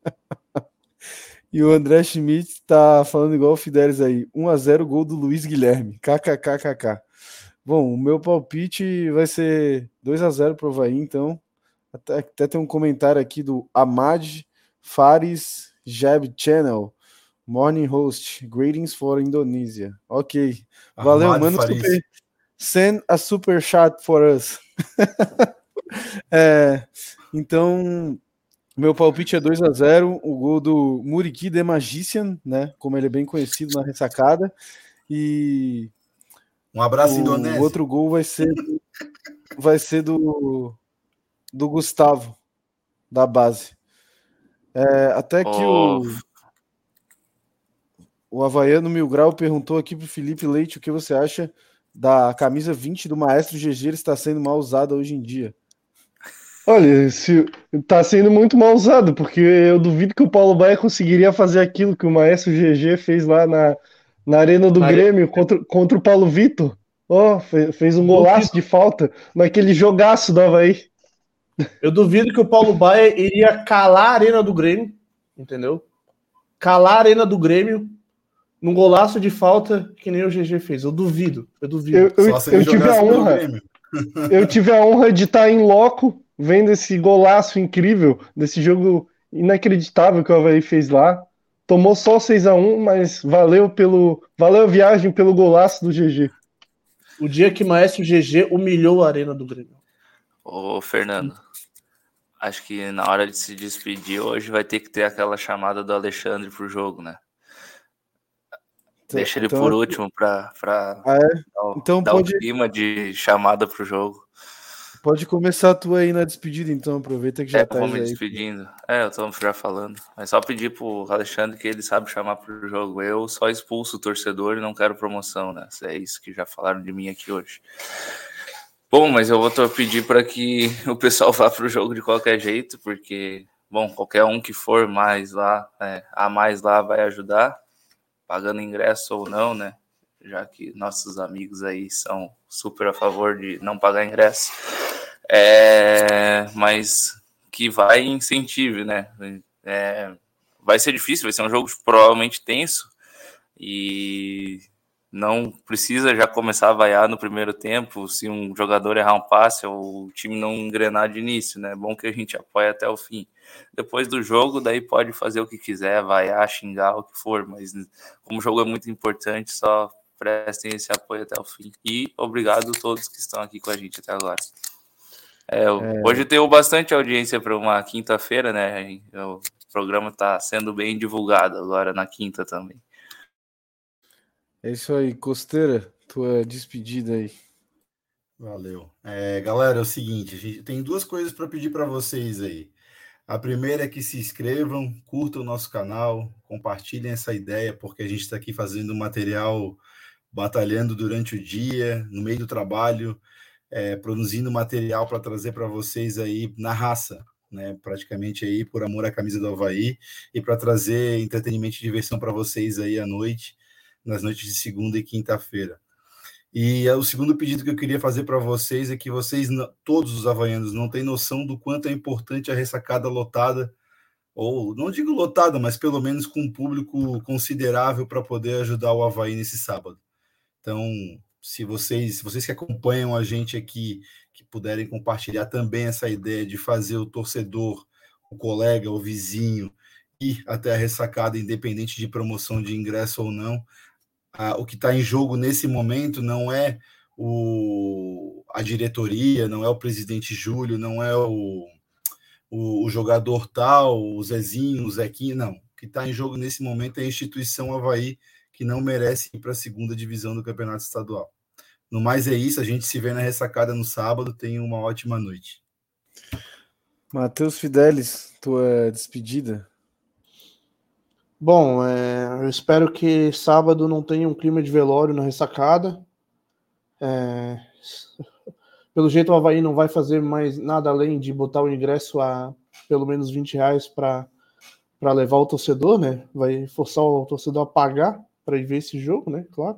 E o André Schmidt tá falando igual o Fidelis aí, 1-0 gol do Luiz Guilherme, kkkk. Bom, o meu palpite vai ser 2-0 pro Avaí, então. Até tem um comentário aqui do Ahmad Faris Jeb Channel. Morning host. Greetings for Indonesia. Ok. Valeu, Ahmad manda Faris. super. Send a super chat for us. Então, meu palpite é 2-0. O gol do Muriqui The Magician, né? Como ele é bem conhecido na ressacada. E Um abraço, o Indonésia. outro gol vai ser do Gustavo, da base. Até que o Havaiano Mil Grau perguntou aqui pro Felipe Leite o que você acha da camisa 20 do Maestro GG, ele está sendo mal usada hoje em dia. Olha, tá sendo muito mal usado, porque eu duvido que o Paulo Baia conseguiria fazer aquilo que o Maestro GG fez lá na Arena do Grêmio contra o Paulo Vitor. Fez um golaço de falta naquele jogaço do Avaí. Eu duvido que o Paulo Baia iria calar a Arena do Grêmio, entendeu? Calar a Arena do Grêmio num golaço de falta que nem o GG fez. Eu duvido. Eu tive a honra de estar em loco vendo esse golaço incrível desse jogo inacreditável que o Avaí fez lá. Tomou só 6-1, mas valeu a viagem pelo golaço do GG. O dia que o Maestro GG humilhou a Arena do Grêmio. Ô, Fernando, acho que na hora de se despedir hoje vai ter que ter aquela chamada do Alexandre pro jogo, né? Deixa ele por último pra dar o clima de chamada pro jogo. Pode começar a tua aí na despedida, então. Aproveita que já tá aí. Eu vou me despedindo. Eu tô já falando. É só pedir pro Alexandre que ele sabe chamar pro jogo. Eu só expulso o torcedor e não quero promoção, né? É isso que já falaram de mim aqui hoje. Bom, mas eu vou pedir para que o pessoal vá pro jogo de qualquer jeito, porque, bom, qualquer um que for mais lá, a mais lá vai ajudar, pagando ingresso ou não, né? Já que nossos amigos aí são super a favor de não pagar ingresso. Mas que vai e incentive, né? Vai ser difícil, vai ser um jogo provavelmente tenso e não precisa já começar a vaiar no primeiro tempo se um jogador errar um passe ou o time não engrenar de início, né? É bom que a gente apoie até o fim. Depois do jogo, daí pode fazer o que quiser, vaiar, xingar, o que for, mas como o jogo é muito importante, só prestem esse apoio até o fim. E obrigado a todos que estão aqui com a gente até agora. Hoje tenho bastante audiência para uma quinta-feira, né? O programa está sendo bem divulgado agora na quinta também. É isso aí, Costeira, tua despedida aí. Valeu. Galera, é o seguinte, a gente tem duas coisas para pedir para vocês aí. A primeira é que se inscrevam, curtam o nosso canal, compartilhem essa ideia, porque a gente está aqui fazendo material, batalhando durante o dia, no meio do trabalho, produzindo material para trazer para vocês aí na raça, né? Praticamente aí por amor à camisa do Avaí, e para trazer entretenimento e diversão para vocês aí à noite, nas noites de segunda e quinta-feira. E o segundo pedido que eu queria fazer para vocês é que vocês, todos os havaianos, não têm noção do quanto é importante a ressacada lotada, ou não digo lotada, mas pelo menos com um público considerável para poder ajudar o Avaí nesse sábado. Então, se vocês que acompanham a gente aqui, que puderem compartilhar também essa ideia de fazer o torcedor, o colega, o vizinho, ir até a ressacada, independente de promoção de ingresso ou não, o que está em jogo nesse momento não é a diretoria, não é o presidente Júlio, não é o jogador tal, o Zezinho, o Zequinho, não. O que está em jogo nesse momento é a instituição Avaí, que não merece ir para a segunda divisão do Campeonato Estadual. No mais é isso, a gente se vê na ressacada no sábado, tenha uma ótima noite. Matheus Fidelis, tua despedida. Bom, eu espero que sábado não tenha um clima de velório na ressacada. Pelo jeito o Avaí não vai fazer mais nada além de botar o ingresso a pelo menos R$20 para levar o torcedor, né? Vai forçar o torcedor a pagar para ir ver esse jogo, né? Claro.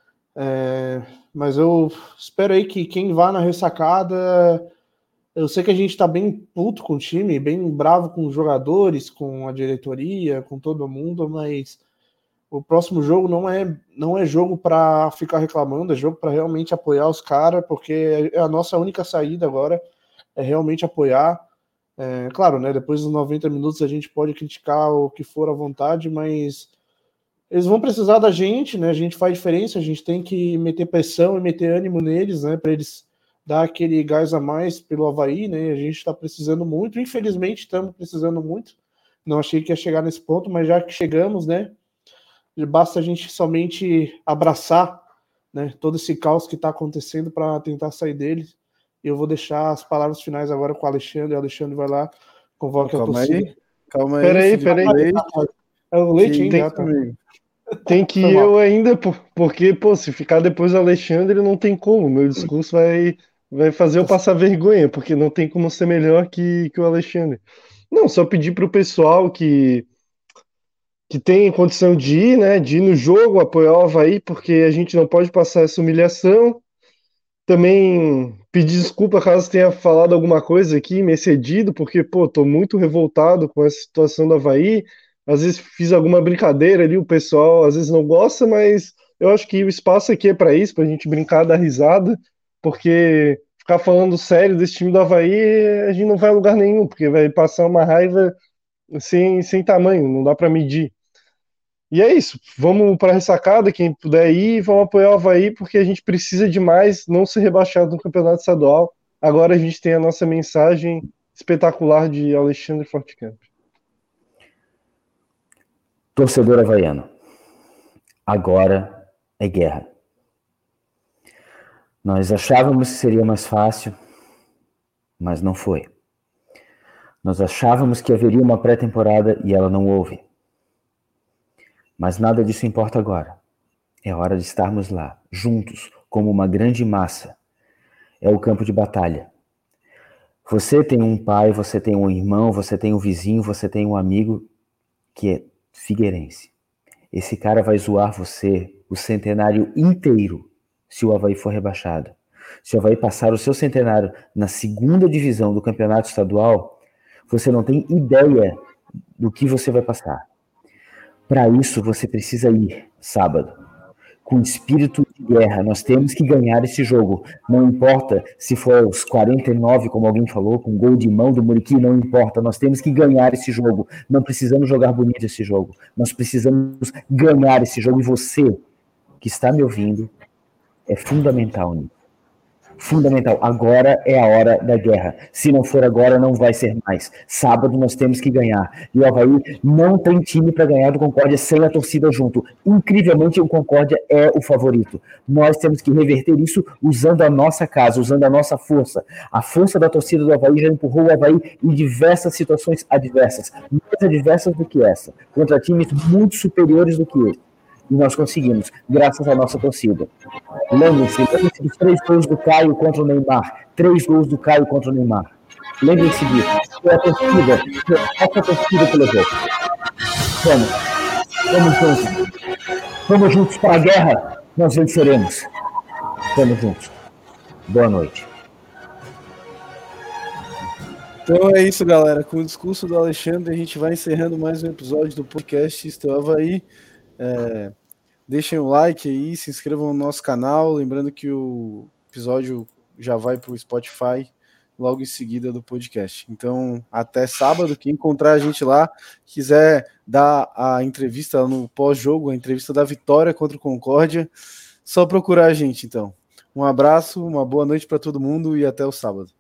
Mas eu espero aí que quem vá na ressacada... Eu sei que a gente tá bem puto com o time, bem bravo com os jogadores, com a diretoria, com todo mundo, mas o próximo jogo não é jogo para ficar reclamando, é jogo para realmente apoiar os caras, porque a nossa única saída agora é realmente apoiar. Claro, né, depois dos 90 minutos a gente pode criticar o que for à vontade, mas eles vão precisar da gente, né? A gente faz diferença, a gente tem que meter pressão e meter ânimo neles, né, para eles dar aquele gás a mais pelo Avaí, né? A gente está precisando muito, infelizmente estamos precisando muito. Não achei que ia chegar nesse ponto, mas já que chegamos, né? Basta a gente somente abraçar, né, todo esse caos que está acontecendo para tentar sair dele. Eu vou deixar as palavras finais agora com o Alexandre. O Alexandre vai lá, convoca a torcida. Calma aí. Peraí. É o Leite ainda, tá? Tem que ir eu ainda, porque, se ficar depois do Alexandre, não tem como. Meu discurso vai fazer eu passar vergonha, porque não tem como ser melhor que o Alexandre. Não, só pedir para o pessoal que tem condição de ir, né, de ir no jogo, apoiar o Avaí, porque a gente não pode passar essa humilhação. Também pedir desculpa caso tenha falado alguma coisa aqui, me excedido, porque, tô muito revoltado com essa situação do Avaí. Às vezes fiz alguma brincadeira ali, o pessoal às vezes não gosta, mas eu acho que o espaço aqui é para isso, para a gente brincar, dar risada, porque ficar falando sério desse time do Avaí, a gente não vai a lugar nenhum, porque vai passar uma raiva sem tamanho, não dá para medir. E é isso, vamos para a ressacada, quem puder ir, vamos apoiar o Avaí, porque a gente precisa demais não ser rebaixado no Campeonato Estadual. Agora a gente tem a nossa mensagem espetacular de Alexandre Fortecamp. Torcedor havaiano, agora é guerra. Nós achávamos que seria mais fácil, mas não foi. Nós achávamos que haveria uma pré-temporada e ela não houve. Mas nada disso importa agora. É hora de estarmos lá, juntos, como uma grande massa. É o campo de batalha. Você tem um pai, você tem um irmão, você tem um vizinho, você tem um amigo que é figueirense. Esse cara vai zoar você o centenário inteiro se o Avaí for rebaixado. Se o Avaí passar o seu centenário na segunda divisão do Campeonato Estadual, você não tem ideia do que você vai passar. Para isso, você precisa ir sábado. Com espírito de guerra, nós temos que ganhar esse jogo. Não importa se for aos 49, como alguém falou, com gol de mão do Muriqui, não importa. Nós temos que ganhar esse jogo. Não precisamos jogar bonito esse jogo. Nós precisamos ganhar esse jogo. E você, que está me ouvindo, é fundamental nisso. Fundamental. Agora é a hora da guerra. Se não for agora, não vai ser mais. Sábado nós temos que ganhar. E o Avaí não tem time para ganhar do Concórdia sem a torcida junto. Incrivelmente, o Concórdia é o favorito. Nós temos que reverter isso usando a nossa casa, usando a nossa força. A força da torcida do Avaí já empurrou o Avaí em diversas situações adversas. Mais adversas do que essa. Contra times muito superiores do que esse. E nós conseguimos, graças à nossa torcida. Lembrem-se dos 3 gols do Caio contra o Neymar. 3 gols do Caio contra o Neymar. Lembrem-se disso. Foi a torcida que levou. Vamos juntos. Vamos juntos para a guerra. Nós venceremos. Vamos juntos. Boa noite. Então é isso, galera. Com o discurso do Alexandre, a gente vai encerrando mais um episódio do podcast Isto é o Avaí. Deixem o like aí, se inscrevam no nosso canal, lembrando que o episódio já vai para o Spotify logo em seguida do podcast. Então, até sábado, quem encontrar a gente lá, quiser dar a entrevista no pós-jogo, a entrevista da vitória contra o Concórdia, só procurar a gente, então. Um abraço, uma boa noite para todo mundo e até o sábado.